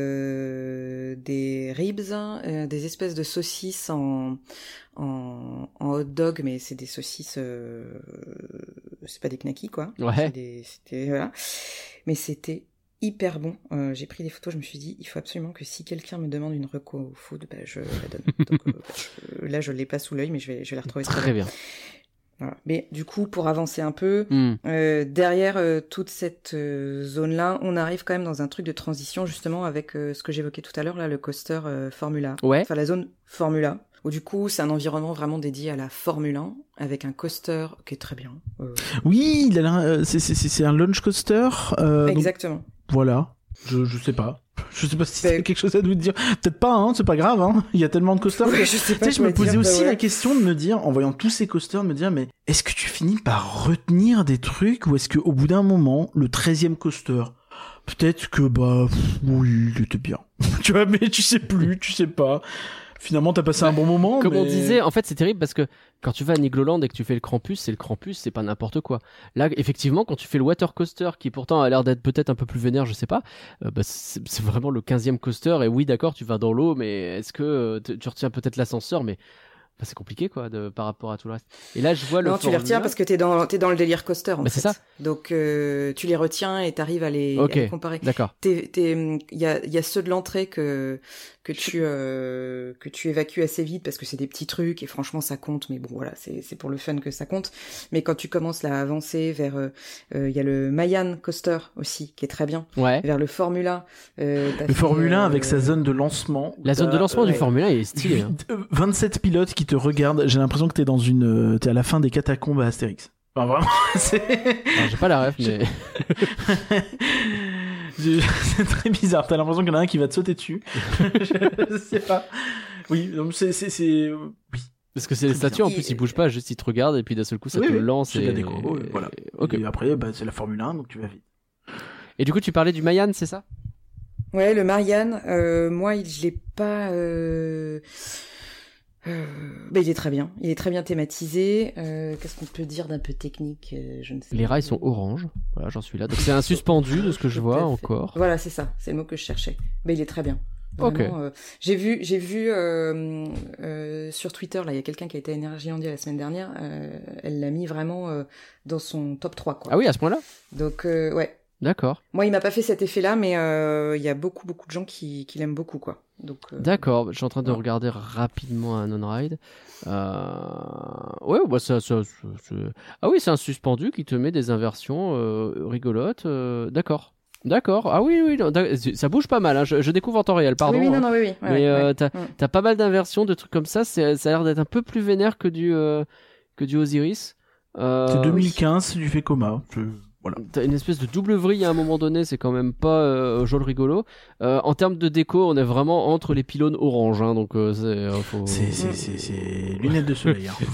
des ribs, des espèces de saucisses en hot dog, mais c'est des saucisses, c'est pas des knackis, quoi. Ouais. Voilà. Mais c'était hyper bon. J'ai pris des photos, je me suis dit, il faut absolument que si quelqu'un me demande une reco food, bah, je la donne. Donc, là, je l'ai pas sous l'œil, mais je vais la retrouver. Très bien. Voilà. Mais du coup, pour avancer un peu, derrière toute cette zone-là, on arrive quand même dans un truc de transition, justement, avec ce que j'évoquais tout à l'heure, là, le coaster Formula. Ouais. Enfin, la zone Formula. Où du coup, c'est un environnement vraiment dédié à la Formule 1, avec un coaster qui est très bien. Oui, c'est un launch coaster. Exactement. Donc, voilà. Je sais pas. Je sais pas si c'est quelque chose à nous dire. Peut-être pas, hein, c'est pas grave, hein. Il y a tellement de coasters. Oui, je sais pas. Je me posais aussi la question de me dire, en voyant tous ces coasters, de me dire, mais est-ce que tu finis par retenir des trucs ou est-ce qu'au bout d'un moment, le 13e coaster, peut-être que, oui, il était bien. Tu vois, mais tu sais plus, tu sais pas. Finalement, t'as passé un bon moment. Comme on disait, en fait, c'est terrible parce que quand tu vas à Nigloland et que tu fais le Krampus, c'est pas n'importe quoi. Là, effectivement, quand tu fais le water coaster, qui pourtant a l'air d'être peut-être un peu plus vénère, je sais pas, c'est vraiment le 15e coaster. Et oui, d'accord, tu vas dans l'eau, mais est-ce que tu retiens peut-être l'ascenseur, mais c'est compliqué quoi par rapport à tout le reste. Et là je vois le. Non, tu les retiens parce que t'es dans le délire coaster en fait. C'est ça. Donc tu les retiens et t'arrives à les comparer. D'accord. Il y a ceux de l'entrée que tu évacues assez vite parce que c'est des petits trucs et franchement ça compte, mais bon voilà, c'est pour le fun que ça compte. Mais quand tu commences là à avancer vers il y a le Mayan Coaster aussi qui est très bien. Ouais. Vers le Formula. Le Formula avec sa zone de lancement. La zone de lancement du Formula est stylée. 27 pilotes qui te regardent. J'ai l'impression que t'es à la fin des catacombes à Astérix. Enfin, vraiment, j'ai pas la ref, mais C'est très bizarre. T'as l'impression qu'il y en a un qui va te sauter dessus. Je sais pas. Oui, donc c'est oui. Parce que c'est les statues, en plus, ils bougent pas, juste ils te regardent et puis d'un seul coup, ça te lance. C'est de la déco, voilà. Okay. Et après, c'est la Formule 1, donc tu vas vite. Et du coup, tu parlais du Mayan, c'est ça? Ouais, le Marianne, moi, je l'ai pas... il est très bien. Il est très bien thématisé. Qu'est-ce qu'on peut dire d'un peu technique, je ne sais Les rails sont orange. Voilà, j'en suis là. Donc c'est un suspendu de ce que je vois encore. Voilà, c'est ça. C'est le mot que je cherchais. Mais il est très bien. Vraiment, j'ai vu sur Twitter, là, il y a quelqu'un qui a été à Énergie Mondiale la semaine dernière. Elle l'a mis vraiment dans son top 3, quoi. Ah oui, à ce point-là? Donc, ouais. D'accord. Moi, il m'a pas fait cet effet-là, mais il y a beaucoup de gens qui l'aiment beaucoup, quoi. Donc, d'accord, je suis en train de regarder rapidement un on-ride. Ouais, bah ah oui, c'est un suspendu qui te met des inversions rigolotes. D'accord. Ah oui, ça bouge pas mal. Hein. Je découvre en temps réel, pardon. Oui, non, oui. Mais t'as pas mal d'inversions, de trucs comme ça. Ça a l'air d'être un peu plus vénère que du Osiris. C'est 2015, c'est du Vekoma. Voilà. T'as une espèce de double vrille à un moment donné, c'est quand même pas joli rigolo. En termes de déco, on est vraiment entre les pylônes orange, hein, donc c'est lunettes de soleil. Hein.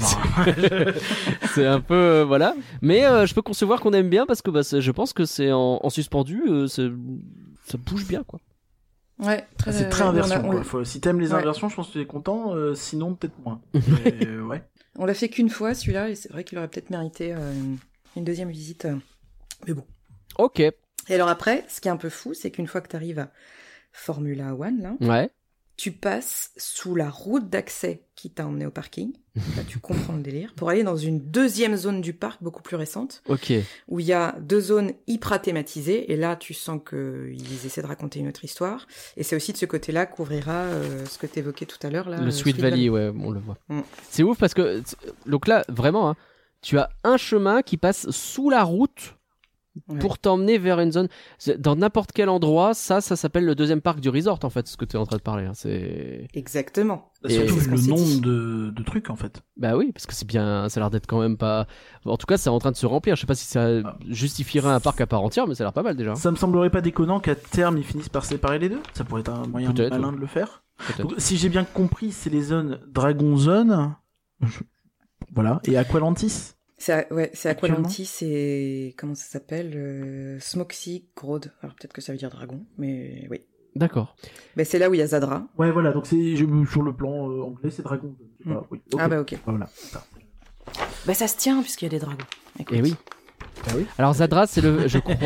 C'est un peu voilà. Mais je peux concevoir qu'on aime bien parce que je pense que c'est en suspendu, ça bouge bien quoi. Ouais, c'est très inversion. Quoi. Si t'aimes les inversions, je pense que tu es content. Sinon, peut-être moins. Ouais. On l'a fait qu'une fois celui-là, et c'est vrai qu'il aurait peut-être mérité une deuxième visite. Mais bon. Ok. Et alors après, ce qui est un peu fou, c'est qu'une fois que tu arrives à Formula One, là, tu passes sous la route d'accès qui t'a emmené au parking. Là, tu comprends le délire. Pour aller dans une deuxième zone du parc, beaucoup plus récente. Ok. Où il y a 2 zones hyper thématisées. Et là, tu sens qu'ils essaient de raconter une autre histoire. Et c'est aussi de ce côté-là qu'ouvrira ce que tu évoquais tout à l'heure. Là, le Sweet Valley, ouais, on le voit. C'est ouf parce que, donc là, vraiment, hein, tu as un chemin qui passe sous la route pour t'emmener vers une zone dans n'importe quel endroit. Ça s'appelle le deuxième parc du resort en fait, ce que tu es en train de parler hein. C'est exactement surtout le nombre de trucs en fait. Bah oui, parce que c'est bien, ça a l'air d'être quand même pas, en tout cas c'est en train de se remplir. Je sais pas si ça justifierait un parc à part entière, mais ça a l'air pas mal déjà. Ça me semblerait pas déconnant qu'à terme ils finissent par séparer les deux. Ça pourrait être un moyen malin de le faire. Donc, si j'ai bien compris, c'est les zones Dragon Zone, voilà, et Aqualantis. C'est Aqualantis et comment ça s'appelle Smoxy Grode. Alors peut-être que ça veut dire dragon, mais oui. D'accord. Ben c'est là où il y a Zadra. Ouais, voilà. Donc c'est sur le plan anglais, c'est dragon. Ah, oui. Okay. Ah bah ok. Voilà. Bah ça se tient puisqu'il y a des dragons. Écoute. Et oui. Ah oui. Alors Zadra, c'est le,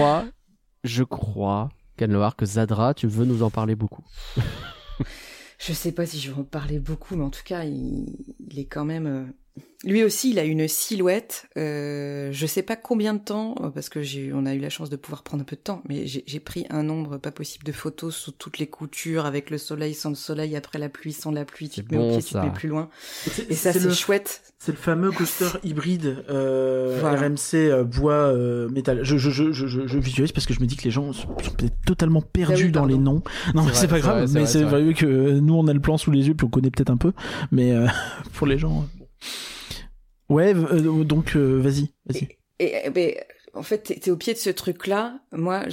je crois, Canloar, que Zadra, tu veux nous en parler beaucoup. Je sais pas si je vais en parler beaucoup, mais en tout cas, il est quand même. Lui aussi, il a une silhouette. Je sais pas combien de temps, parce que on a eu la chance de pouvoir prendre un peu de temps, mais j'ai pris un nombre pas possible de photos sous toutes les coutures, avec le soleil, sans le soleil, après la pluie, sans la pluie. Tu te mets au pied, tu te mets plus loin. Et ça, c'est chouette. C'est le fameux coaster hybride RMC bois métal. Je visualise parce que je me dis que les gens sont peut-être totalement perdus dans les noms. Non, c'est pas grave, mais c'est vrai que nous on a le plan sous les yeux puis on connaît peut-être un peu, mais pour les gens. Ouais, donc vas-y. Et en fait, t'es au pied de ce truc-là. Moi,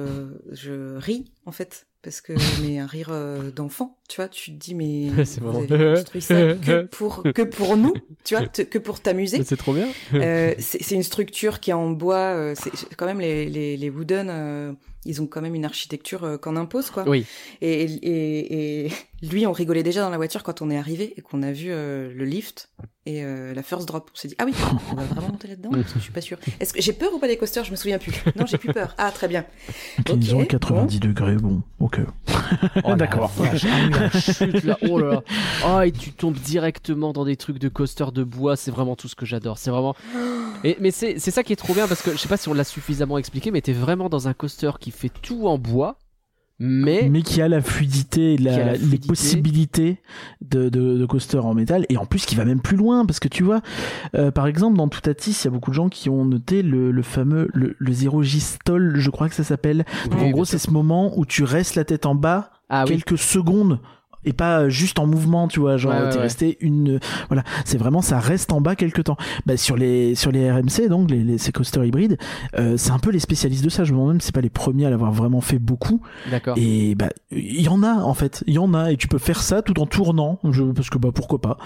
je ris en fait. Parce que, mais un rire d'enfant, tu vois, tu te dis, mais vous avez construit ça que pour nous, tu vois, que pour t'amuser. C'est trop bien. C'est une structure qui est en bois, c'est quand même les Wooden, ils ont quand même une architecture qu'on impose, quoi. Oui. Et lui, on rigolait déjà dans la voiture quand on est arrivé et qu'on a vu le lift et la first drop. On s'est dit, ah oui, on va vraiment monter là-dedans parce que je suis pas sûre. Est-ce que j'ai peur ou pas des coasters? Je me souviens plus. Non, j'ai plus peur. Ah, très bien. Ils ont 90 degrés, bon, ok. Oh, d'accord. Chute là, oh là là. Oh, et tu tombes directement dans des trucs de coaster de bois. C'est vraiment tout ce que j'adore. C'est vraiment. Mais c'est ça qui est trop bien parce que je sais pas si on l'a suffisamment expliqué, mais t'es vraiment dans un coaster qui fait tout en bois. Mais qui a la fluidité, les possibilités de coaster en métal, et en plus qui va même plus loin parce que tu vois, par exemple dans Toutatis, il y a beaucoup de gens qui ont noté le fameux le 0G stall, je crois que ça s'appelle. Oui, en gros, c'est ce moment où tu restes la tête en bas quelques secondes et pas juste en mouvement, tu vois, genre t'es resté voilà, c'est vraiment, ça reste en bas quelque temps. Sur les RMC, donc ces coasters hybrides, c'est un peu les spécialistes de ça. Je me demande même si c'est pas les premiers à l'avoir vraiment fait beaucoup. D'accord. Et il y en a en fait, et tu peux faire ça tout en tournant, parce que pourquoi pas.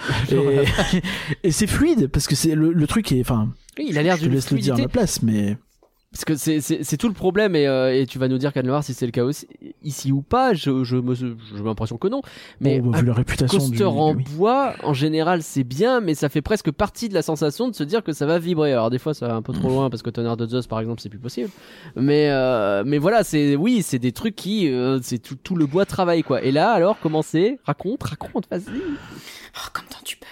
Et c'est fluide parce que c'est le truc est, enfin, il a l'air d'une fluidité. Je te laisse le dire à ma place, mais parce que c'est tout le problème, et tu vas nous dire, Canloire, si c'est le cas aussi ici ou pas. J'ai l'impression que non, mais vu la réputation coaster en bois en général c'est bien, mais ça fait presque partie de la sensation de se dire que ça va vibrer. Alors des fois ça va un peu trop loin, parce que Tonnerre de Zeus par exemple c'est plus possible, mais voilà, c'est des trucs qui c'est tout le bois travail, quoi. Et là alors comment c'est? Raconte, vas-y. Comme dans tu peur.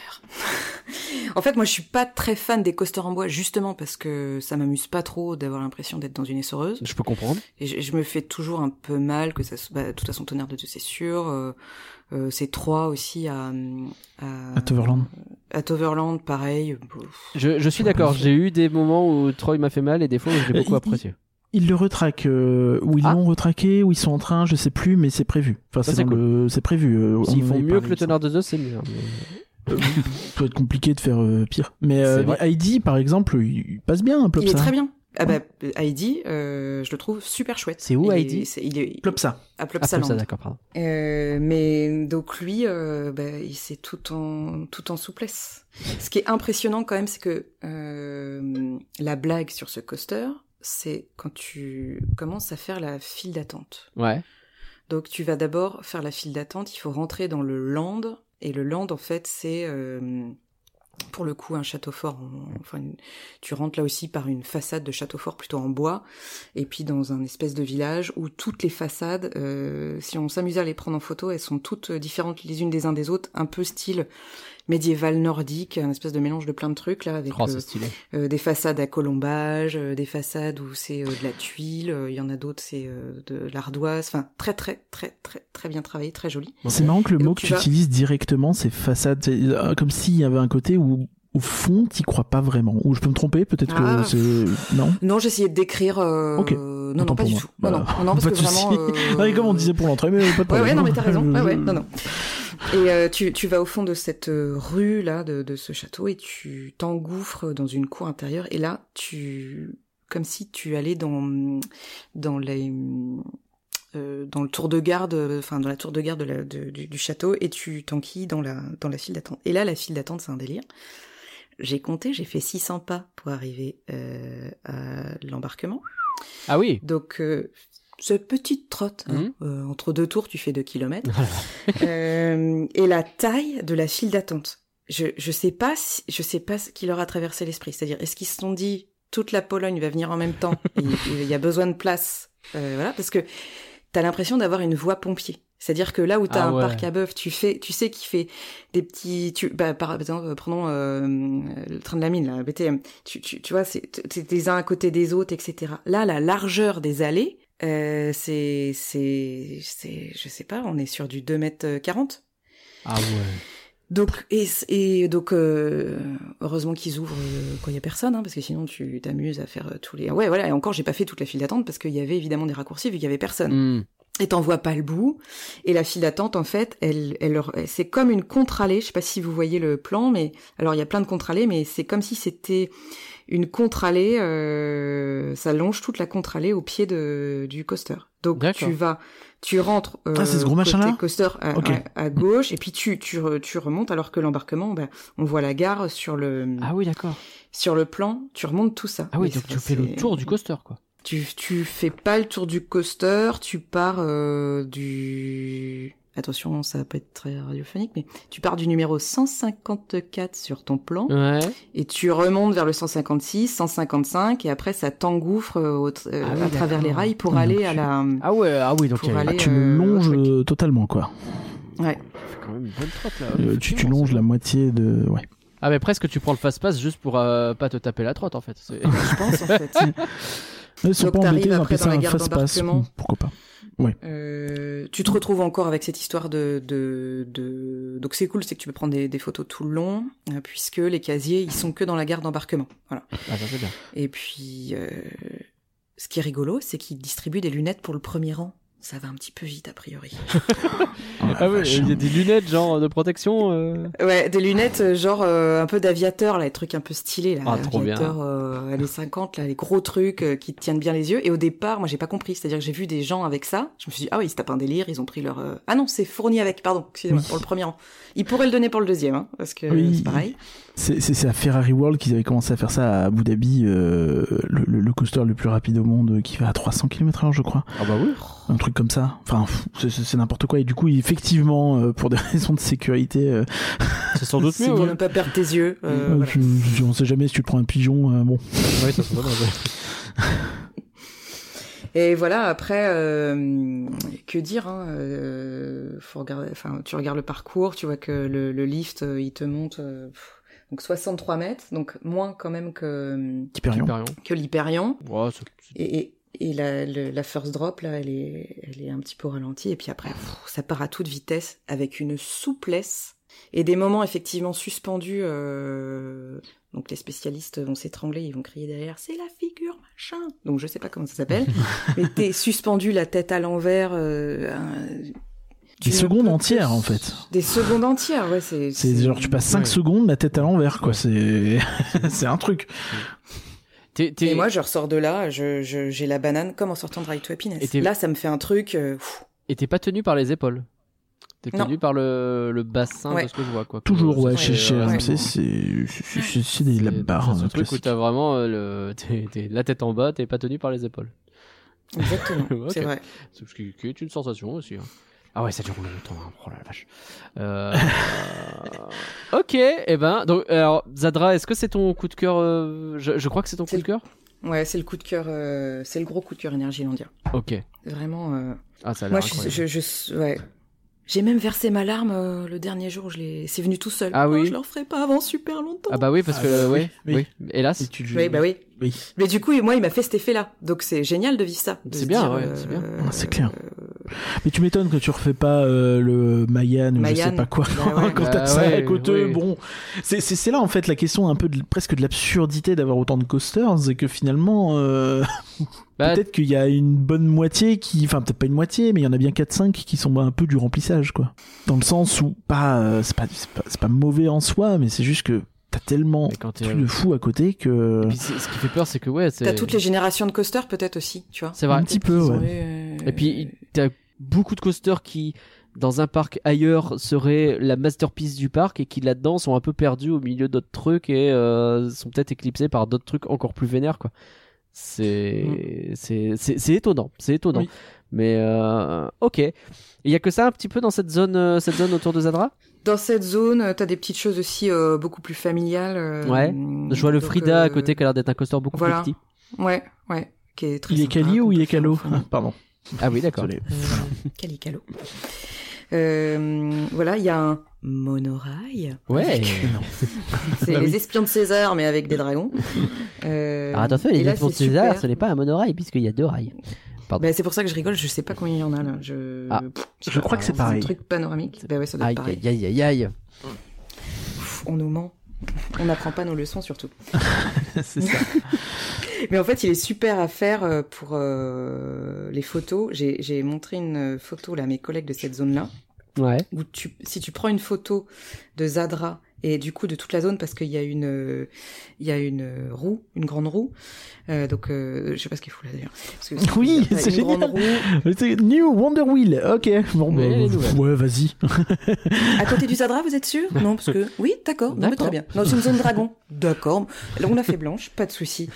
En fait, moi, je suis pas très fan des coasters en bois, justement parce que ça m'amuse pas trop d'avoir l'impression d'être dans une essoreuse. Je peux comprendre. Et je me fais toujours un peu mal que ça. De toute façon, Tonnerre de Zeus, c'est sûr. C'est 3 aussi à Toverland. À Toverland, pareil. Je suis d'accord. J'ai eu des moments où Troy m'a fait mal et des fois où je l'ai beaucoup apprécié. Ils le retraquent, ou ils l'ont retraqué, ou ils sont en train, je sais plus, mais c'est prévu. Enfin, ça, c'est prévu. S'ils font mieux que le Tonnerre de Zeus, c'est mieux. Ça peut être compliqué de faire pire. Mais Heidi, par exemple, il passe bien un Plopsa. Il est très bien. Heidi, je le trouve super chouette. C'est où Heidi? Il est Plopsa. À Plopsaland. Plopsa, d'accord, pardon. Mais donc lui, c'est tout en souplesse. Ce qui est impressionnant quand même, c'est que la blague sur ce coaster, c'est quand tu commences à faire la file d'attente. Ouais. Donc tu vas d'abord faire la file d'attente, il faut rentrer dans le land, et le land en fait c'est pour le coup un château fort, tu rentres là aussi par une façade de château fort plutôt en bois, et puis dans un espèce de village où toutes les façades, si on s'amusait à les prendre en photo, elles sont toutes différentes les unes des uns des autres, un peu style médiéval nordique, un espèce de mélange de plein de trucs là, avec des façades à colombage, des façades où c'est de la tuile, il y en a d'autres c'est de l'ardoise, enfin très très très très très bien travaillé, très joli. C'est marrant que le mot que tu utilises directement, c'est façade, comme s'il y avait un côté où au fond t'y crois pas vraiment, ou je peux me tromper, peut-être que c'est non j'essayais de décrire ok. Non, pas du tout. Voilà. Non, parce que vraiment. Comme on disait pour l'entrée, mais pas de problème. Ouais, non, mais t'as raison. Non. Et tu vas au fond de cette rue là, de ce château, et tu t'engouffres dans une cour intérieure. Et là, comme si tu allais dans le tour de garde, dans la tour de garde du château, et tu t'enquilles dans la file d'attente. Et là, la file d'attente, c'est un délire. J'ai compté, j'ai fait 600 pas pour arriver à l'embarquement. Ah oui. Donc cette petite trotte, entre 2 tours, tu fais 2 kilomètres. Et la taille de la file d'attente. Je sais pas ce qui leur a traversé l'esprit. C'est-à-dire, est-ce qu'ils se sont dit toute la Pologne va venir en même temps et il y a besoin de place, voilà, parce que t'as l'impression d'avoir une voie pompier. C'est-à-dire que là où t'as un parc à bœuf, tu sais qu'il fait des petits, par exemple, prenons le train de la mine, là, BTM. Tu vois, c'est des uns à côté des autres, etc. Là, la largeur des allées, c'est, je sais pas, on est sur du 2,40 m. Ah ouais. Donc heureusement qu'ils ouvrent quand il y a personne, parce que sinon tu t'amuses à faire tous les. Ouais, voilà. Et encore, j'ai pas fait toute la file d'attente parce qu'il y avait évidemment des raccourcis vu qu'il y avait personne. Et t'en vois pas le bout. Et la file d'attente, en fait, elle c'est comme une contre-allée. Je sais pas si vous voyez le plan, mais alors il y a plein de contre-allées, mais c'est comme si c'était une contre-allée. Ça longe toute la contre-allée au pied du coaster. Donc tu rentres c'est ce gros machin là, coaster à gauche, et puis tu remontes, alors que l'embarquement, on voit la gare sur le. Ah oui, d'accord. Sur le plan, tu remontes tout ça. Ah oui, donc tu fais le tour du coaster, quoi. Tu fais pas le tour du coaster, tu pars du. Attention, ça va pas être très radiophonique, mais tu pars du numéro 154 sur ton plan, et tu remontes vers le 156, 155, et après ça t'engouffre à travers les rails pour aller à la. Ah oui, donc tu le longes totalement, quoi. Ouais. C'est quand même une bonne trotte là. Tu longes la moitié de. Ouais. Ah mais presque tu prends le fast-pass juste pour pas te taper la trotte en fait. Je pense en fait. Ils sont donc pas embêtés après dans la gare fast-pass. d'embarquement. Pourquoi pas. Ouais. Tu te retrouves encore avec cette histoire de donc c'est cool, c'est que tu peux prendre des photos tout le long, puisque les casiers ils sont que dans la gare d'embarquement. Voilà. Ah ça c'est bien. Et puis ce qui est rigolo, c'est qu'ils distribuent des lunettes pour le premier rang. ça va un petit peu vite a priori. Ah ouais, il y a des lunettes genre de protection. Ouais, des lunettes genre un peu d'aviateur là, les trucs un peu stylés là, trop aviateur années 50 là, les gros trucs qui te tiennent bien les yeux. Et au départ, moi j'ai pas compris, c'est-à-dire que j'ai vu des gens avec ça, je me suis dit ah oui, ils se tapent un délire, ils ont pris leur ah non, c'est fourni avec, pardon, excusez-moi, pour le premier rang. Ils pourraient le donner pour le deuxième hein, parce que c'est pareil. C'est à Ferrari World qu'ils avaient commencé à faire ça à Abu Dhabi, le coaster le plus rapide au monde qui va à 300 km/h je crois. Ah bah oui. Un truc comme ça. Enfin, c'est n'importe quoi. Et du coup, effectivement, pour des raisons de sécurité, c'est sans doute mieux. C'est pour ne pas perdre tes yeux. Voilà. On sait jamais si tu te prends un pigeon. Bon. Ouais, ça se voit. Et voilà, après, que dire hein, faut regarder. Enfin, tu regardes le parcours, tu vois que le lift, il te monte. Donc 63 mètres, donc moins quand même que l'Hyperion. Ouais, et la first drop là, elle est un petit peu ralentie et puis après ça part à toute vitesse avec une souplesse et des moments effectivement suspendus. Donc les spécialistes vont s'étrangler, ils vont crier derrière, c'est la figure machin. Donc je sais pas comment ça s'appelle, mais t'es suspendu la tête à l'envers. Des secondes entières en fait. Des secondes entières, ouais. C'est genre tu passes 5 secondes la tête à l'envers quoi. C'est un truc. Et moi je ressors de là, j'ai la banane comme en sortant de Ride to Happiness. Là ça me fait un truc. Et t'es pas tenu par les épaules. T'es tenu par le bassin de ce que je vois quoi. Toujours ouais. Chez RMC c'est la barre. C'est un truc où t'as vraiment la tête en bas, t'es pas tenu par les épaules. Exactement. Okay. C'est vrai. Ce qui est une sensation aussi. Hein. Ah ouais, ça dure longtemps, hein. Oh la vache. Ok, et ben, donc, alors, Zadra, est-ce que c'est ton coup de cœur je crois que c'est ton coup de cœur. Ouais, c'est le coup de cœur, c'est le gros coup de cœur Energylandia. Ok. Vraiment. Ah, ça a l'air incroyable. Ouais. J'ai même versé ma larme le dernier jour, c'est venu tout seul. Ah oui. Je le referai pas avant super longtemps. Ah bah oui, parce que oui. Hélas. Oui, bah oui. Oui. Mais du coup, moi, il m'a fait cet effet-là. Donc c'est génial de vivre ça. C'est bien, ouais, c'est bien. C'est clair. Mais tu m'étonnes que tu refais pas le Mayan ou je sais pas quoi quand t'as ça à côté. Oui. Bon, c'est là en fait la question un peu presque de l'absurdité d'avoir autant de coasters, c'est que finalement peut-être qu'il y a une bonne moitié enfin peut-être pas une moitié, mais il y en a bien 4-5 qui sont un peu du remplissage quoi. Dans le sens où c'est pas mauvais en soi, mais c'est juste que t'as tellement plus de fou à côté que. Et puis ce qui fait peur, c'est que t'as toutes les générations de coasters peut-être aussi, tu vois. C'est vrai. Un petit peu, ouais. Et puis t'as beaucoup de coasters qui, dans un parc ailleurs, seraient la masterpiece du parc et qui là-dedans sont un peu perdus au milieu d'autres trucs et sont peut-être éclipsés par d'autres trucs encore plus vénères, quoi. C'est étonnant, Oui. Mais ok. Il y a que ça un petit peu dans cette zone autour de Zadra. Dans cette zone, t'as des petites choses aussi beaucoup plus familiales. Ouais. Je vois le Frida à côté qui a l'air d'être un coaster beaucoup plus petit. Ouais. Qui est très il sympa, est Cali ou il est Calo? Pardon. Ah oui, d'accord. Cali Calo. Voilà, il y a un monorail. Ouais. C'est les espions de César, mais avec des dragons. Alors attention, les espions de César, ce n'est pas un monorail puisqu'il y a 2 rails. Bah, c'est pour ça que je rigole, je sais pas combien il y en a là. Je crois que c'est pareil. C'est un truc panoramique. Bah ouais, ça doit être pareil. Aïe. On nous ment. On n'apprend pas nos leçons surtout. C'est ça. Mais en fait, il est super à faire pour les photos. J'ai montré une photo là à mes collègues de cette zone-là. Ouais. Où si tu prends une photo de Zadra et du coup de toute la zone parce qu'il y a une roue, une grande roue. Donc je sais pas ce qu'il faut là d'ailleurs. Oui, c'est génial. C'est New Wonder Wheel. Ok. Bon, ouais, vas-y. À côté du Zadra, vous êtes sûr? Non, parce que oui, d'accord. Non, mais très bien. Dans une zone dragon. D'accord. On l'a fait blanche, pas de souci.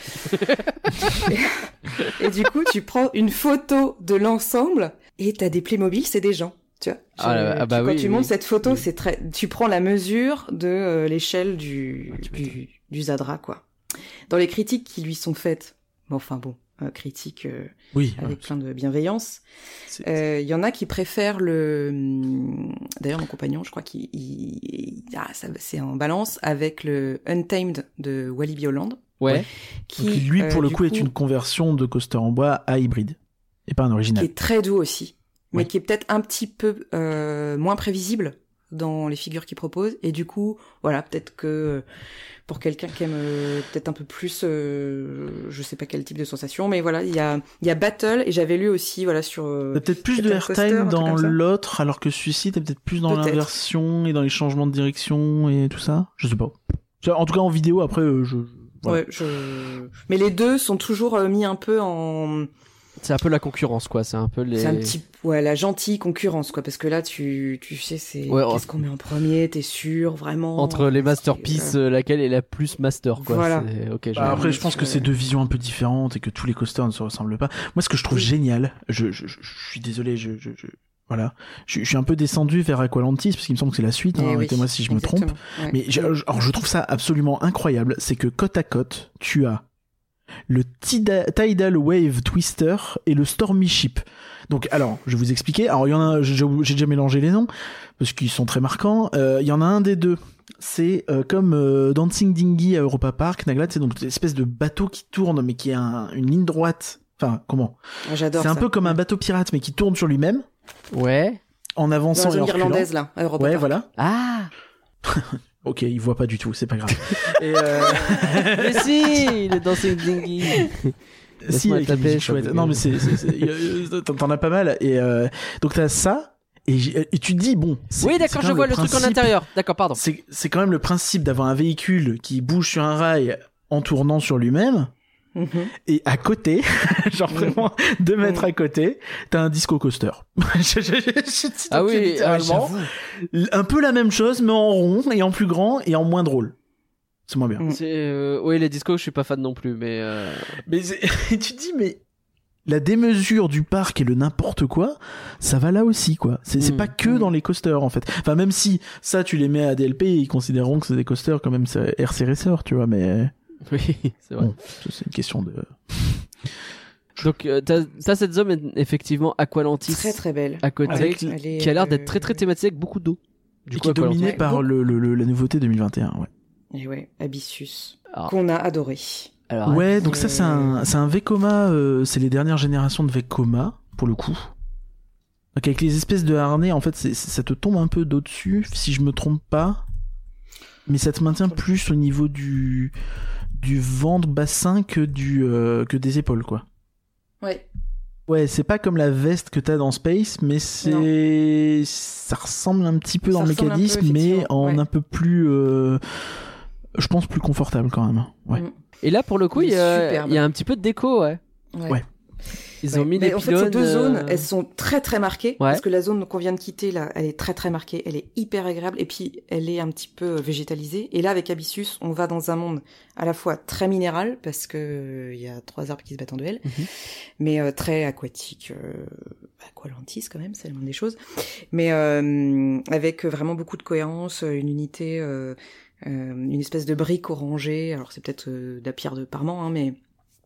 Et du coup, tu prends une photo de l'ensemble et t'as des Playmobil, c'est des gens. Tu vois, quand tu montes cette photo, c'est tu prends la mesure de l'échelle du Zadra, quoi. Dans les critiques qui lui sont faites, critiques avec plein de bienveillance, il y en a qui préfèrent d'ailleurs mon compagnon, je crois c'est en balance avec le Untamed de Walibi Holland. Ouais. Qui lui, pour le coup, est une conversion de coaster en bois à hybride et pas un original. Qui est très doux aussi. Mais qui est peut-être un petit peu moins prévisible dans les figures qu'ils proposent. Et du coup, voilà, peut-être que pour quelqu'un qui aime peut-être un peu plus, je sais pas quel type de sensation, mais voilà, il y a Battle, et j'avais lu aussi, voilà, sur... T'as peut-être plus de airtime dans l'autre, alors que celui-ci, t'as peut-être plus dans l'inversion et dans les changements de direction et tout ça. Je sais pas. En tout cas, en vidéo, après, voilà. Ouais, mais les deux sont toujours mis un peu en... C'est un peu la concurrence, quoi. C'est un peu C'est un petit... Ouais, la gentille concurrence, quoi. Parce que là, tu sais, c'est... Ouais, qu'est-ce qu'on met en premier, t'es sûr, vraiment? Entre les masterpieces, laquelle est la plus master, quoi. Voilà. Okay, après, je pense que c'est deux visions un peu différentes et que tous les coasters ne se ressemblent pas. Moi, ce que je trouve génial, je suis désolé, voilà. Je suis un peu descendu vers Aqualantis, parce qu'il me semble que c'est la suite, hein, arrêtez-moi si je me trompe. Ouais. Mais alors, je trouve ça absolument incroyable, c'est que côte à côte, tu as le Tidal Wave Twister et le Stormy Ship. Donc, alors, je vais vous expliquer. Alors, il y en a, j'ai déjà mélangé les noms, parce qu'ils sont très marquants. Il y en a un des deux. C'est comme Dancing Dinghy à Europa Park, Nagla, c'est donc une espèce de bateau qui tourne, mais qui a une ligne droite. Enfin, comment? J'adore ça. C'est un peu comme un bateau pirate, mais qui tourne sur lui-même. Ouais. En avançant et en reculant. Irlandaise, là, à Europa Ouais, Park. Voilà. Ah. Ok, il voit pas du tout, c'est pas grave. Mais si, le Dancing Dinghy. Si, avec la musique chouette. Non, mais t'en as pas mal. Et donc t'as ça. Et tu te dis, bon... Oui, d'accord, je vois le truc en intérieur. D'accord, pardon. C'est quand même le principe d'avoir un véhicule qui bouge sur un rail en tournant sur lui-même. Et à côté, genre vraiment 2 mètres à côté, t'as un disco coaster. Ah oui, littéralement, un peu la même chose, mais en rond et en plus grand et en moins drôle. C'est moins bien. Oui, les discos, je suis pas fan non plus, mais tu te dis, mais la démesure du parc et le n'importe quoi, ça va là aussi, quoi. C'est pas que dans les coasters, en fait. Enfin, même si ça, tu les mets à DLP, ils considéreront que c'est des coasters quand même, c'est RC Racer, tu vois, mais... Oui, c'est vrai. Bon, c'est une question de... Donc, t'as cette zone, effectivement, Aqualantis. Très très belle. À côté, qui a l'air d'être très très thématisée avec beaucoup d'eau. Du coup, qui est dominée par la nouveauté 2021, ouais. Et ouais, Abyssus. Qu'on a adoré. Alors, ouais, donc ça, c'est un Vekoma, c'est les dernières générations de Vekoma, pour le coup. Donc, avec les espèces de harnais, en fait, ça te tombe un peu d'au-dessus, si je me trompe pas. Mais ça te maintient plus au niveau du ventre bassin que des épaules, quoi. Ouais. Ouais, c'est pas comme la veste que t'as dans Space, mais ça ressemble un petit peu dans le mécanisme, mais en un peu plus, je pense, plus confortable quand même. Ouais. Et là, pour le coup, il y a un petit peu de déco, ouais. Ils ont mis des pylônes. En fait, ces deux zones, elles sont très très marquées. Parce que la zone qu'on vient de quitter, là, elle est très très marquée. Elle est hyper agréable. Et puis, elle est un petit peu végétalisée. Et là, avec Abyssus, on va dans un monde à la fois très minéral, parce que il y a 3 arbres qui se battent en duel, mais très aquatique. Aqualantis, quand même, c'est le monde des choses. Mais avec vraiment beaucoup de cohérence, une unité, une espèce de brique orangée. Alors, c'est peut-être de la pierre de Parment, hein, mais...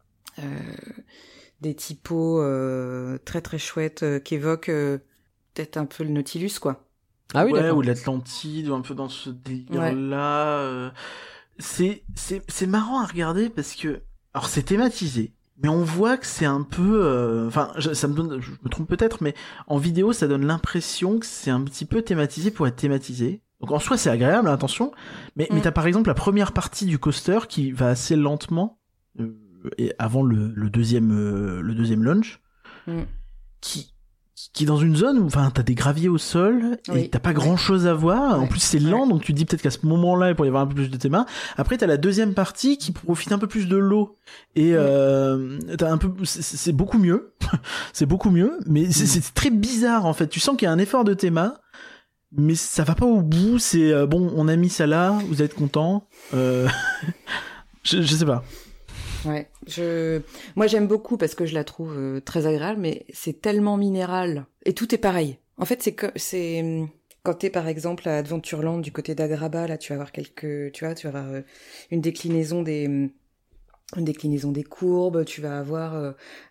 des typos très très chouettes qui évoquent peut-être un peu le Nautilus, quoi. Ah oui, d'accord. Ou l'Atlantide, ou un peu dans ce délire-là. C'est marrant à regarder parce que... Alors, c'est thématisé, mais on voit que c'est un peu... Enfin, ça me donne... Je me trompe peut-être, mais en vidéo, ça donne l'impression que c'est un petit peu thématisé pour être thématisé. Donc, en soi, c'est agréable, attention. Mais t'as par exemple la première partie du coaster qui va assez lentement... et avant le deuxième launch, qui est dans une zone où enfin t'as des graviers au sol et t'as pas grand chose à voir. En plus c'est lent, donc tu te dis peut-être qu'à ce moment-là il pourrait y avoir un peu plus de théma. Après t'as la deuxième partie qui profite un peu plus de l'eau et t'as un peu, c'est beaucoup mieux, c'est beaucoup mieux, mais c'est très bizarre en fait. Tu sens qu'il y a un effort de théma, mais ça va pas au bout. C'est bon, on a mis ça là, vous êtes content. Je sais pas. Ouais, moi j'aime beaucoup parce que je la trouve très agréable, mais c'est tellement minéral et tout est pareil. En fait, c'est quand t'es par exemple à Adventureland du côté d'Agraba, là tu vas avoir une déclinaison des courbes, tu vas avoir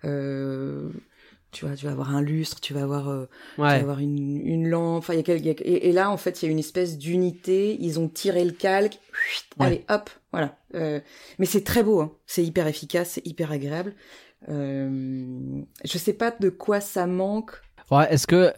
tu vas avoir un lustre, tu vas avoir une lampe, enfin et là en fait il y a une espèce d'unité, ils ont tiré le calque, allez hop, voilà. Mais c'est très beau, hein. C'est hyper efficace, c'est hyper agréable. Je sais pas de quoi ça manque. Ouais, est-ce que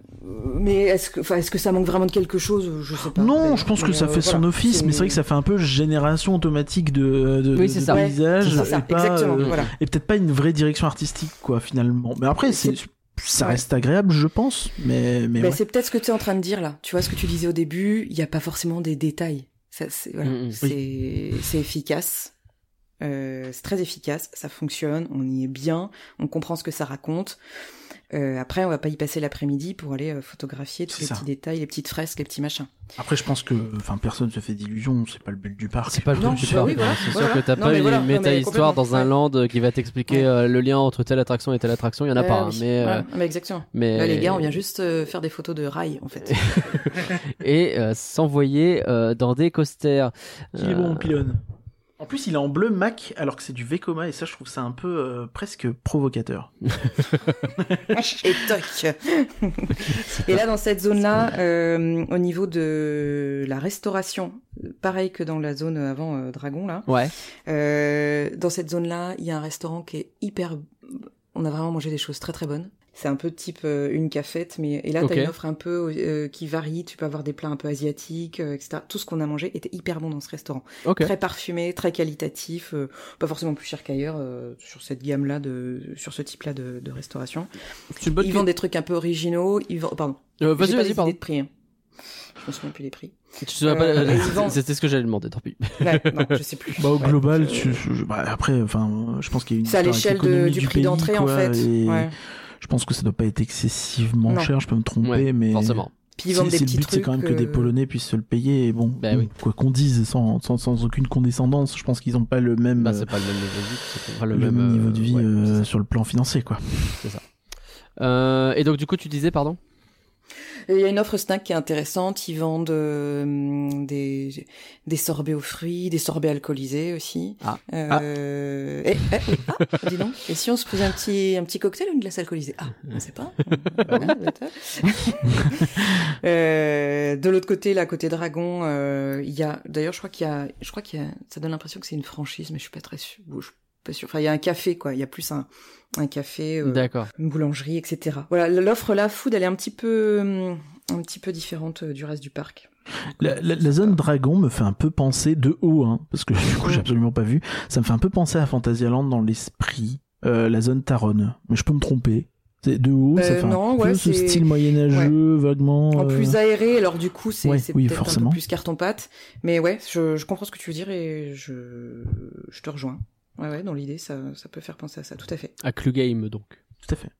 ça manque vraiment de quelque chose? Je sais pas. Non, je pense que ça fait son office, mais c'est vrai que ça fait un peu génération automatique de paysages, et peut-être pas une vraie direction artistique, quoi, finalement. Mais après, ça reste agréable, je pense, mais c'est peut-être ce que tu es en train de dire là. Tu vois ce que tu disais au début, il y a pas forcément des détails. C'est efficace. C'est très efficace, ça fonctionne, on y est bien, on comprend ce que ça raconte. Après, on va pas y passer l'après-midi pour aller photographier tous les petits détails, les petites fresques, les petits machins. Après, je pense que, personne se fait d'illusions, c'est pas le but du parc. C'est pas le but du parc. C'est sûr que t'as pas une méta-histoire dans un land qui va t'expliquer le lien entre telle attraction et telle attraction, il y en a pas. Oui. Mais exactement. Là, les gars, on vient juste faire des photos de rails, en fait. Et s'envoyer dans des coasters. Qui est bon, pylône. En plus, il est en bleu Mac, alors que c'est du Vekoma, et ça, je trouve ça un peu presque provocateur. Et toc. Et là, dans cette zone-là, au niveau de la restauration, pareil que dans la zone avant Dragon, là. Ouais. Dans cette zone-là, il y a un restaurant qui est hyper... On a vraiment mangé des choses très très bonnes. C'est un peu type une cafette, et là, t'as une offre un peu qui varie. Tu peux avoir des plats un peu asiatiques, etc. Tout ce qu'on a mangé était hyper bon dans ce restaurant. Très parfumé, très qualitatif, pas forcément plus cher qu'ailleurs sur cette gamme-là, sur ce type-là de restauration. Ils vendent des trucs un peu originaux. Pardon. Vas-y, pardon. De prix. Hein. Je me souviens plus les prix. C'était ce que j'allais demander, tant pis. Ouais, non, je sais plus. Au global, après, je pense qu'il y a une... C'est à l'échelle du prix d'entrée, en fait. Je pense que ça doit pas être excessivement cher, je peux me tromper, mais forcément. Puis ils vendent des petits trucs. C'est quand même que des Polonais puissent se le payer, et bon, quoi qu'on dise, sans aucune condescendance, je pense qu'ils ont pas le même. C'est pas le même niveau de vie, c'est pas le même niveau de vie sur le plan financier, quoi. C'est ça. Et donc du coup, tu disais, pardon. Il y a une offre snack qui est intéressante. Ils vendent des sorbets aux fruits, des sorbets alcoolisés aussi. Dis donc. Et si on se faisait un petit cocktail ou une glace alcoolisée? On sait pas. De l'autre côté, là, côté Dragon, il y a. D'ailleurs, je crois qu'il y a. Ça donne l'impression que c'est une franchise, mais je suis pas très sûr. Pas sûr. Enfin, il y a un café, quoi. Il y a plus un café, une boulangerie, etc. Voilà, l'offre là, food, elle est un petit peu différente du reste du parc. La zone Dragon me fait un peu penser de haut, parce que du coup j'ai absolument pas vu. Ça me fait un peu penser à Fantasyland dans l'esprit, la zone Taronne. Mais je peux me tromper. C'est de haut, ça fait un peu ce style moyenâgeux, vaguement. En plus aéré, alors du coup c'est peut-être forcément un peu plus carton-pâte. Mais ouais, je comprends ce que tu veux dire et je te rejoins. Ouais, dans l'idée, ça peut faire penser à ça, tout à fait. À Clugame, donc. Tout à fait.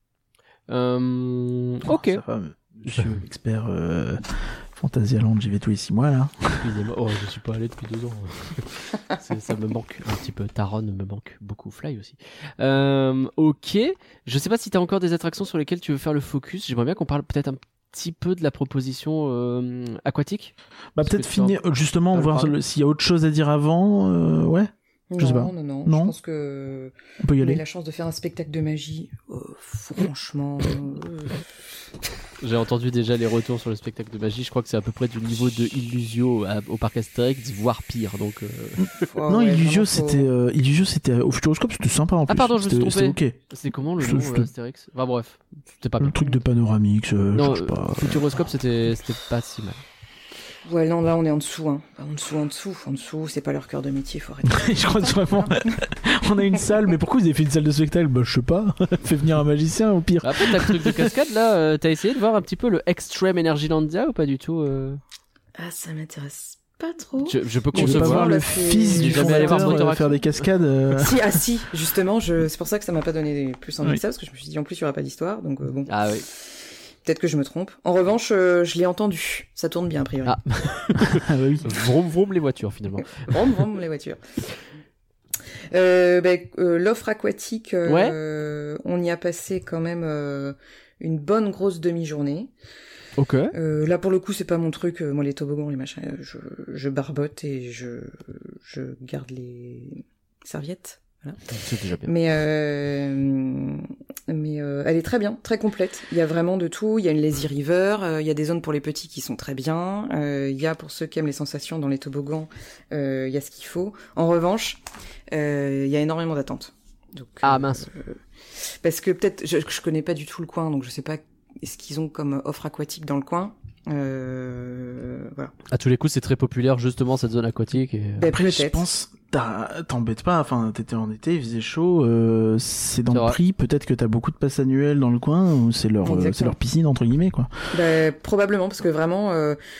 Ok. Ça va, monsieur expert Fantasyland, j'y vais tous les 6 mois, là. Excusez-moi, je suis pas allé depuis 2 ans. Ça me manque un petit peu. Taron me manque beaucoup. Fly aussi. Ok. Je sais pas si t'as encore des attractions sur lesquelles tu veux faire le focus. J'aimerais bien qu'on parle peut-être un petit peu de la proposition aquatique. Peut-être finir, justement, voir s'il y a autre chose à dire avant, ouais. Je sais pas. Non. Je pense que on peut y aller. On a la chance de faire un spectacle de magie. Franchement. J'ai entendu déjà les retours sur le spectacle de magie. Je crois que c'est à peu près du niveau de Illusio au parc Astérix, voire pire. Donc. Non, Illusio, c'était au Futuroscope, c'était sympa en plus. Ah pardon, je me suis trompé. Okay. C'est comment le nom Astérix? Enfin bref, c'était pas le bien. truc de Panoramix. Non, je sais pas. Futuroscope, c'était pas si mal. Ouais, non, là, on est en dessous, En dessous, c'est pas leur cœur de métier, faut arrêter. Je crois vraiment. On a une salle, mais pourquoi vous avez fait une salle de spectacle? Je sais pas. Fais venir un magicien, au pire. Après, t'as le truc de cascade, là, t'as essayé de voir un petit peu le Extreme Energylandia ou pas du tout Ah, ça m'intéresse pas trop. Je peux concevoir. Tu veux pas voir le fils du fondateur faire des cascades Si, justement, c'est pour ça que ça m'a pas donné plus envie que ça, parce que je me suis dit, en plus, il y aura pas d'histoire, donc bon. Ah oui. Peut-être que je me trompe. En revanche, je l'ai entendu. Ça tourne bien, a priori. Oui. Vroom les voitures, finalement. Vroom les voitures. L'offre aquatique, on y a passé quand même une bonne grosse demi-journée. Ok. Là, pour le coup, c'est pas mon truc. Moi, les toboggans, les machins, je barbote et je garde les serviettes. Voilà. C'est déjà bien. Mais elle est très bien, très complète. Il y a vraiment de tout. Il y a une lazy river. Il y a des zones pour les petits qui sont très bien. Il y a pour ceux qui aiment les sensations dans les toboggans. Il y a ce qu'il faut. En revanche, il y a énormément d'attentes. Donc, mince. Parce que peut-être je connais pas du tout le coin, donc je sais pas ce qu'ils ont comme offre aquatique dans le coin. Voilà. À tous les coups, c'est très populaire justement cette zone aquatique. Et... Après, je pense, t'embêtes pas. Enfin, t'étais en été, il faisait chaud. C'est dans le prix. Peut-être que t'as beaucoup de passes annuelles dans le coin, ou c'est leur piscine entre guillemets, quoi. Probablement, parce que vraiment,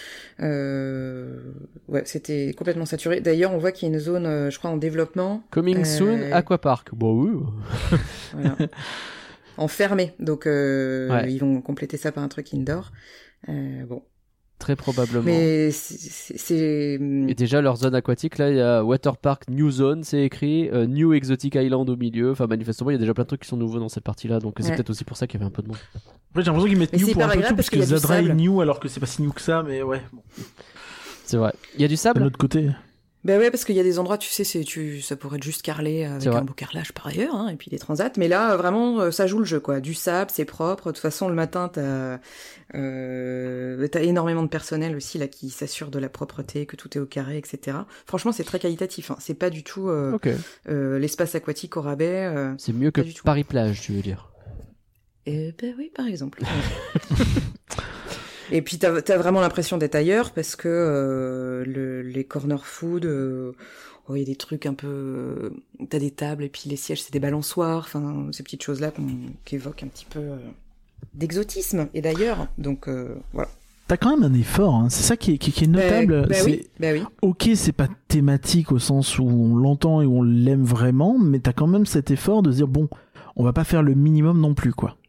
ouais, c'était complètement saturé. D'ailleurs, on voit qu'il y a une zone, je crois, en développement. Coming soon, Aquapark. Bon, oui. Voilà. En fermé, donc ils vont compléter ça par un truc indoor. Bon. Très probablement. Mais c'est... Et déjà, leur zone aquatique, là, il y a Waterpark New Zone, c'est écrit, New Exotic Island au milieu. Enfin, manifestement, il y a déjà plein de trucs qui sont nouveaux dans cette partie-là, donc c'est peut-être aussi pour ça qu'il y avait un peu de monde. Après, j'ai l'impression qu'ils mettent New pour un peu tout, parce que Zadra est New, alors que c'est pas si New que ça, mais ouais. Bon. C'est vrai. Il y a du sable de l'autre côté. Ben ouais, parce qu'il y a des endroits, tu sais, ça pourrait être juste carrelé avec un beau carrelage par ailleurs, hein, et puis des transats. Mais là, vraiment, ça joue le jeu, quoi. Du sable, c'est propre. De toute façon, le matin, t'as énormément de personnel aussi là qui s'assure de la propreté, que tout est au carré, etc. Franchement, c'est très qualitatif. Hein. C'est pas du tout l'espace aquatique au rabais. C'est mieux que Paris-Plage, tu veux dire? Ben oui, par exemple. Et puis t'as vraiment l'impression d'être ailleurs parce que les corner food, il y a des trucs un peu, t'as des tables et puis les sièges c'est des balançoires, enfin ces petites choses là qui évoquent un petit peu d'exotisme et d'ailleurs, donc voilà. T'as quand même un effort, hein. C'est ça qui est notable. Oui. Ok, c'est pas thématique au sens où on l'entend et où on l'aime vraiment, mais t'as quand même cet effort de se dire bon, on va pas faire le minimum non plus, quoi.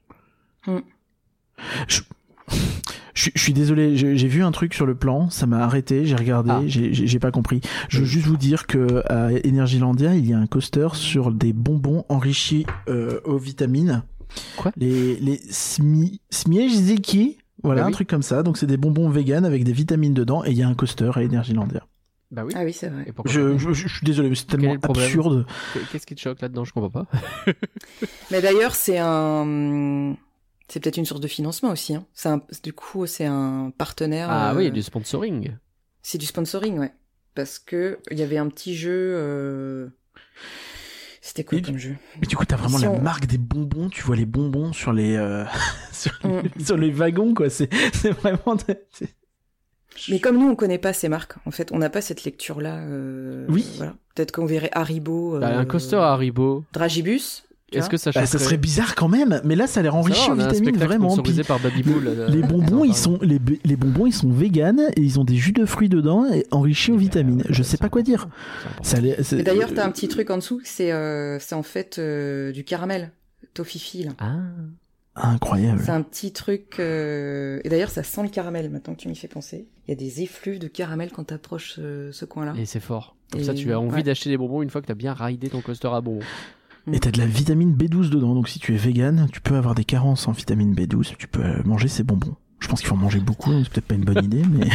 Je suis désolé, j'ai vu un truc sur le plan, ça m'a arrêté, j'ai regardé, j'ai pas compris. Je veux juste vous dire que à Energylandia, il y a un coaster sur des bonbons enrichis aux vitamines. Quoi? Les Smiejziki, voilà, un truc comme ça. Donc c'est des bonbons vegan avec des vitamines dedans et il y a un coaster à Energylandia. Bah oui. Ah oui, c'est vrai. Je suis désolé, mais c'est tellement absurde. Qu'est-ce qui te choque là-dedans? Je comprends pas. Mais d'ailleurs, c'est peut-être une source de financement aussi. Hein. Du coup, c'est un partenaire. Ah oui, du sponsoring. C'est du sponsoring, ouais. Parce que il y avait un petit jeu. C'était quoi comme jeu? Mais du coup, t'as vraiment la marque des bonbons. Tu vois les bonbons sur les sur les wagons, quoi. C'est vraiment. Mais comme nous, on connaît pas ces marques. En fait, on n'a pas cette lecture-là. Oui. Voilà. Peut-être qu'on verrait Haribo. Un coaster Haribo. Dragibus. Est-ce que ça serait bizarre quand même, mais là ça a l'air enrichi en vitamines vraiment. Sponsorisé par Baby Bull. Les bonbons, les bonbons, ils sont véganes et ils ont des jus de fruits dedans et enrichis aux vitamines. Je sais pas quoi dire. Et d'ailleurs, t'as un petit truc en dessous, c'est en fait du caramel, toffifee là. Ah. Incroyable. C'est un petit truc. Et d'ailleurs, ça sent le caramel maintenant que tu m'y fais penser. Il y a des effluves de caramel quand t'approches ce coin-là. Et c'est fort. Comme ça, tu as envie d'acheter des bonbons une fois que t'as bien raidé ton coaster à bonbons. Et t'as de la vitamine B12 dedans, donc si tu es vegan, tu peux avoir des carences en vitamine B12, tu peux manger ces bonbons. Je pense qu'il faut en manger beaucoup, c'est peut-être pas une bonne idée, mais...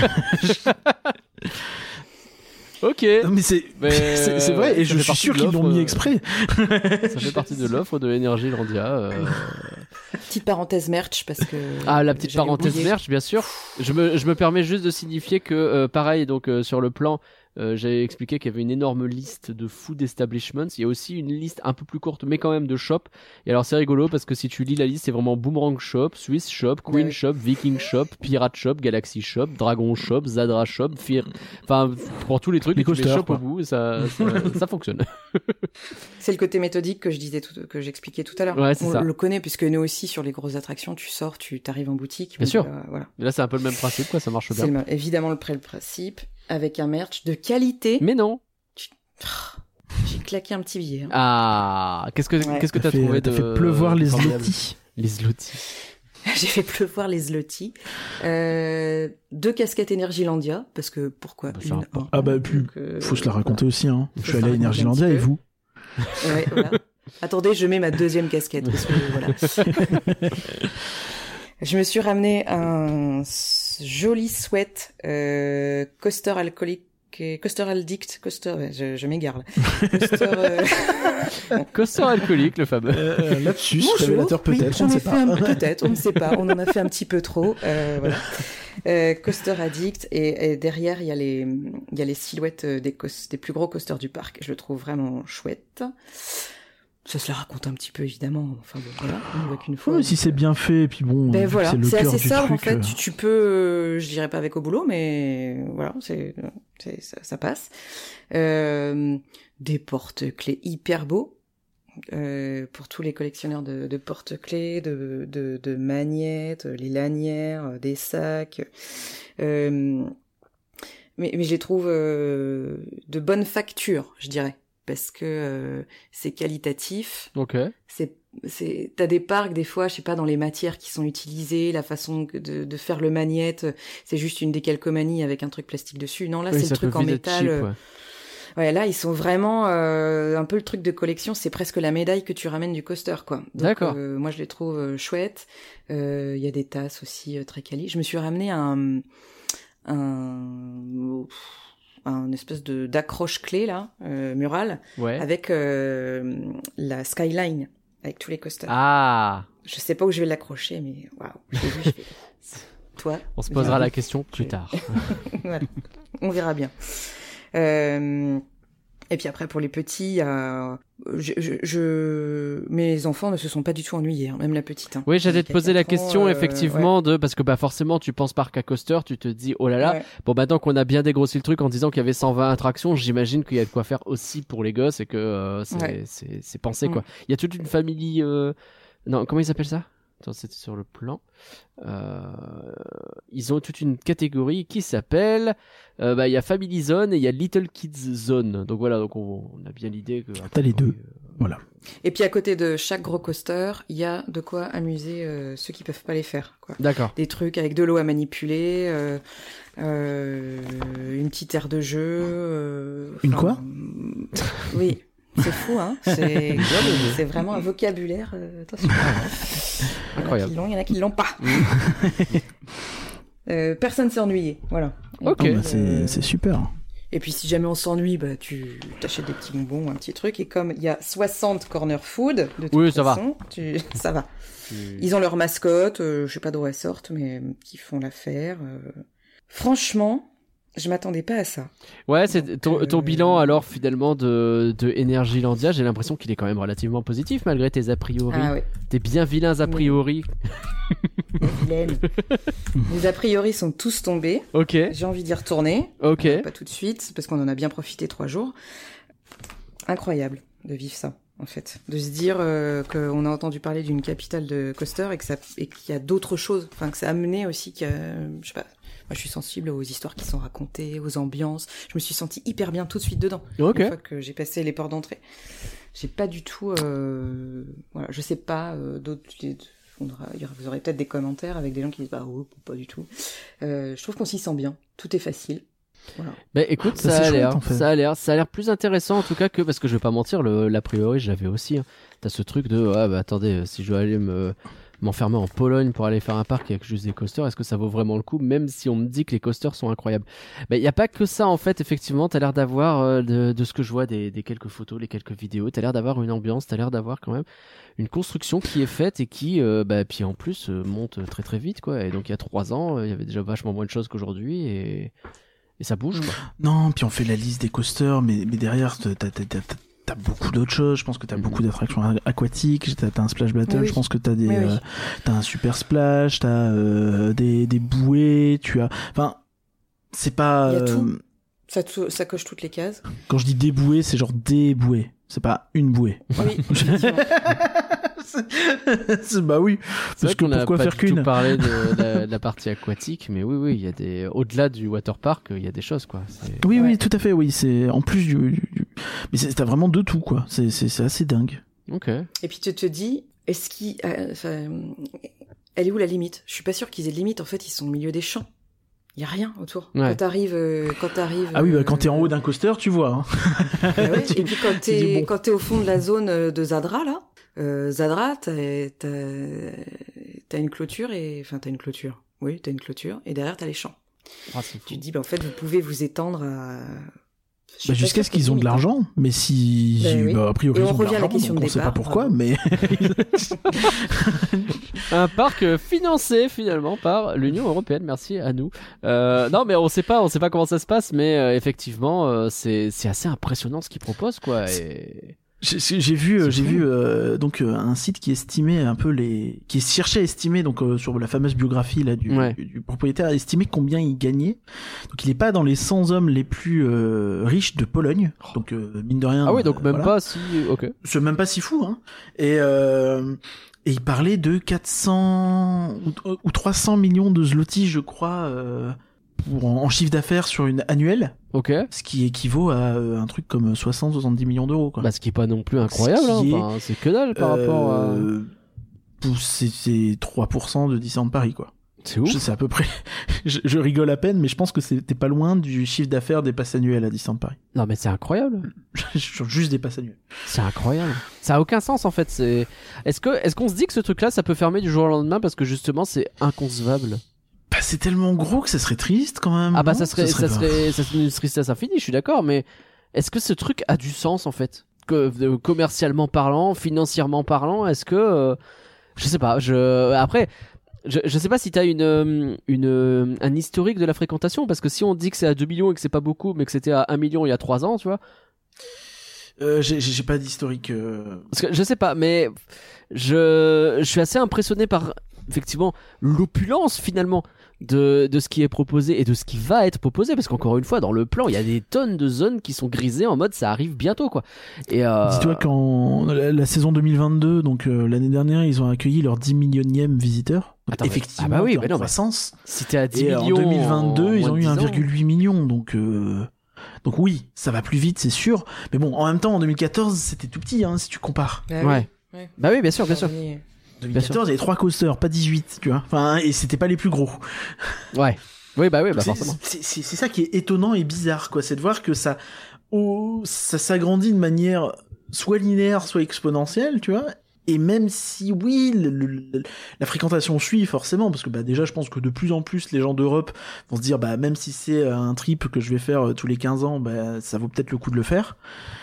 Ok. Non, mais c'est vrai, et je suis sûr qu'ils l'ont mis exprès. Ça fait partie de l'offre de Energylandia. Petite parenthèse merch, parce que... Ah, la petite parenthèse merch, bien sûr. Je me permets juste de signifier que, pareil, donc sur le plan... j'avais expliqué qu'il y avait une énorme liste de food establishments. Il y a aussi une liste un peu plus courte, mais quand même de shops. Et alors c'est rigolo parce que si tu lis la liste, c'est vraiment Boomerang Shop, Swiss Shop, Queen Shop, Viking Shop, Pirate Shop, Galaxy Shop, Dragon Shop, Zadra Shop, enfin pour tous les trucs, les shop au bout, ça fonctionne. C'est le côté méthodique que que j'expliquais tout à l'heure. Ouais, on le connaît puisque nous aussi sur les grosses attractions, tu sors, tu t'arrives en boutique. Bien sûr. Voilà. Mais là c'est un peu le même principe, quoi. Ça marche bien. C'est évidemment le principe. Avec un merch de qualité. Mais non. J'ai claqué un petit billet. Hein. Ah, qu'est-ce que t'as trouvé de... T'as fait pleuvoir les zlotys. Les zlotys. J'ai fait pleuvoir les zlotys. 2 casquettes Energylandia, parce que pourquoi faut se la raconter aussi. Hein. Je suis allé à Energylandia et vous ouais, voilà. Attendez, je mets ma 2e casquette. Parce que, voilà. Je me suis ramené un joli sweat coaster alcoolique, coaster addict, je m'égare là. Coaster alcoolique, le fameux. Lapsus, révélateur peut-être, on ne sait pas. Peut-être, on ne sait pas. On en a fait un petit peu trop. Voilà. Coaster addict et derrière il y a les silhouettes des plus gros coasters du parc. Je le trouve vraiment chouette. Ça se la raconte un petit peu, évidemment. Enfin, bon, voilà, on ne voit qu'une fois. Oui, si c'est bien fait, et puis bon, voilà. c'est le c'est cœur assez du sobre, truc. en fait. Tu peux, je dirais pas avec au boulot, mais voilà, ça passe. Des porte-clés hyper beaux. Pour tous les collectionneurs de porte-clés, de magnettes, les lanières, des sacs. Mais je les trouve de bonne facture, je dirais, parce que c'est qualitatif. Ok. T'as des parcs, des fois, je sais pas, dans les matières qui sont utilisées, la façon de faire le magnette, c'est juste une décalcomanie avec un truc plastique dessus. Non, là, c'est le truc en métal. Cheap, ouais. Ouais, là, ils sont vraiment un peu le truc de collection, c'est presque la médaille que tu ramènes du coaster, quoi. Donc, d'accord. Moi, je les trouve chouettes. Il y a des tasses aussi très quali. Je me suis ramené un espèce d'accroche-clé, là, mural, ouais. avec la skyline, avec tous les coasters. Ah. Je sais pas où je vais l'accrocher, mais waouh, je l'ai vu, je fais... Toi, on se posera la question plus tard. Voilà, on verra bien. Et puis après, pour les petits, mes enfants ne se sont pas du tout ennuyés, hein, même la petite. Hein. Oui, j'allais te poser la question, effectivement, parce que forcément, tu penses parc à coaster, tu te dis, oh là là, bon, maintenant qu'on a bien dégrossi le truc en disant qu'il y avait 120 attractions, j'imagine qu'il y a de quoi faire aussi pour les gosses et que c'est pensé, quoi. Il y a toute une famille... Non, comment ils appellent ça ? Attends, c'était sur le plan. Ils ont toute une catégorie qui s'appelle il y a Family Zone et il y a Little Kids Zone. Donc voilà, donc on a bien l'idée que t'as les deux. Voilà. Et puis à côté de chaque gros coaster, il y a de quoi amuser ceux qui peuvent pas les faire, quoi. D'accord. Des trucs avec de l'eau à manipuler, une petite aire de jeu. Une quoi ? Oui. C'est fou, hein. C'est vraiment un vocabulaire. Attention. Incroyable. Il y en a qui l'ont pas. Personne s'est ennuyé. Voilà. Ok. Oh, bah c'est super. Et puis si jamais on s'ennuie, tu t'achètes des petits bonbons, un petit truc. Et comme il y a 60 corner food, de toute façon, ça va. Ils ont leur mascotte, je sais pas d'où elles sortent, mais qui font l'affaire. Franchement, je m'attendais pas à ça. Ouais, c'est ton bilan alors finalement de Energylandia, j'ai l'impression qu'il est quand même relativement positif malgré tes a priori. Ah, ouais. Tes bien vilains a priori. Vilaine. Les a priori sont tous tombés. Ok. J'ai envie d'y retourner. Ok. Pas tout de suite parce qu'on en a bien profité 3 jours. Incroyable de vivre ça. En fait, de se dire qu'on a entendu parler d'une capitale de coaster et qu'il y a d'autres choses, enfin que ça a amené aussi je sais pas, moi je suis sensible aux histoires qui sont racontées, aux ambiances, je me suis sentie hyper bien tout de suite dedans. Okay. Une fois que j'ai passé les portes d'entrée, j'ai pas du tout, voilà, je sais pas, vous aurez peut-être des commentaires avec des gens qui disent bah oui, pas du tout. Je trouve qu'on s'y sent bien, tout est facile. Voilà. Bah écoute, ça a l'air plus intéressant en tout cas que, parce que je vais pas mentir, l'a priori je l'avais aussi, hein. T'as ce truc de attendez, si je dois aller m'enfermer en Pologne pour aller faire un parc avec juste des coasters, est-ce que ça vaut vraiment le coup, même si on me dit que les coasters sont incroyables. Bah y a pas que ça en fait, effectivement, t'as l'air d'avoir de ce que je vois des quelques photos, les quelques vidéos, t'as l'air d'avoir une ambiance, t'as l'air d'avoir quand même une construction qui est faite et qui puis en plus monte très très vite, quoi. Et donc il y a 3 ans, il y avait déjà vachement moins de choses qu'aujourd'hui et ça bouge, quoi. Non, puis on fait la liste des coasters, mais derrière, t'as beaucoup d'autres choses. Je pense que t'as beaucoup d'attractions aquatiques. T'as un splash battle. Oui. Je pense que t'as t'as un super splash. T'as des bouées. Enfin, c'est pas. Il y a tout. Ça coche toutes les cases. Quand je dis des bouées, c'est genre des bouées. C'est pas une bouée. Voilà. Oui. Bah oui. C'est parce qu'on a pas du tout parlé de la partie aquatique, mais oui, il y a au-delà du waterpark, il y a des choses, quoi. Oui, tout à fait. Oui, c'est en plus mais t'as vraiment de tout, quoi. C'est assez dingue. Ok. Et puis tu te dis, est-ce qu'il, elle est où la limite ? Je suis pas sûre qu'ils aient de limite. En fait, ils sont au milieu des champs. Il y a rien autour. Ouais. Quand t'arrives. Ah oui, quand t'es en haut d'un coaster, tu vois. Hein. Ouais. Et puis quand t'es au fond de la zone de Zadra là. Zadra, t'as une clôture t'as une clôture. Oui, t'as une clôture et derrière t'as les champs. Ah, tu te dis, en fait, vous pouvez vous étendre à. Jusqu'à ce qu'ils ont de l'argent, mais si. Oui. A priori, et ils on ont revient de à la question de départ. On sait pas pourquoi, mais. Un parc financé finalement par l'Union Européenne, merci à nous. Non, mais on sait pas comment ça se passe, mais effectivement, c'est assez impressionnant ce qu'ils proposent, quoi. J'ai vu donc un site qui estimait un peu qui cherchait à estimer donc sur la fameuse biographie là du propriétaire, estimer combien il gagnait. Donc il est pas dans les 100 hommes les plus riches de Pologne. Donc mine de rien. Ah oui, donc même pas si OK. C'est même pas si fou hein. Et il parlait de 400 ou 300 millions de zloty, je crois, en chiffre d'affaires sur une annuelle. OK. Ce qui équivaut à un truc comme 60-70 millions d'euros, quoi. Bah, ce qui est pas non plus incroyable, enfin, c'est que dalle par rapport à... C'est 3% de Disneyland Paris, quoi. C'est ouf. C'est à peu près... je rigole à peine, mais je pense que t'es pas loin du chiffre d'affaires des passes annuelles à Disneyland Paris. Non, mais c'est incroyable. Juste des passes annuelles. C'est incroyable. Ça a aucun sens, en fait. Est-ce qu'on se dit que ce truc-là, ça peut fermer du jour au lendemain parce que justement, c'est inconcevable? Bah, c'est tellement gros que ça serait triste quand même. Ah bah ça serait une tristesse infinie, je suis d'accord, mais est-ce que ce truc a du sens en fait, commercialement parlant, financièrement parlant, est-ce que je sais pas, après je sais pas si t'as un historique de la fréquentation, parce que si on dit que c'est à 2 millions et que c'est pas beaucoup, mais que c'était à 1 million il y a 3 ans, tu vois. J'ai pas d'historique. Parce que je sais pas, mais je suis assez impressionné par effectivement l'opulence finalement de ce qui est proposé et de ce qui va être proposé, parce qu'encore une fois dans le plan il y a des tonnes de zones qui sont grisées en mode ça arrive bientôt quoi. Et dis-toi qu'en la saison 2022, donc l'année dernière, ils ont accueilli leur 10 millionième visiteur. Attends, effectivement, ah bah oui, en croissance. Si t'es à 10 et millions en 2022 ils ont eu 1,8 million, donc oui, ça va plus vite, c'est sûr. Mais bon, en même temps, en 2014, c'était tout petit, hein, si tu compares. Ouais. Bah oui, bien sûr, bien sûr. 2014, il y avait 3 coasters, pas 18, tu vois. Enfin, et c'était pas les plus gros. Ouais. Oui, bah forcément. C'est ça qui est étonnant et bizarre, quoi. C'est de voir que ça s'agrandit de manière soit linéaire, soit exponentielle, tu vois. Et même si, oui, la fréquentation suit forcément, parce que bah déjà, je pense que de plus en plus, les gens d'Europe vont se dire, bah même si c'est un trip que je vais faire tous les 15 ans, bah ça vaut peut-être le coup de le faire.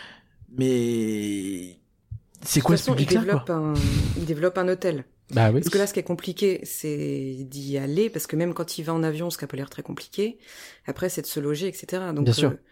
Mais c'est quoi ce public-là, quoi ? Il développe un hôtel. Bah oui. Parce que là, ce qui est compliqué, c'est d'y aller, parce que même quand il va en avion, ce qui a pas l'air très compliqué, après, c'est de se loger, etc. Donc, bien sûr.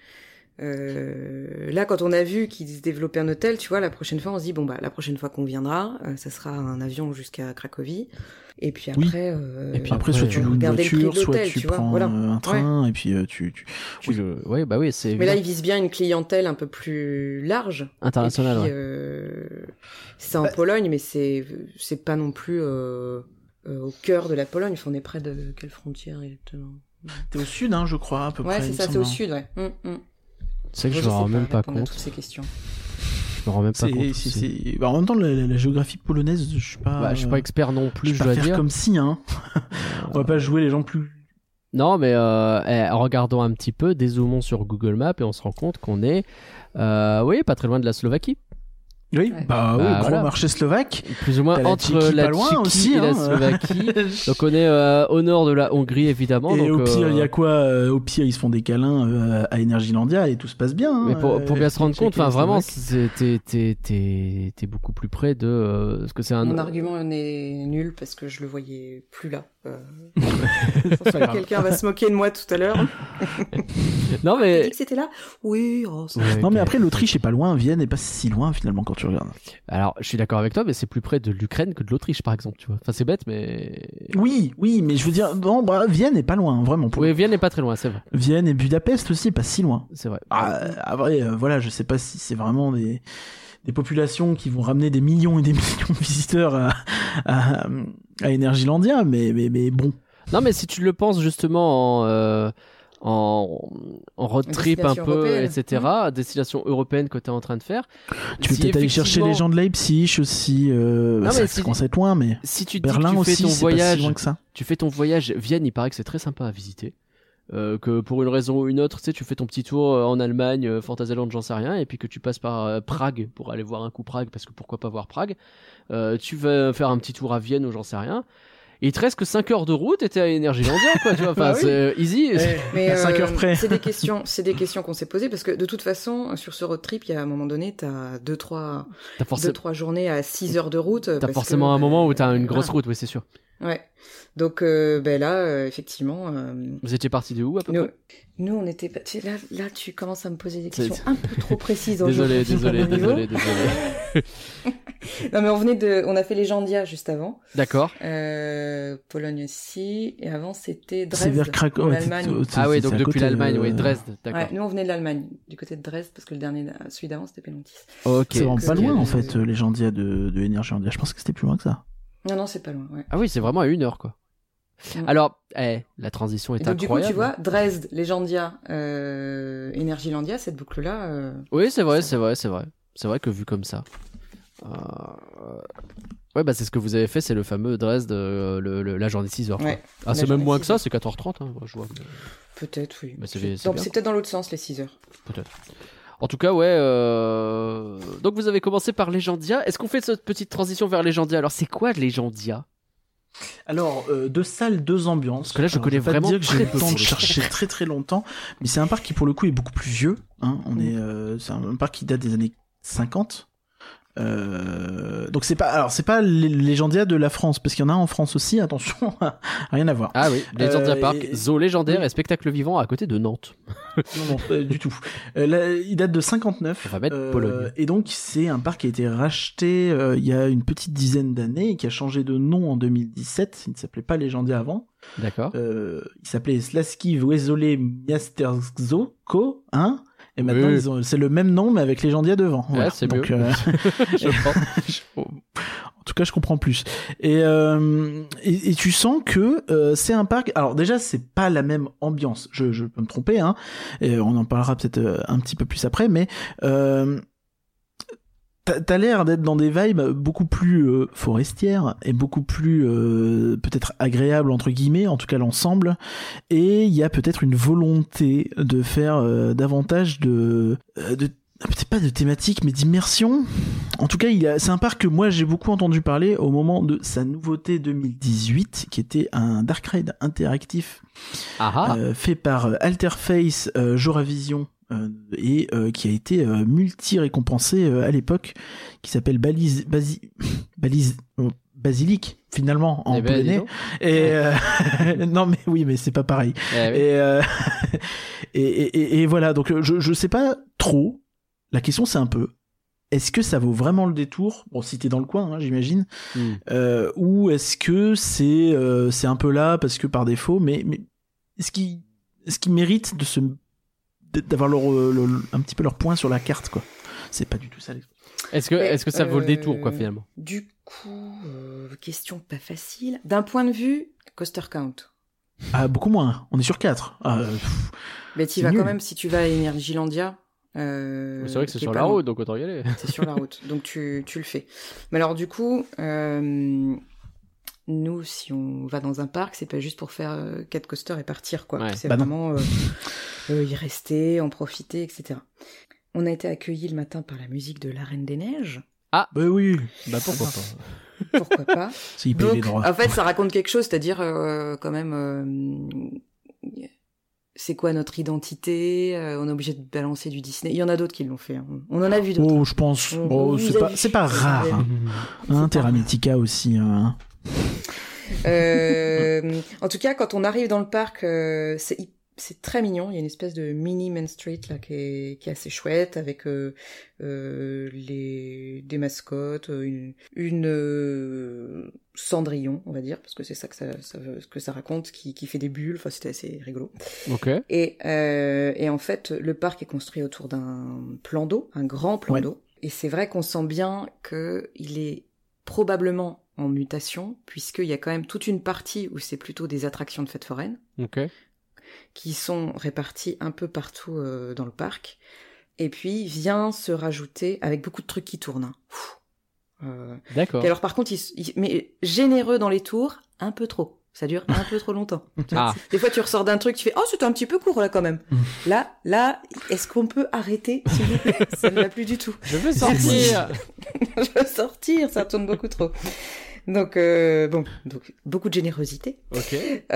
Là, quand on a vu qu'il se développait un hôtel, tu vois, la prochaine fois, on se dit, bon, bah, la prochaine fois qu'on viendra, ça sera un avion jusqu'à Cracovie. Et puis après, et puis après, soit tu loues une voiture, soit tu prends un train, et puis ouais, bah oui, c'est. Mais là, ils visent bien une clientèle un peu plus large, internationale. Et puis, c'est en Pologne, mais c'est pas non plus au cœur de la Pologne. Enfin, on est près de quelle frontière exactement ? T'es au sud, hein, je crois, à peu près. Ouais, c'est ça, c'est au sud, ouais. C'est que je me rends même pas compte. Toutes ces questions. Je me rends même pas compte. Bah, en même temps, la géographie polonaise, je suis pas expert non plus, je dois faire dire. Comme si, hein. On va pas jouer les gens plus. Non, mais regardons un petit peu, dézoomons sur Google Maps et on se rend compte qu'on est, pas très loin de la Slovaquie. Oui, gros marché slovaque. Plus ou moins entre la Tchéquie et la Slovaquie. Donc on est au nord de la Hongrie, évidemment. Et donc, au pire, il y a quoi ? Au pire, ils se font des câlins à Energylandia et tout se passe bien. Mais pour bien se rendre compte, enfin vraiment, t'es beaucoup plus près de parce que c'est un. Mon argument est nul parce que je le voyais plus là. Quelqu'un va se moquer de moi tout à l'heure. Non mais. T'as dit que c'était là ? Oui. Non mais après, l'Autriche est pas loin, Vienne est pas si loin finalement quand tu regardes. Alors, je suis d'accord avec toi, mais c'est plus près de l'Ukraine que de l'Autriche, par exemple, tu vois. Enfin, c'est bête, mais. Oui, mais je veux dire, non, Vienne est pas loin, vraiment. Oui, Vienne est pas très loin, c'est vrai. Vienne et Budapest aussi, pas si loin. C'est vrai. À vrai, voilà, je sais pas si c'est vraiment des populations qui vont ramener des millions et des millions de visiteurs à Energylandia, mais bon. Non, mais si tu le penses justement en road trip un peu, européenne. Etc., destination européenne que tu es en train de faire. Tu peux peut-être aller chercher les gens de Leipzig aussi. Ça commence à être loin, mais si tu Berlin dis que tu aussi, fais ton voyage, pas si loin que ça. Tu fais ton voyage, Vienne, il paraît que c'est très sympa à visiter. Que pour une raison ou une autre, tu sais, tu fais ton petit tour en Allemagne, Fantasyland, j'en sais rien, et puis que tu passes par Prague pour aller voir un coup Prague, parce que pourquoi pas voir Prague. Tu vas faire un petit tour à Vienne ou j'en sais rien. Il te reste que 5 heures de route et t'es à Energylandia, quoi, tu vois. Enfin, c'est easy. Mais 5 heures près. C'est des questions qu'on s'est posées parce que de toute façon, sur ce road trip, il y a un moment donné, t'as 2-3 journées à 6 heures de route. T'as forcément un moment où t'as une grosse route, oui, c'est sûr. Ouais. Donc là, effectivement. Vous étiez partis de où à peu près? Nous, on était. Là, tu commences à me poser des questions un peu trop précises. Désolé. Non, mais on a fait les Jandia juste avant. D'accord. Pologne aussi, et avant c'était Dresde. C'est vers Cracow, en Allemagne. Ah oui, donc depuis l'Allemagne, oui, Dresde. D'accord. Ouais, nous on venait de l'Allemagne, du côté de Dresde, parce que celui d'avant c'était Pénontis. Ok. C'est vraiment pas loin en fait, les Jandia de Énergie Jandia. Je pense que c'était plus loin que ça. Non, c'est pas loin. Ouais. Ah oui, c'est vraiment à 1 heure quoi. Alors, la transition est donc, incroyable. Du coup, tu vois, Dresde, Legendia, Énergie-Landia, cette boucle-là. Oui, c'est vrai. C'est vrai que vu comme ça. Ouais, bah c'est ce que vous avez fait, c'est le fameux Dresde, la journée 6h. Ouais, c'est même moins que ça, c'est 4h30, hein, je vois. Peut-être, oui. Bah, c'est peut-être dans l'autre sens, les 6h. Peut-être. En tout cas, ouais. Donc vous avez commencé par Legendia. Est-ce qu'on fait cette petite transition vers Legendia? Alors, c'est quoi Legendia? Alors, 2 salles, 2 ambiances. Parce que là, je connais vraiment pas dire que j'ai eu le temps de chercher très très longtemps, mais c'est un parc qui pour le coup est beaucoup plus vieux. Hein. C'est un parc qui date des années 50. Donc c'est pas Legendia de la France, parce qu'il y en a en France aussi, attention, rien à voir. Ah oui, Legendia Park, zoo légendaire et spectacle vivant à côté de Nantes. Non, pas du tout. Il date de 59. On va mettre Pologne. Et donc c'est un parc qui a été racheté il y a une petite dizaine d'années et qui a changé de nom en 2017. Il ne s'appelait pas Legendia avant. D'accord. Il s'appelait Slaski Wezole Miasterzo Co. Hein. Et maintenant, c'est le même nom, mais avec Legendia devant. Ouais, voilà. c'est donc, mieux. Je pense. En tout cas, je comprends plus. Et tu sens que c'est un parc. Alors déjà, c'est pas la même ambiance. Je peux me tromper, hein. Et on en parlera peut-être un petit peu plus après, mais t'as l'air d'être dans des vibes beaucoup plus forestières et beaucoup plus peut-être agréables entre guillemets, en tout cas l'ensemble. Et il y a peut-être une volonté de faire davantage de peut-être pas de thématique, mais d'immersion. En tout cas, c'est un parc que moi j'ai beaucoup entendu parler au moment de sa nouveauté 2018, qui était un dark ride interactif fait par Alterface Joravision. Et qui a été multi-récompensé à l'époque, qui s'appelle Basilic finalement en polonais. Et non mais oui, mais c'est pas pareil. Et voilà, donc je sais pas trop. La question c'est un peu, est-ce que ça vaut vraiment le détour? Bon, si t'es dans le coin, hein, j'imagine. Ou est-ce que c'est un peu là parce que par défaut, mais est-ce qu'ils méritent d'avoir un petit peu leur point sur la carte, quoi? C'est pas du tout ça. Est-ce que ça vaut le détour, quoi, finalement? Du coup, question pas facile. D'un point de vue coaster count. Ah, beaucoup moins. On est sur 4. Mais t'y vas quand même si tu vas à Energylandia. C'est vrai que c'est sur la route, donc autant y aller. C'est sur la route, donc tu le fais. Mais alors du coup, nous, si on va dans un parc, c'est pas juste pour faire 4 coasters et partir, quoi. Ouais. C'est vraiment y rester, en profiter, etc. On a été accueillis le matin par la musique de La Reine des Neiges. Ah, bah oui, bah pourquoi pas. Pourquoi pas. S'ils payent les droits. En fait, ça raconte quelque chose, c'est-à-dire quand même... c'est quoi notre identité? On est obligé de balancer du Disney. Il y en a d'autres qui l'ont fait. Hein. On en a vu d'autres. Oh, je pense. C'est pas rare. Hein. Terra Mystica aussi. Hein. En tout cas, quand on arrive dans le parc, c'est très mignon. Il y a une espèce de mini Main Street là qui est assez chouette avec des mascottes, une Cendrillon, on va dire, parce que c'est ça que ça raconte, qui fait des bulles. Enfin, c'était assez rigolo. Ok. Et en fait, le parc est construit autour d'un plan d'eau, un grand plan d'eau. Et c'est vrai qu'on sent bien que il est probablement en mutation, puisqu'il y a quand même toute une partie où c'est plutôt des attractions de fêtes foraines, qui sont réparties un peu partout dans le parc, et puis vient se rajouter, avec beaucoup de trucs qui tournent. D'accord. Et alors par contre, mais généreux dans les tours, un peu trop. Ça dure un peu trop longtemps. Des fois, tu ressors d'un truc, tu fais « Oh, c'était un petit peu court là quand même. » Là, est-ce qu'on peut arrêter, s'il vous plaît? Ça ne va plus du tout. Je veux sortir. Je veux sortir, ça tourne beaucoup trop. Donc, donc beaucoup de générosité. Ok.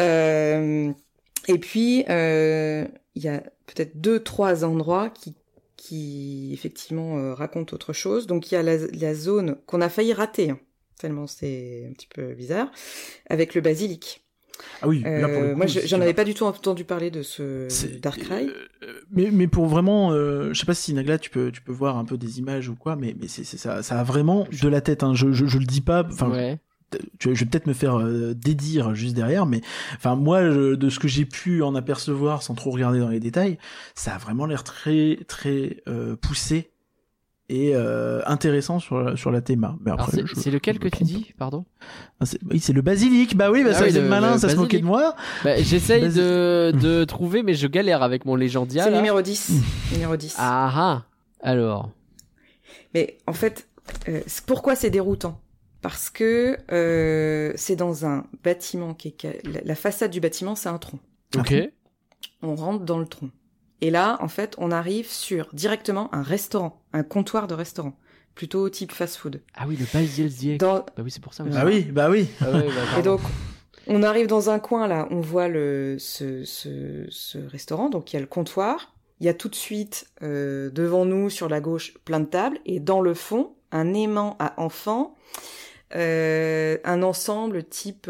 Et puis, il y a peut-être 2-3 endroits qui effectivement racontent autre chose. Donc, il y a la zone qu'on a failli rater, hein, tellement c'est un petit peu bizarre, avec le basilic. Ah oui, là pour le coup, moi j'en avais pas du tout entendu parler de ce Darkrai. Mais pour vraiment, je sais pas si Nagla tu peux voir un peu des images ou quoi, mais c'est ça a vraiment de la tête. Hein. Je le dis pas. Enfin, ouais. Je vais peut-être me faire dédire juste derrière, mais enfin moi de ce que j'ai pu en apercevoir sans trop regarder dans les détails, ça a vraiment l'air très très poussé et intéressant sur la théma. Mais après, c'est lequel que tu dis, pardon? Oui, c'est le basilic. Bah oui, ça c'est malin, ça se moquait de moi. Bah, j'essaye de trouver, mais je galère avec mon Légendia. C'est là. Numéro 10. Numéro 10. Ah, alors. Mais en fait, pourquoi c'est déroutant? Parce que c'est dans un bâtiment la façade du bâtiment, c'est un tronc. Ok. On rentre dans le tronc. Et là, en fait, on arrive sur directement un restaurant, un comptoir de restaurant, plutôt type fast-food. Ah oui, le Basilic. Bah oui, c'est pour ça. Ah oui, bah oui. Ah ouais, et donc, on arrive dans un coin là, on voit ce restaurant, donc il y a le comptoir, il y a tout de suite devant nous sur la gauche plein de tables, et dans le fond un aimant à enfants. Un ensemble type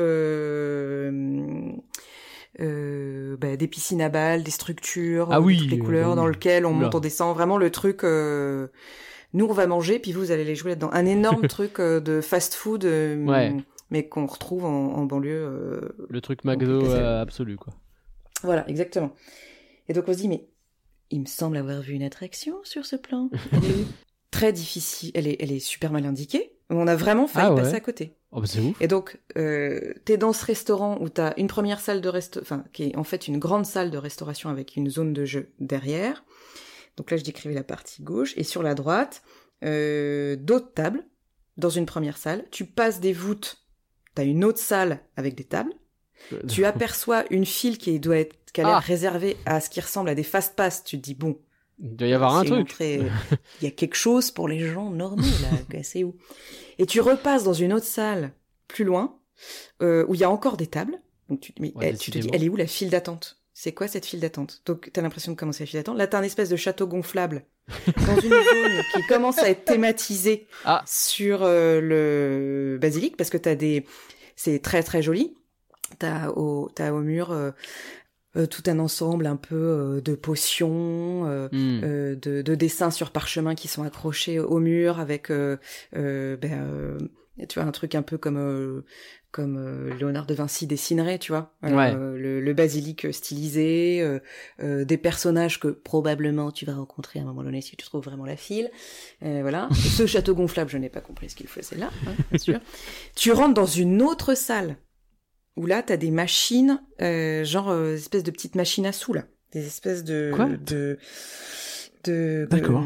des piscines à balles, des structures, de toutes les couleurs dans lequel on monte, on descend, vraiment le truc. Nous on va manger, puis vous allez les jouer là-dedans. Un énorme truc de fast-food, mais qu'on retrouve en banlieue. Le truc McDo absolu, quoi. Voilà, exactement. Et donc on se dit, mais il me semble avoir vu une attraction sur ce plan. Très difficile, elle est super mal indiquée. On a vraiment failli passer à côté. Oh bah c'est ouf. Et donc, t'es dans ce restaurant où t'as une première salle de qui est en fait une grande salle de restauration avec une zone de jeu derrière. Donc là, je décrivais la partie gauche. Et sur la droite, d'autres tables dans une première salle. Tu passes des voûtes, t'as une autre salle avec des tables. Tu aperçois une file qui a l'air réservée à ce qui ressemble à des fast-pass. Tu te dis, bon... Il doit y avoir un truc. Il y a quelque chose pour les gens normaux, là. C'est où? Et tu repasses dans une autre salle, plus loin, où il y a encore des tables. Donc tu te dis, elle est où la file d'attente? C'est quoi cette file d'attente? Donc t'as l'impression de commencer la file d'attente. Là, t'as un espèce de château gonflable dans une zone qui commence à être thématisée sur le basilic, parce que c'est très très joli. T'as au mur... tout un ensemble un peu de potions, de dessins sur parchemin qui sont accrochés au mur avec, tu vois, un truc un peu comme Léonard de Vinci dessinerait, tu vois, le basilic stylisé, des personnages que probablement tu vas rencontrer à un moment donné si tu trouves vraiment la file, voilà. Ce château gonflable, je n'ai pas compris ce qu'il faisait là, bien sûr. Tu rentres dans une autre salle où là, t'as des machines, espèces de petites machines à sous, là. Des espèces de... Quoi ? D'accord.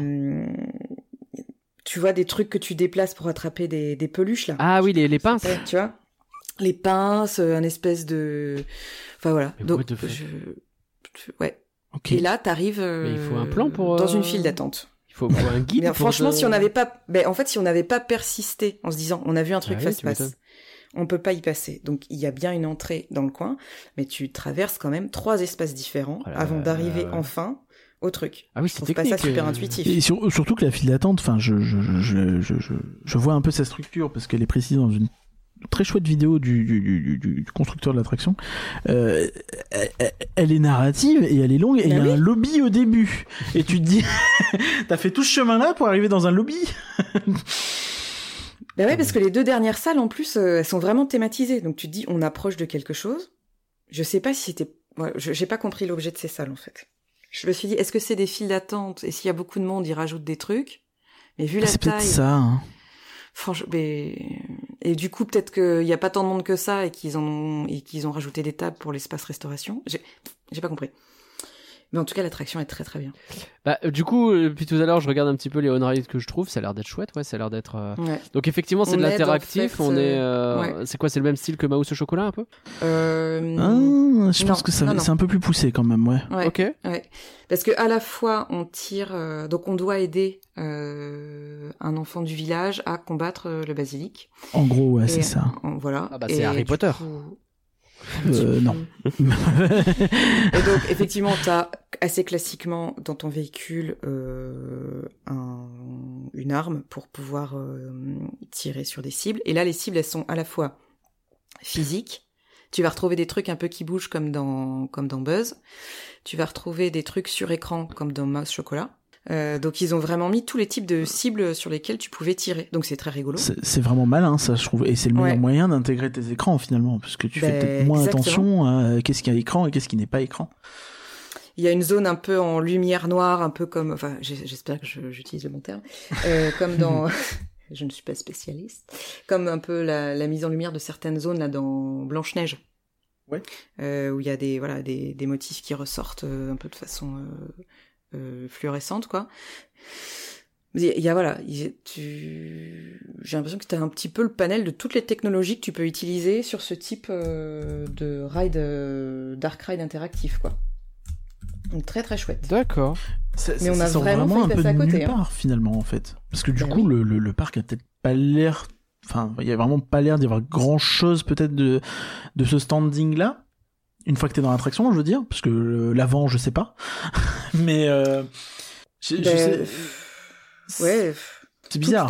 Tu vois, des trucs que tu déplaces pour attraper des peluches, là. Ah oui, les pinces. Tu vois ? Les pinces, un espèce de... Enfin, voilà. Mais donc, ouais. Okay. Et là, t'arrives... Mais il faut un plan pour... dans une file d'attente. Il faut un guide. Mais franchement, si on n'avait pas... en fait, si on n'avait pas persisté en se disant, on a vu un truc fast-pass... On peut pas y passer. Donc, il y a bien une entrée dans le coin, mais tu traverses quand même 3 espaces différents avant d'arriver enfin au truc. Ah oui, c'est technique. Pas ça super intuitif. Et surtout que la file d'attente, enfin, je vois un peu sa structure parce qu'elle est précisée dans une très chouette vidéo du constructeur de l'attraction. Elle est narrative et elle est longue et il y a un lobby au début. Et tu te dis, t'as fait tout ce chemin-là pour arriver dans un lobby? Ben ouais, parce que les 2 dernières salles, en plus, elles sont vraiment thématisées. Donc tu te dis, on approche de quelque chose. Je sais pas si c'était... Ouais, j'ai pas compris l'objet de ces salles, en fait. Je me suis dit, est-ce que c'est des files d'attente? Et s'il y a beaucoup de monde, ils rajoutent des trucs. Mais vu la taille... C'est peut-être ça, hein. Franchement, et du coup, peut-être qu'il y a pas tant de monde que ça et qu'ils ont rajouté des tables pour l'espace restauration. J'ai pas compris. Mais en tout cas, l'attraction est très très bien. Bah, du coup, depuis tout à l'heure, je regarde un petit peu les on-rides que je trouve. Ça a l'air d'être chouette, ça a l'air d'être. Donc effectivement, c'est de l'interactif. En fait, c'est quoi? C'est le même style que Maus au chocolat un peu? Je pense que c'est un peu plus poussé quand même, ouais. Ok. Ouais. Parce que à la fois, on tire. Donc, on doit aider un enfant du village à combattre le basilic. En gros, c'est ça. Voilà. Ah bah c'est Harry Potter. Non. Et donc, effectivement, t'as assez classiquement dans ton véhicule une arme pour pouvoir tirer sur des cibles. Et là, les cibles, elles sont à la fois physiques. Tu vas retrouver des trucs un peu qui bougent comme dans Buzz. Tu vas retrouver des trucs sur écran comme dans Mouse Chocolat. Donc ils ont vraiment mis tous les types de cibles sur lesquelles tu pouvais tirer. Donc c'est très rigolo. C'est vraiment malin ça, je trouve. Et c'est le meilleur moyen d'intégrer tes écrans finalement, parce que tu fais peut-être moins attention à qu'est-ce qu'il y a écran et qu'est-ce qui n'est pas écran. Il y a une zone un peu en lumière noire, un peu comme... Enfin, j'espère que j'utilise le bon terme. Comme dans... Je ne suis pas spécialiste. Comme un peu la mise en lumière de certaines zones là dans Blanche-Neige. Ouais. Où il y a des motifs qui ressortent un peu de façon fluorescente, quoi. J'ai l'impression que tu as un petit peu le panel de toutes les technologies que tu peux utiliser sur ce type de ride, dark ride interactif, quoi. Donc très très chouette. D'accord. Mais on a vraiment un failli peu passer à de côté. nulle part, finalement, en fait. Parce que du coup, oui. le parc a peut-être pas l'air... Enfin, il y a vraiment pas l'air d'y avoir grand-chose, peut-être, de ce standing-là. Une fois que t'es dans l'attraction, je veux dire. Parce que l'avant, je sais pas. Mais... je sais... Ouais. C'est bizarre.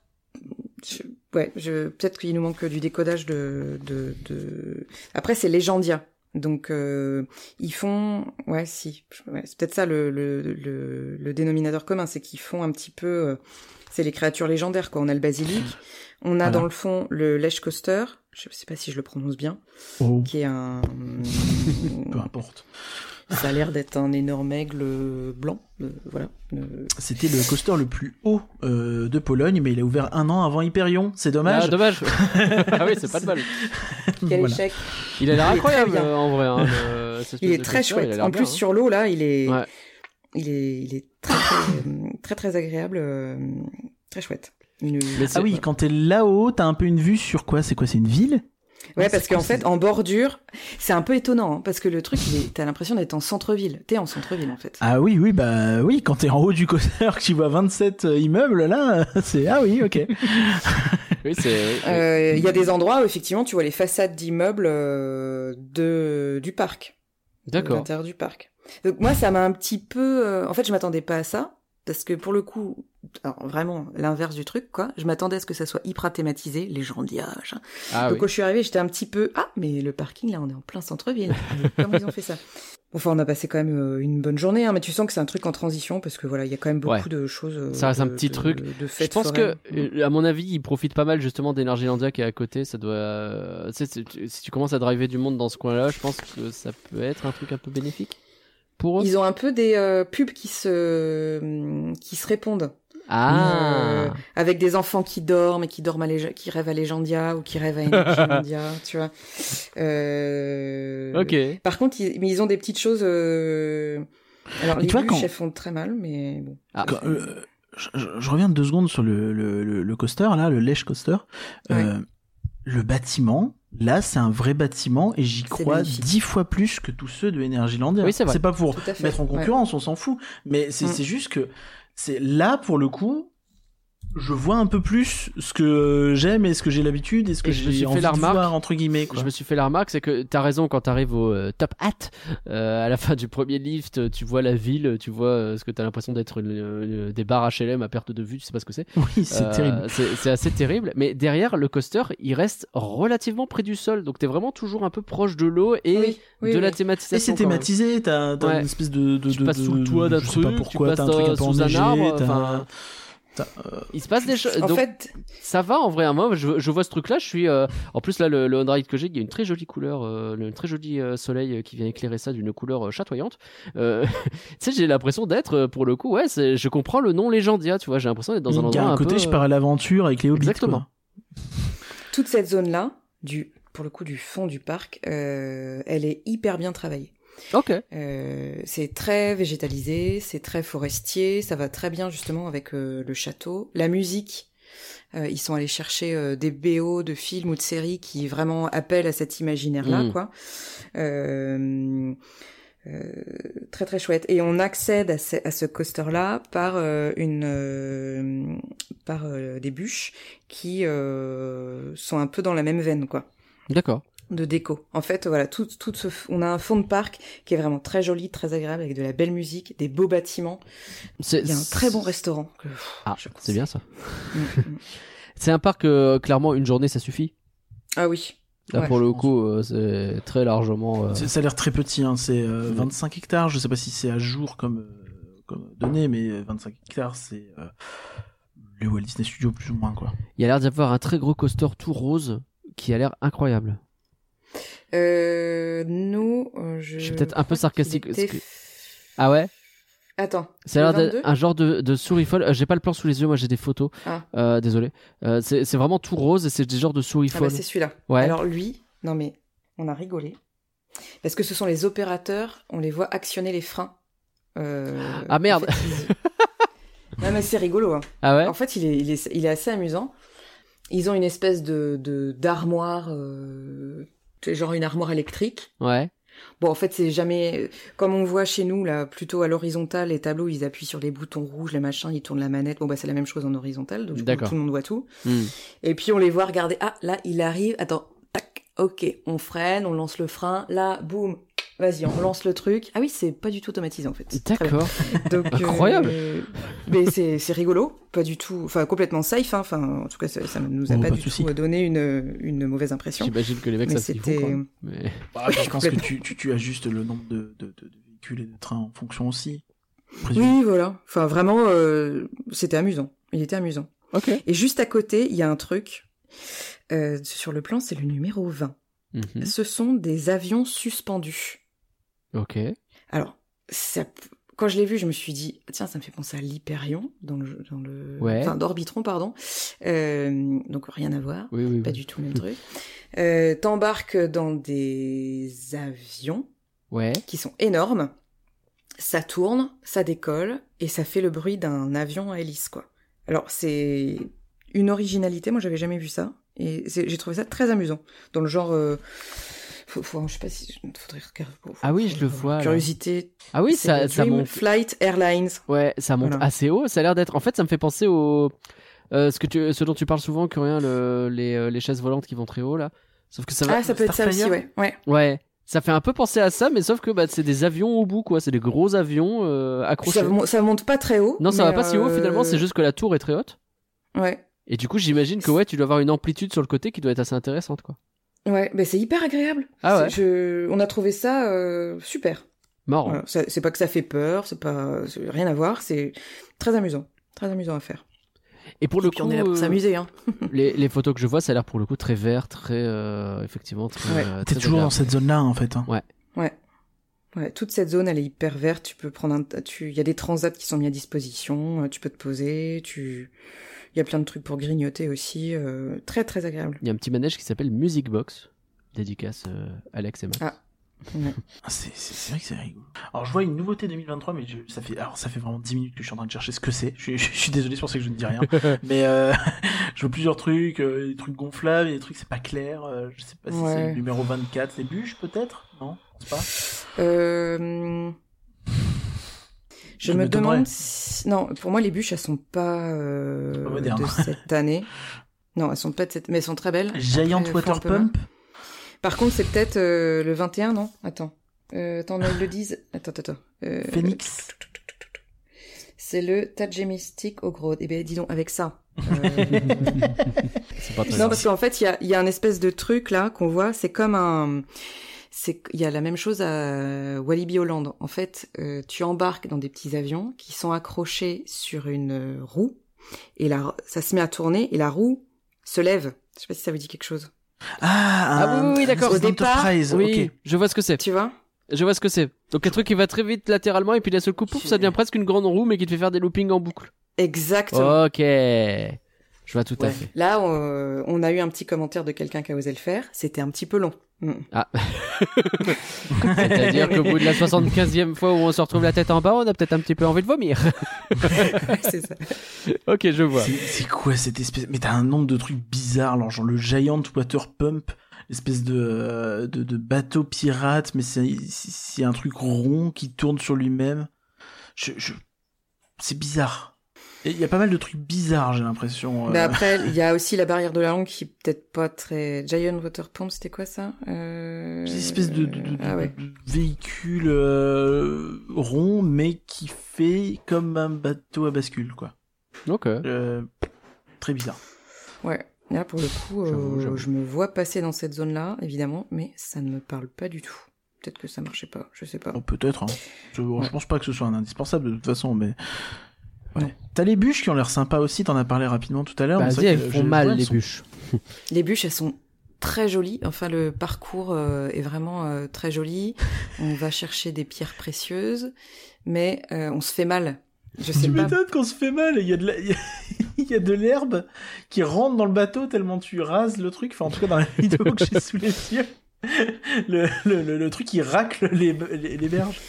Peut-être qu'il nous manque du décodage Après, c'est Legendia. Donc ils font c'est peut-être ça le dénominateur commun, c'est qu'ils font un petit peu c'est les créatures légendaires, quoi. On a le basilic, on a dans le fond le Lech Coaster, je sais pas si je le prononce bien, qui est un peu importe. Ça a l'air d'être un énorme aigle blanc, voilà. C'était le coaster le plus haut de Pologne, mais il a ouvert 1 an avant Hyperion. C'est dommage. Ah, dommage. Ah oui, c'est pas de mal. Quel échec. Il a l'air incroyable en vrai. Hein, il est très chouette. En plus, sur l'eau, là, il est très, très, très agréable, très chouette. Ah oui, quand t'es là-haut, t'as un peu une vue sur quoi ? C'est quoi ? C'est une ville ? Ouais, parce qu'en fait, en bordure, c'est un peu étonnant, hein, parce que le truc, t'as l'impression d'être en centre-ville. T'es en centre-ville, en fait. Ah oui, quand t'es en haut du coaster, que tu vois 27 immeubles, là, c'est... Ah oui, ok. Oui, il y a des endroits où, effectivement, tu vois les façades d'immeubles du parc. D'accord. De l'intérieur du parc. Donc moi, ça m'a un petit peu... En fait, je m'attendais pas à ça, parce que pour le coup... Alors vraiment l'inverse du truc, quoi. Je m'attendais à ce que ça soit hyper thématisé, les gens d'IH. Donc quand je suis arrivée, j'étais un petit peu mais le parking là, on est en plein centre-ville. Comment ils ont fait ça ? Enfin, on a passé quand même une bonne journée, hein, mais tu sens que c'est un truc en transition parce que voilà, il y a quand même beaucoup de choses. Ça reste un petit truc. Je pense que, à mon avis, ils profitent pas mal justement d'Energylandia qui est à côté. Ça doit, si tu commences à driver du monde dans ce coin-là, je pense que ça peut être un truc un peu bénéfique pour eux. Ils ont un peu des pubs qui se répondent. Avec des enfants qui dorment et qui rêvent à Legendia ou qui rêvent à Energylandia, tu vois. Ok. Par contre, ils ont des petites choses. Alors les bûches, elles font très mal, mais bon. Je reviens 2 secondes sur le coaster là, le Lech Coaster. Le bâtiment. Là, c'est un vrai bâtiment et j'y crois 10 fois plus que tous ceux de Energylandia. Oui, c'est vrai. C'est pas pour mettre en concurrence, on s'en fout. Mais c'est juste que c'est là, pour le coup, je vois un peu plus ce que j'aime et ce que j'ai l'habitude et ce que j'ai envie de voir, entre guillemets, quoi. Je me suis fait la remarque, c'est que t'as raison, quand t'arrives au Top Hat, à la fin du premier lift, tu vois la ville, tu vois ce que t'as l'impression d'être des bars HLM à perte de vue, tu sais pas ce que c'est. Oui, c'est terrible. C'est assez terrible, mais derrière, le coaster, il reste relativement près du sol, donc t'es vraiment toujours un peu proche de l'eau et la thématisation. Et c'est thématisé, t'as une espèce de... Tu passes sous le toit d'un truc, je sais pas pourquoi, tu passes sous un arbre, il se passe des choses. En fait, ça va en vrai. Hein. Moi, je vois ce truc-là. Je suis. En plus, là, le on-ride que j'ai, il y a une très jolie couleur, un très joli soleil qui vient éclairer ça d'une couleur chatoyante. Tu sais, j'ai l'impression d'être, pour le coup, je comprends le nom Legendia. Tu vois, j'ai l'impression d'être dans un endroit un peu. côté, je pars à l'aventure avec les hobbits. Exactement. Quoi. Toute cette zone-là, pour le coup, du fond du parc, elle est hyper bien travaillée. Ok. C'est très végétalisé, c'est très forestier, ça va très bien justement avec le château. La musique, ils sont allés chercher des BO de films ou de séries qui vraiment appellent à cet imaginaire-là, quoi. Très très chouette. Et on accède à ce coaster-là par des bûches qui sont un peu dans la même veine, quoi. D'accord. de déco. En fait, voilà, on a un fond de parc qui est vraiment très joli, très agréable, avec de la belle musique, des beaux bâtiments. Il y a un très bon restaurant. C'est bien ça. C'est un parc, clairement, une journée, ça suffit. Ah oui. Là, pour le coup, c'est très largement... Ça a l'air très petit, hein. C'est 25 hectares, je sais pas si c'est à jour comme donné, mais 25 hectares, c'est le Walt Disney Studios plus ou moins, quoi. Il y a l'air d'y avoir un très gros coaster tout rose qui a l'air incroyable. Je suis peut-être un peu sarcastique. Ah ouais? Attends. Ça a l'air d'être un genre de souris folle. J'ai pas le plan sous les yeux, moi j'ai des photos. Désolé. C'est vraiment tout rose et c'est des genres de souris folles. C'est celui-là. Ouais. Alors lui, non mais on a rigolé. Parce que ce sont les opérateurs, on les voit actionner les freins. Ah merde. En fait, non mais c'est rigolo. Hein. Ah ouais. En fait, il est assez amusant. Ils ont une espèce d'armoire, genre une armoire électrique. Ouais. Bon, en fait, c'est jamais... Comme on voit chez nous, là, plutôt à l'horizontale, les tableaux, ils appuient sur les boutons rouges, les machins, ils tournent la manette. Bon, bah, c'est la même chose en horizontal, donc tout le monde voit tout. Et puis, on les voit regarder. Ah, là, il arrive. Attends, tac, ok, on freine, on lance le frein. Là, boum, vas-y, on lance le truc. Ah oui, c'est pas du tout automatisé, en fait. D'accord. Donc, incroyable. Mais c'est rigolo, pas du tout... Enfin, complètement safe, hein. Enfin, en tout cas, ça nous a pas du tout donné une mauvaise impression. J'imagine que les mecs, ça se font, quoi. Mais... je pense que tu ajustes le nombre de véhicules et de trains en fonction aussi. Oui, voilà. Enfin, vraiment, c'était amusant. Il était amusant. Ok. Et juste à côté, il y a un truc. Sur le plan, c'est le numéro 20. Ce sont des avions suspendus. Ok. Alors, quand je l'ai vu, je me suis dit, tiens, ça me fait penser à l'Hyperion, enfin, d'Orbitron, pardon. Donc, rien à voir. Oui. Pas du tout le même truc. T'embarques dans des avions qui sont énormes. Ça tourne, ça décolle, et ça fait le bruit d'un avion à hélice, quoi. Alors, c'est une originalité. Moi, j'avais jamais vu ça. Et j'ai trouvé ça très amusant. Dans le genre... je sais pas si... Faudrait regarder. Ah oui, je le vois. Curiosité. Ah oui, ça monte. Flight Airlines. Ouais, ça monte assez haut. Ça a l'air d'être... En fait, ça me fait penser au... ce dont tu parles souvent, Curien, les chaises volantes qui vont très haut, là. Sauf que ça va... Ah, ça peut être ça aussi, ouais. Ouais. Ça fait un peu penser à ça, mais sauf que c'est des avions au bout, quoi. C'est des gros avions accrochés. Ça monte pas très haut. Non, ça va pas si haut, finalement. C'est juste que la tour est très haute. Ouais. Et du coup, j'imagine que tu dois avoir une amplitude sur le côté qui doit être assez intéressante, quoi. Ouais, mais c'est hyper agréable. Ah ouais. On a trouvé ça super. Marrant. Voilà, c'est pas que ça fait peur, c'est rien à voir, c'est très amusant à faire. Et pour le coup, on est là pour s'amuser, hein. les photos que je vois, ça a l'air pour le coup très vert, très effectivement très. T'es très toujours dans cette zone-là, en fait. Hein. Ouais, toute cette zone, elle est hyper verte. Tu peux prendre il y a des transats qui sont mis à disposition. Tu peux te poser. Il y a plein de trucs pour grignoter aussi. Très très agréable. Il y a un petit manège qui s'appelle Music Box. Dédicace Alex et Max. Ah. Ouais. C'est vrai que c'est rigolo. Alors je vois une nouveauté 2023, mais ça fait vraiment 10 minutes que je suis en train de chercher ce que c'est. Je suis désolé, c'est pour ça que je ne dis rien. Mais je vois plusieurs trucs, des trucs gonflables, des trucs c'est pas clair. Je sais pas si c'est le numéro 24, les bûches peut-être. Non, je pense pas. Je me demande si... Non, pour moi les bûches elles sont pas de cette année. Non, elles sont pas de cette, mais elles sont très belles. Giant Water Pump. Par contre, c'est peut-être le 21, non? Attends, ils le disent. Attends. Phoenix. C'est le Tagemistic au gros. Eh ben, dis donc, avec ça. C'est pas très non, parce qu'en fait, il y a un espèce de truc là qu'on voit. C'est comme un. Il y a la même chose à Walibi Holland. En fait, tu embarques dans des petits avions qui sont accrochés sur une roue et là, ça se met à tourner et la roue se lève. Je sais pas si ça vous dit quelque chose. Oui, d'accord. Au départ, oui, okay. Je vois ce que c'est. Tu vois? Je vois ce que c'est. Donc un truc qui va très vite latéralement et puis d'un seul coup, pouf, ça devient presque une grande roue mais qui te fait faire des loopings en boucle. Exactement. Ok. Je vois tout à fait. Là, on a eu un petit commentaire de quelqu'un qui a osé le faire. C'était un petit peu long. Ah. C'est-à-dire qu'au bout de la 75e fois où on se retrouve la tête en bas, on a peut-être un petit peu envie de vomir. C'est ça. Ok, je vois. C'est quoi cette espèce... Mais t'as un nombre de trucs bizarres, genre le Giant Water Pump, l'espèce de bateau pirate, mais c'est un truc rond qui tourne sur lui-même. C'est bizarre. Et il y a pas mal de trucs bizarres, j'ai l'impression. Bah après, il y a aussi la barrière de la langue qui est peut-être pas très... Giant Water Pump, c'était quoi ça Une espèce de véhicule rond, mais qui fait comme un bateau à bascule, quoi. Ok. Très bizarre. Ouais. Là, pour le coup, j'avoue. Je me vois passer dans cette zone-là, évidemment, mais ça ne me parle pas du tout. Peut-être que ça marchait pas, je sais pas. Oh, peut-être, hein. Je pense pas que ce soit un indispensable de toute façon, mais... Ouais. T'as les bûches qui ont l'air sympas aussi, t'en as parlé rapidement tout à l'heure. Vas-y, elles font mal, les bûches. Les bûches, elles sont très jolies. Enfin, le parcours est vraiment très joli. On va chercher des pierres précieuses, mais on se fait mal. Je sais tu pas. m'étonnes qu'on se fait mal. Il y a de l'herbe qui rentre dans le bateau tellement tu rases le truc. Enfin, en tout cas, dans la vidéo que j'ai sous les yeux. Le truc qui racle les berges.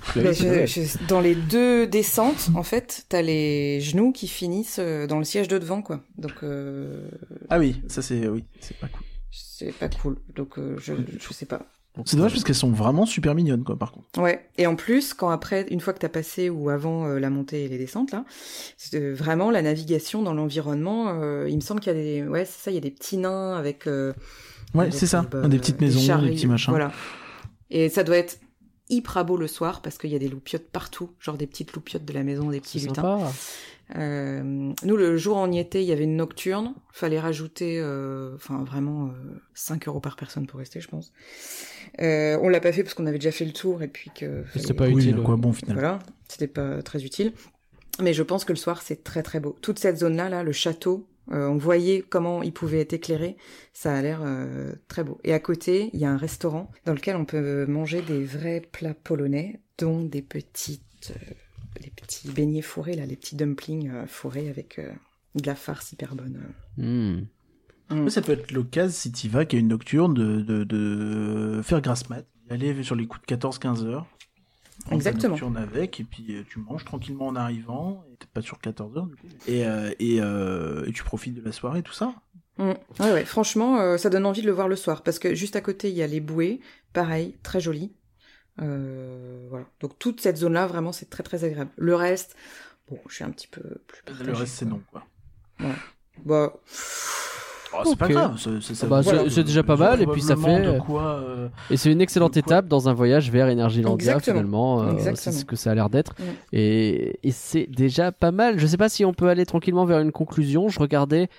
Dans les 2 descentes, en fait, t'as les genoux qui finissent dans le siège de devant, quoi. Donc. Ah oui, ça c'est pas cool. C'est pas cool. Donc je sais pas. C'est dommage parce qu'elles sont vraiment super mignonnes, quoi, par contre. Ouais. Et en plus, une fois que t'as passé ou avant la montée et les descentes, là, c'est vraiment la navigation dans l'environnement. Il me semble qu'il y a il y a des petits nains avec. Ouais, c'est ça. Des petites maisons, des petits machins. Voilà. Et ça doit être hyper beau le soir parce qu'il y a des loupiottes partout, genre des petites loupiottes de la maison, des petits lutins. Nous, le jour où on y était, il y avait une nocturne. Fallait rajouter, vraiment 5 € par personne pour rester, je pense. On l'a pas fait parce qu'on avait déjà fait le tour et puis que. C'était pas utile. Quoi bon finalement. Voilà, c'était pas très utile. Mais je pense que le soir, c'est très très beau. Toute cette zone-là, le château. On voyait comment il pouvait être éclairé, ça a l'air très beau. Et à côté, il y a un restaurant dans lequel on peut manger des vrais plats polonais, dont des petits beignets fourrés, là, les petits dumplings fourrés avec de la farce hyper bonne. Ça peut être l'occasion, si t'y vas, qu'il y a une nocturne, de faire grasse mat, aller sur les coups de 14-15 heures. Exactement. Nocturne avec, et puis tu manges tranquillement en arrivant, et t'es pas sur 14 heures du coup, et tu profites de la soirée, tout ça. Ouais, franchement, ça donne envie de le voir le soir, parce que juste à côté, il y a les bouées, pareil, très joli. Voilà. Donc toute cette zone-là, vraiment, c'est très très agréable. Le reste, bon, je suis un petit peu plus partagée. Le reste, c'est non, quoi. Ouais. Bah... c'est pas grave, c'est déjà pas mal, et puis ça fait. Et c'est une excellente étape dans un voyage vers Energylandia, finalement. C'est ce que ça a l'air d'être. Et c'est déjà pas mal. Je sais pas si on peut aller tranquillement vers une conclusion. Je regardais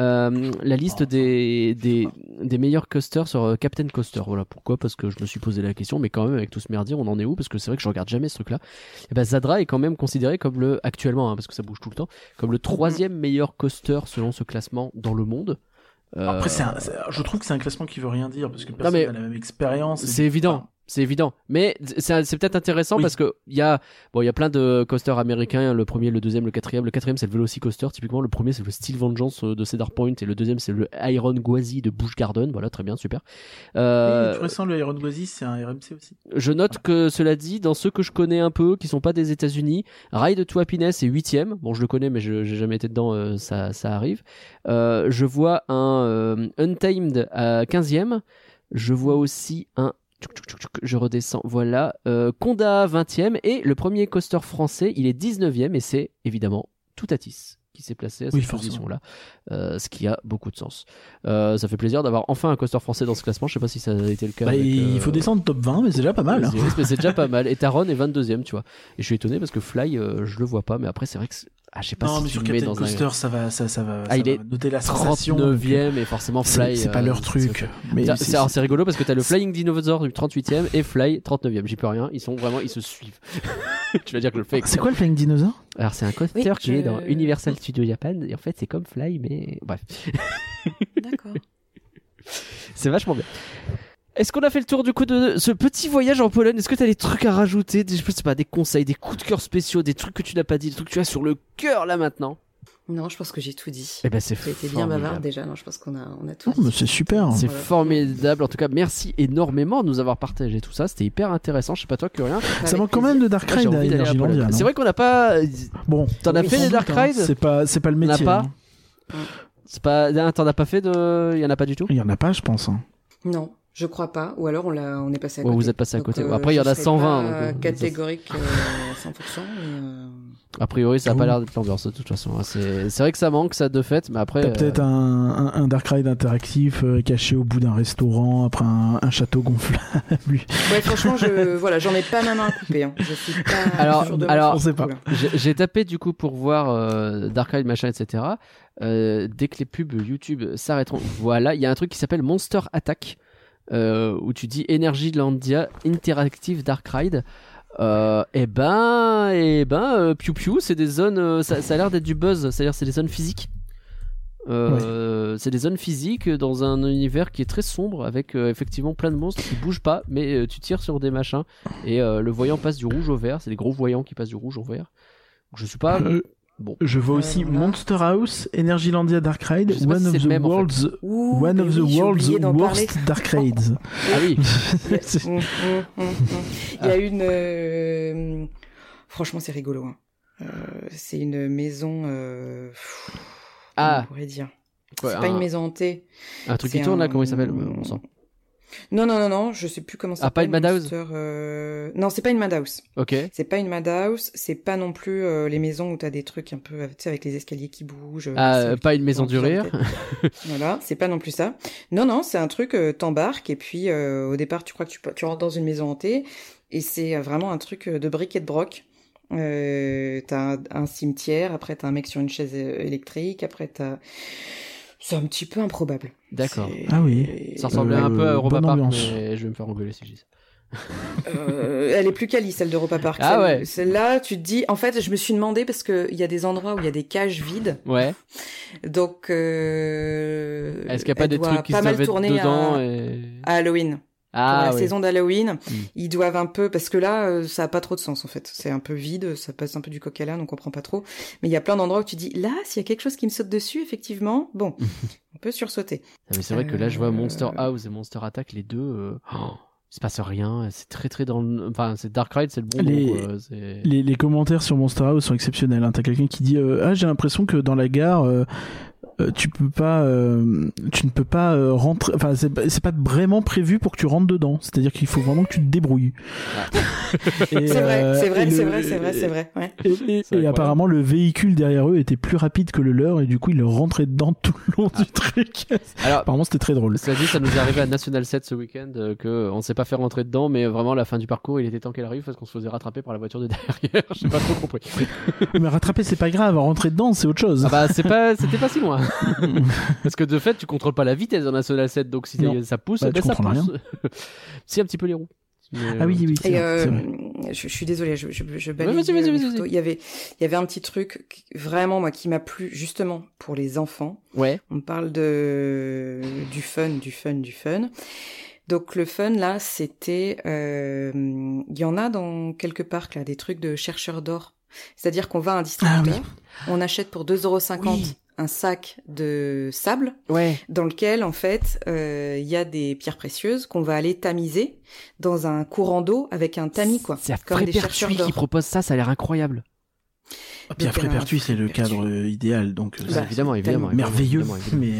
la liste des meilleurs coasters sur Captain Coaster. Voilà pourquoi, parce que je me suis posé la question, mais quand même avec tout ce merdier, on en est où? Parce que c'est vrai que je regarde jamais ce truc-là. Et ben Zadra est quand même considéré comme actuellement, parce que ça bouge tout le temps, comme le 3e meilleur coaster selon ce classement dans le monde. Après, je trouve que c'est un classement qui veut rien dire parce que personne n'a la même expérience. C'est évident. C'est évident, mais c'est peut-être intéressant parce que il y a plein de coasters américains, le premier, le deuxième, le quatrième. Le quatrième c'est le Velocicoaster, typiquement. Le premier c'est le Steel Vengeance de Cedar Point et le deuxième c'est le Iron Gwazi de Busch Garden. Voilà, très bien, super. Le plus récent, le Iron Gwazi, c'est un RMC aussi. Je note que cela dit, dans ceux que je connais un peu, qui sont pas des États-Unis, Ride to Happiness est 8e. Bon, je le connais, mais j'ai jamais été dedans. Ça arrive. Je vois un Untamed à 15e. Je vois aussi un je redescends, voilà. Conda 20e et le premier coaster français, il est 19e et c'est évidemment Toutatis qui s'est placé à cette position-là, ce qui a beaucoup de sens. Ça fait plaisir d'avoir enfin un coaster français dans ce classement. Je sais pas si ça a été le cas. Il faut descendre top 20, mais c'est déjà pas mal. Hein. Mais c'est déjà pas mal. Et Taron est 22e, tu vois. Et je suis étonné parce que Fly, je le vois pas, mais après c'est vrai que je sais pas non, si mais tu sur le mets Captain dans Coaster, ça va il est noter la sensation. 39e et forcément Fly. C'est pas leur truc. Mais c'est rigolo parce que t'as le Flying Dinosaur du 38e et Fly 39e. J'y peux rien. Ils se suivent. Tu vas dire que le fait. C'est quoi le Flying Dinosaur? Alors c'est un coaster qui est dans Universal Studios Japan et en fait c'est comme Fly mais bref. D'accord. C'est vachement bien. Est-ce qu'on a fait le tour du coup de ce petit voyage en Pologne? Est-ce que tu as des trucs à rajouter, je sais pas, des conseils, des coups de cœur spéciaux, des trucs que tu n'as pas dit, des trucs que tu as sur le cœur là maintenant? Non, je pense que j'ai tout dit. Eh ben c'est J'ai été bien bavard déjà. Non, je pense qu'on a tout dit. Mais c'est super. C'est formidable. En tout cas, merci énormément de nous avoir partagé tout ça. C'était hyper intéressant. Je sais pas toi, Curien. Ça manque quand même de Dark Ride à Energylandia. C'est vrai qu'on n'a pas. Bon, t'en as fait des Dark Ride? C'est pas le métier. T'en as pas. C'est pas. T'en as pas fait de. Il y en a pas du tout. Il y en a pas, je pense. Non. Je crois pas, ou alors on est passé à côté. Vous êtes passé à côté. Après, il y en a 120. Donc, catégorique à 100%. A priori, ça a pas l'air d'être l'ambiance de toute façon. C'est vrai que ça manque, ça de fait, mais après. T'as peut-être un Dark Ride interactif caché au bout d'un restaurant après un château gonflable. Ouais, franchement, j'en ai pas ma main à couper. Hein. Je suis pas sûre de on sait pas. J'ai tapé du coup pour voir Dark Ride machin, etc. Dès que les pubs YouTube s'arrêteront, voilà, il y a un truc qui s'appelle Monster Attack. Où tu dis Energylandia Interactive Dark Ride. Piu Piu, c'est des zones, ça a l'air d'être du buzz, c'est-à-dire c'est des zones physiques. C'est des zones physiques dans un univers qui est très sombre avec effectivement plein de monstres qui bougent pas, mais tu tires sur des machins et le voyant passe du rouge au vert. C'est des gros voyants qui passent du rouge au vert. Je suis pas. Bon. Je vois aussi Monster House, Energylandia Dark Ride, one of the world's worst Dark Rides. Ah oui. Il y a une. Franchement, c'est rigolo. Hein. C'est une maison. On pourrait dire. Quoi, c'est pas une maison hantée. Un truc qui tourne là, comment il s'appelle on sent. Non, je sais plus comment ça s'appelle. Pas une Madhouse Non, c'est pas une Madhouse. Ok. C'est pas une Madhouse, c'est pas non plus les maisons où t'as des trucs un peu, tu sais, avec les escaliers qui bougent. Pas une maison du rire. Voilà, c'est pas non plus ça. Non, c'est un truc, t'embarques et puis au départ, tu crois que tu rentres dans une maison hantée et c'est vraiment un truc de bric et de broc. T'as un cimetière, après t'as un mec sur une chaise électrique, après t'as... C'est un petit peu improbable. D'accord. Ah oui. Ça ressemblait un peu à Europa Park, mais je vais me faire engueuler si je dis ça. Elle est plus quali, celle d'Europa Park. Celle-là, tu te dis... En fait, je me suis demandé, parce qu'il y a des endroits où il y a des cages vides. Ouais. Donc, est-ce qu'il n'y a pas des trucs qui se doivent être dedans à Halloween. Pour la saison d'Halloween, ils doivent un peu, parce que là, ça a pas trop de sens en fait. C'est un peu vide, ça passe un peu du coq à l'âne, on comprend pas trop. Mais il y a plein d'endroits où tu dis, là, s'il y a quelque chose qui me saute dessus, effectivement, bon, on peut sursauter. Mais c'est vrai que là, je vois Monster House et Monster Attack, les deux, il se passe rien. C'est très dans le... Enfin, c'est Dark Ride, c'est le bon mot. Les commentaires sur Monster House sont exceptionnels. Hein. T'as quelqu'un qui dit, j'ai l'impression que dans la gare... tu ne peux pas rentrer, enfin c'est pas vraiment prévu pour que tu rentres dedans, c'est-à-dire qu'il faut vraiment que tu te débrouilles. C'est vrai. Ouais. Et apparemment le véhicule derrière eux était plus rapide que le leur et du coup ils rentraient dedans tout le long du truc. Alors apparemment c'était très drôle. Ça dit, ça nous est arrivé à National 7 ce week-end que on s'est pas fait rentrer dedans, mais vraiment à la fin du parcours il était temps qu'elle arrive parce qu'on se faisait rattraper par la voiture de derrière. J'ai pas trop compris. Mais rattraper c'est pas grave, rentrer dedans c'est autre chose. C'était pas si loin. Parce que de fait tu contrôles pas la vitesse dans National 7, donc si ça pousse, ça pousse. Rien. Si un petit peu les roues. Ah oui. Et je suis désolée, je balaye les photos. Il y avait un petit truc vraiment moi qui m'a plu justement pour les enfants. Ouais. On parle du fun. Donc le fun là, c'était il y en a dans quelques parcs là des trucs de chercheurs d'or. C'est-à-dire qu'on va à un distributeur, on achète pour 2,50 € un sac de sable dans lequel en fait il y a des pierres précieuses qu'on va aller tamiser dans un courant d'eau avec un tamis quoi. C'est Frépertuis qui propose ça a l'air incroyable. Bien Frépertuis c'est le cadre idéal donc évidemment merveilleux mais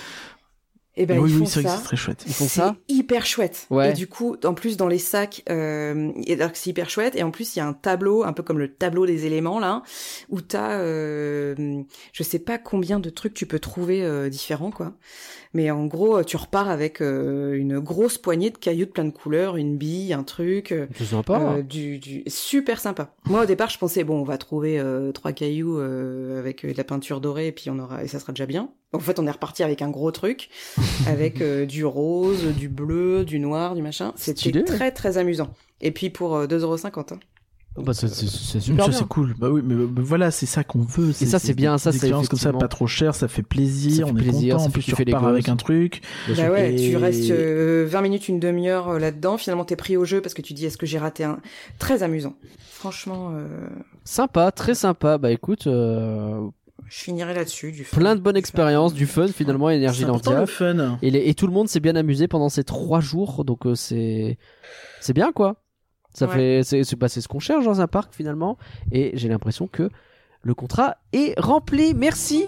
et ben oui, c'est vrai que c'est très chouette. Ils font ça. C'est hyper chouette. Ouais. Et du coup, en plus dans les sacs, c'est hyper chouette. Et en plus, il y a un tableau, un peu comme le tableau des éléments là, où t'as, je sais pas combien de trucs tu peux trouver différents quoi. Mais en gros, tu repars avec une grosse poignée de cailloux de plein de couleurs, une bille, un truc. C'est sympa. Du super sympa. Moi au départ, je pensais bon, on va trouver 3 cailloux avec de la peinture dorée et puis et ça sera déjà bien. En fait, on est reparti avec un gros truc, avec du rose, du bleu, du noir, du machin. C'était très très amusant. Et puis pour 2,50 €. Hein. C'est super bien. C'est cool. Bah oui, mais voilà, c'est ça qu'on veut. Et ça, c'est bien. Ça, c'est expérience comme ça, pas trop cher, ça fait plaisir. On est content. En plus, tu repars avec un truc. Bah ouais, tu restes 20 minutes, une demi-heure là-dedans. Finalement, t'es pris au jeu parce que tu dis, est-ce que j'ai raté un... Très amusant. Franchement. Sympa, très sympa. Bah écoute. Je finirai là-dessus, du fun. Plein de bonnes expériences, du fun finalement, Energylandia. Le fun. Et tout le monde s'est bien amusé pendant ces 3 jours, donc c'est bien quoi. C'est ce qu'on cherche dans un parc finalement, et j'ai l'impression que le contrat est rempli. Merci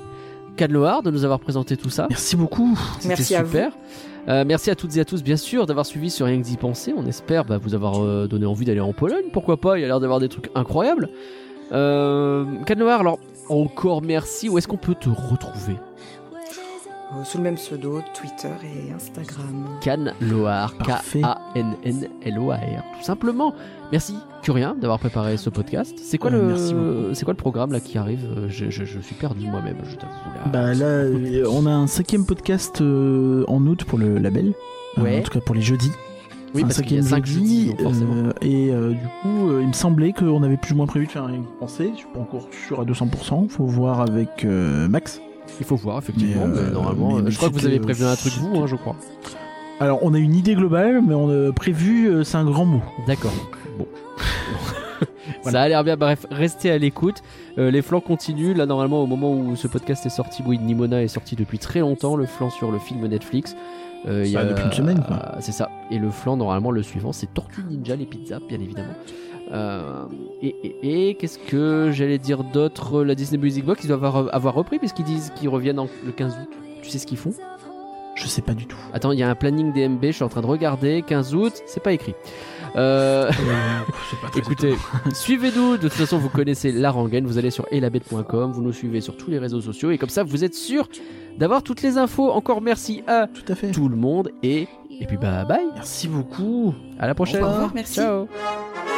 Canloar de nous avoir présenté tout ça. Merci beaucoup. C'était merci super. Merci à toutes et à tous, bien sûr, d'avoir suivi sur Rien que d'y penser. On espère vous avoir donné envie d'aller en Pologne. Pourquoi pas, il y a l'air d'avoir des trucs incroyables. Canloar, alors, encore merci. Où est-ce qu'on peut te retrouver ? Sous le même pseudo, Twitter et Instagram. Canloar, Parfait. K-A-N-N-L-O-A-R, tout simplement. Merci Curien d'avoir préparé ce podcast. C'est quoi le programme là qui arrive ? Je suis perdu moi-même, je t'avoue. Là, on a un 5e podcast en août pour le label. Ouais. En tout cas pour les jeudis. Oui, parce qu'il y a 5 jeudis, donc forcément. Du coup, il me semblait qu'on avait plus ou moins prévu de faire Rien que penser. Je suis pas encore sûr à 200%. Faut voir avec Max. Il faut voir, effectivement, mais normalement, je crois que vous avez prévu un truc, vous, je crois. Alors, on a une idée globale, mais on a prévu, c'est un grand mot. D'accord, bon. Voilà. Ça a l'air bien, bref, restez à l'écoute. Les flancs continuent, là, normalement, au moment où ce podcast est sorti, Nimona est sorti depuis très longtemps, le flanc sur le film Netflix. Depuis une semaine, quoi. C'est ça, et le flanc, normalement, le suivant, c'est Tortue Ninja, les pizzas, bien évidemment. Et qu'est-ce que j'allais dire d'autre ? La Disney Music Box, ils doivent avoir repris puisqu'ils disent qu'ils reviennent le 15 août. Tu sais ce qu'ils font ? Je sais pas du tout. Attends, il y a un planning DMB, je suis en train de regarder. 15 août, c'est pas écrit. Écoutez, suivez-nous. De toute façon, vous connaissez la rengaine. Vous allez sur elabet.com, vous nous suivez sur tous les réseaux sociaux et comme ça, vous êtes sûr d'avoir toutes les infos. Encore merci à tout le monde et puis bye. Merci beaucoup. À la prochaine. Au revoir, merci. Ciao.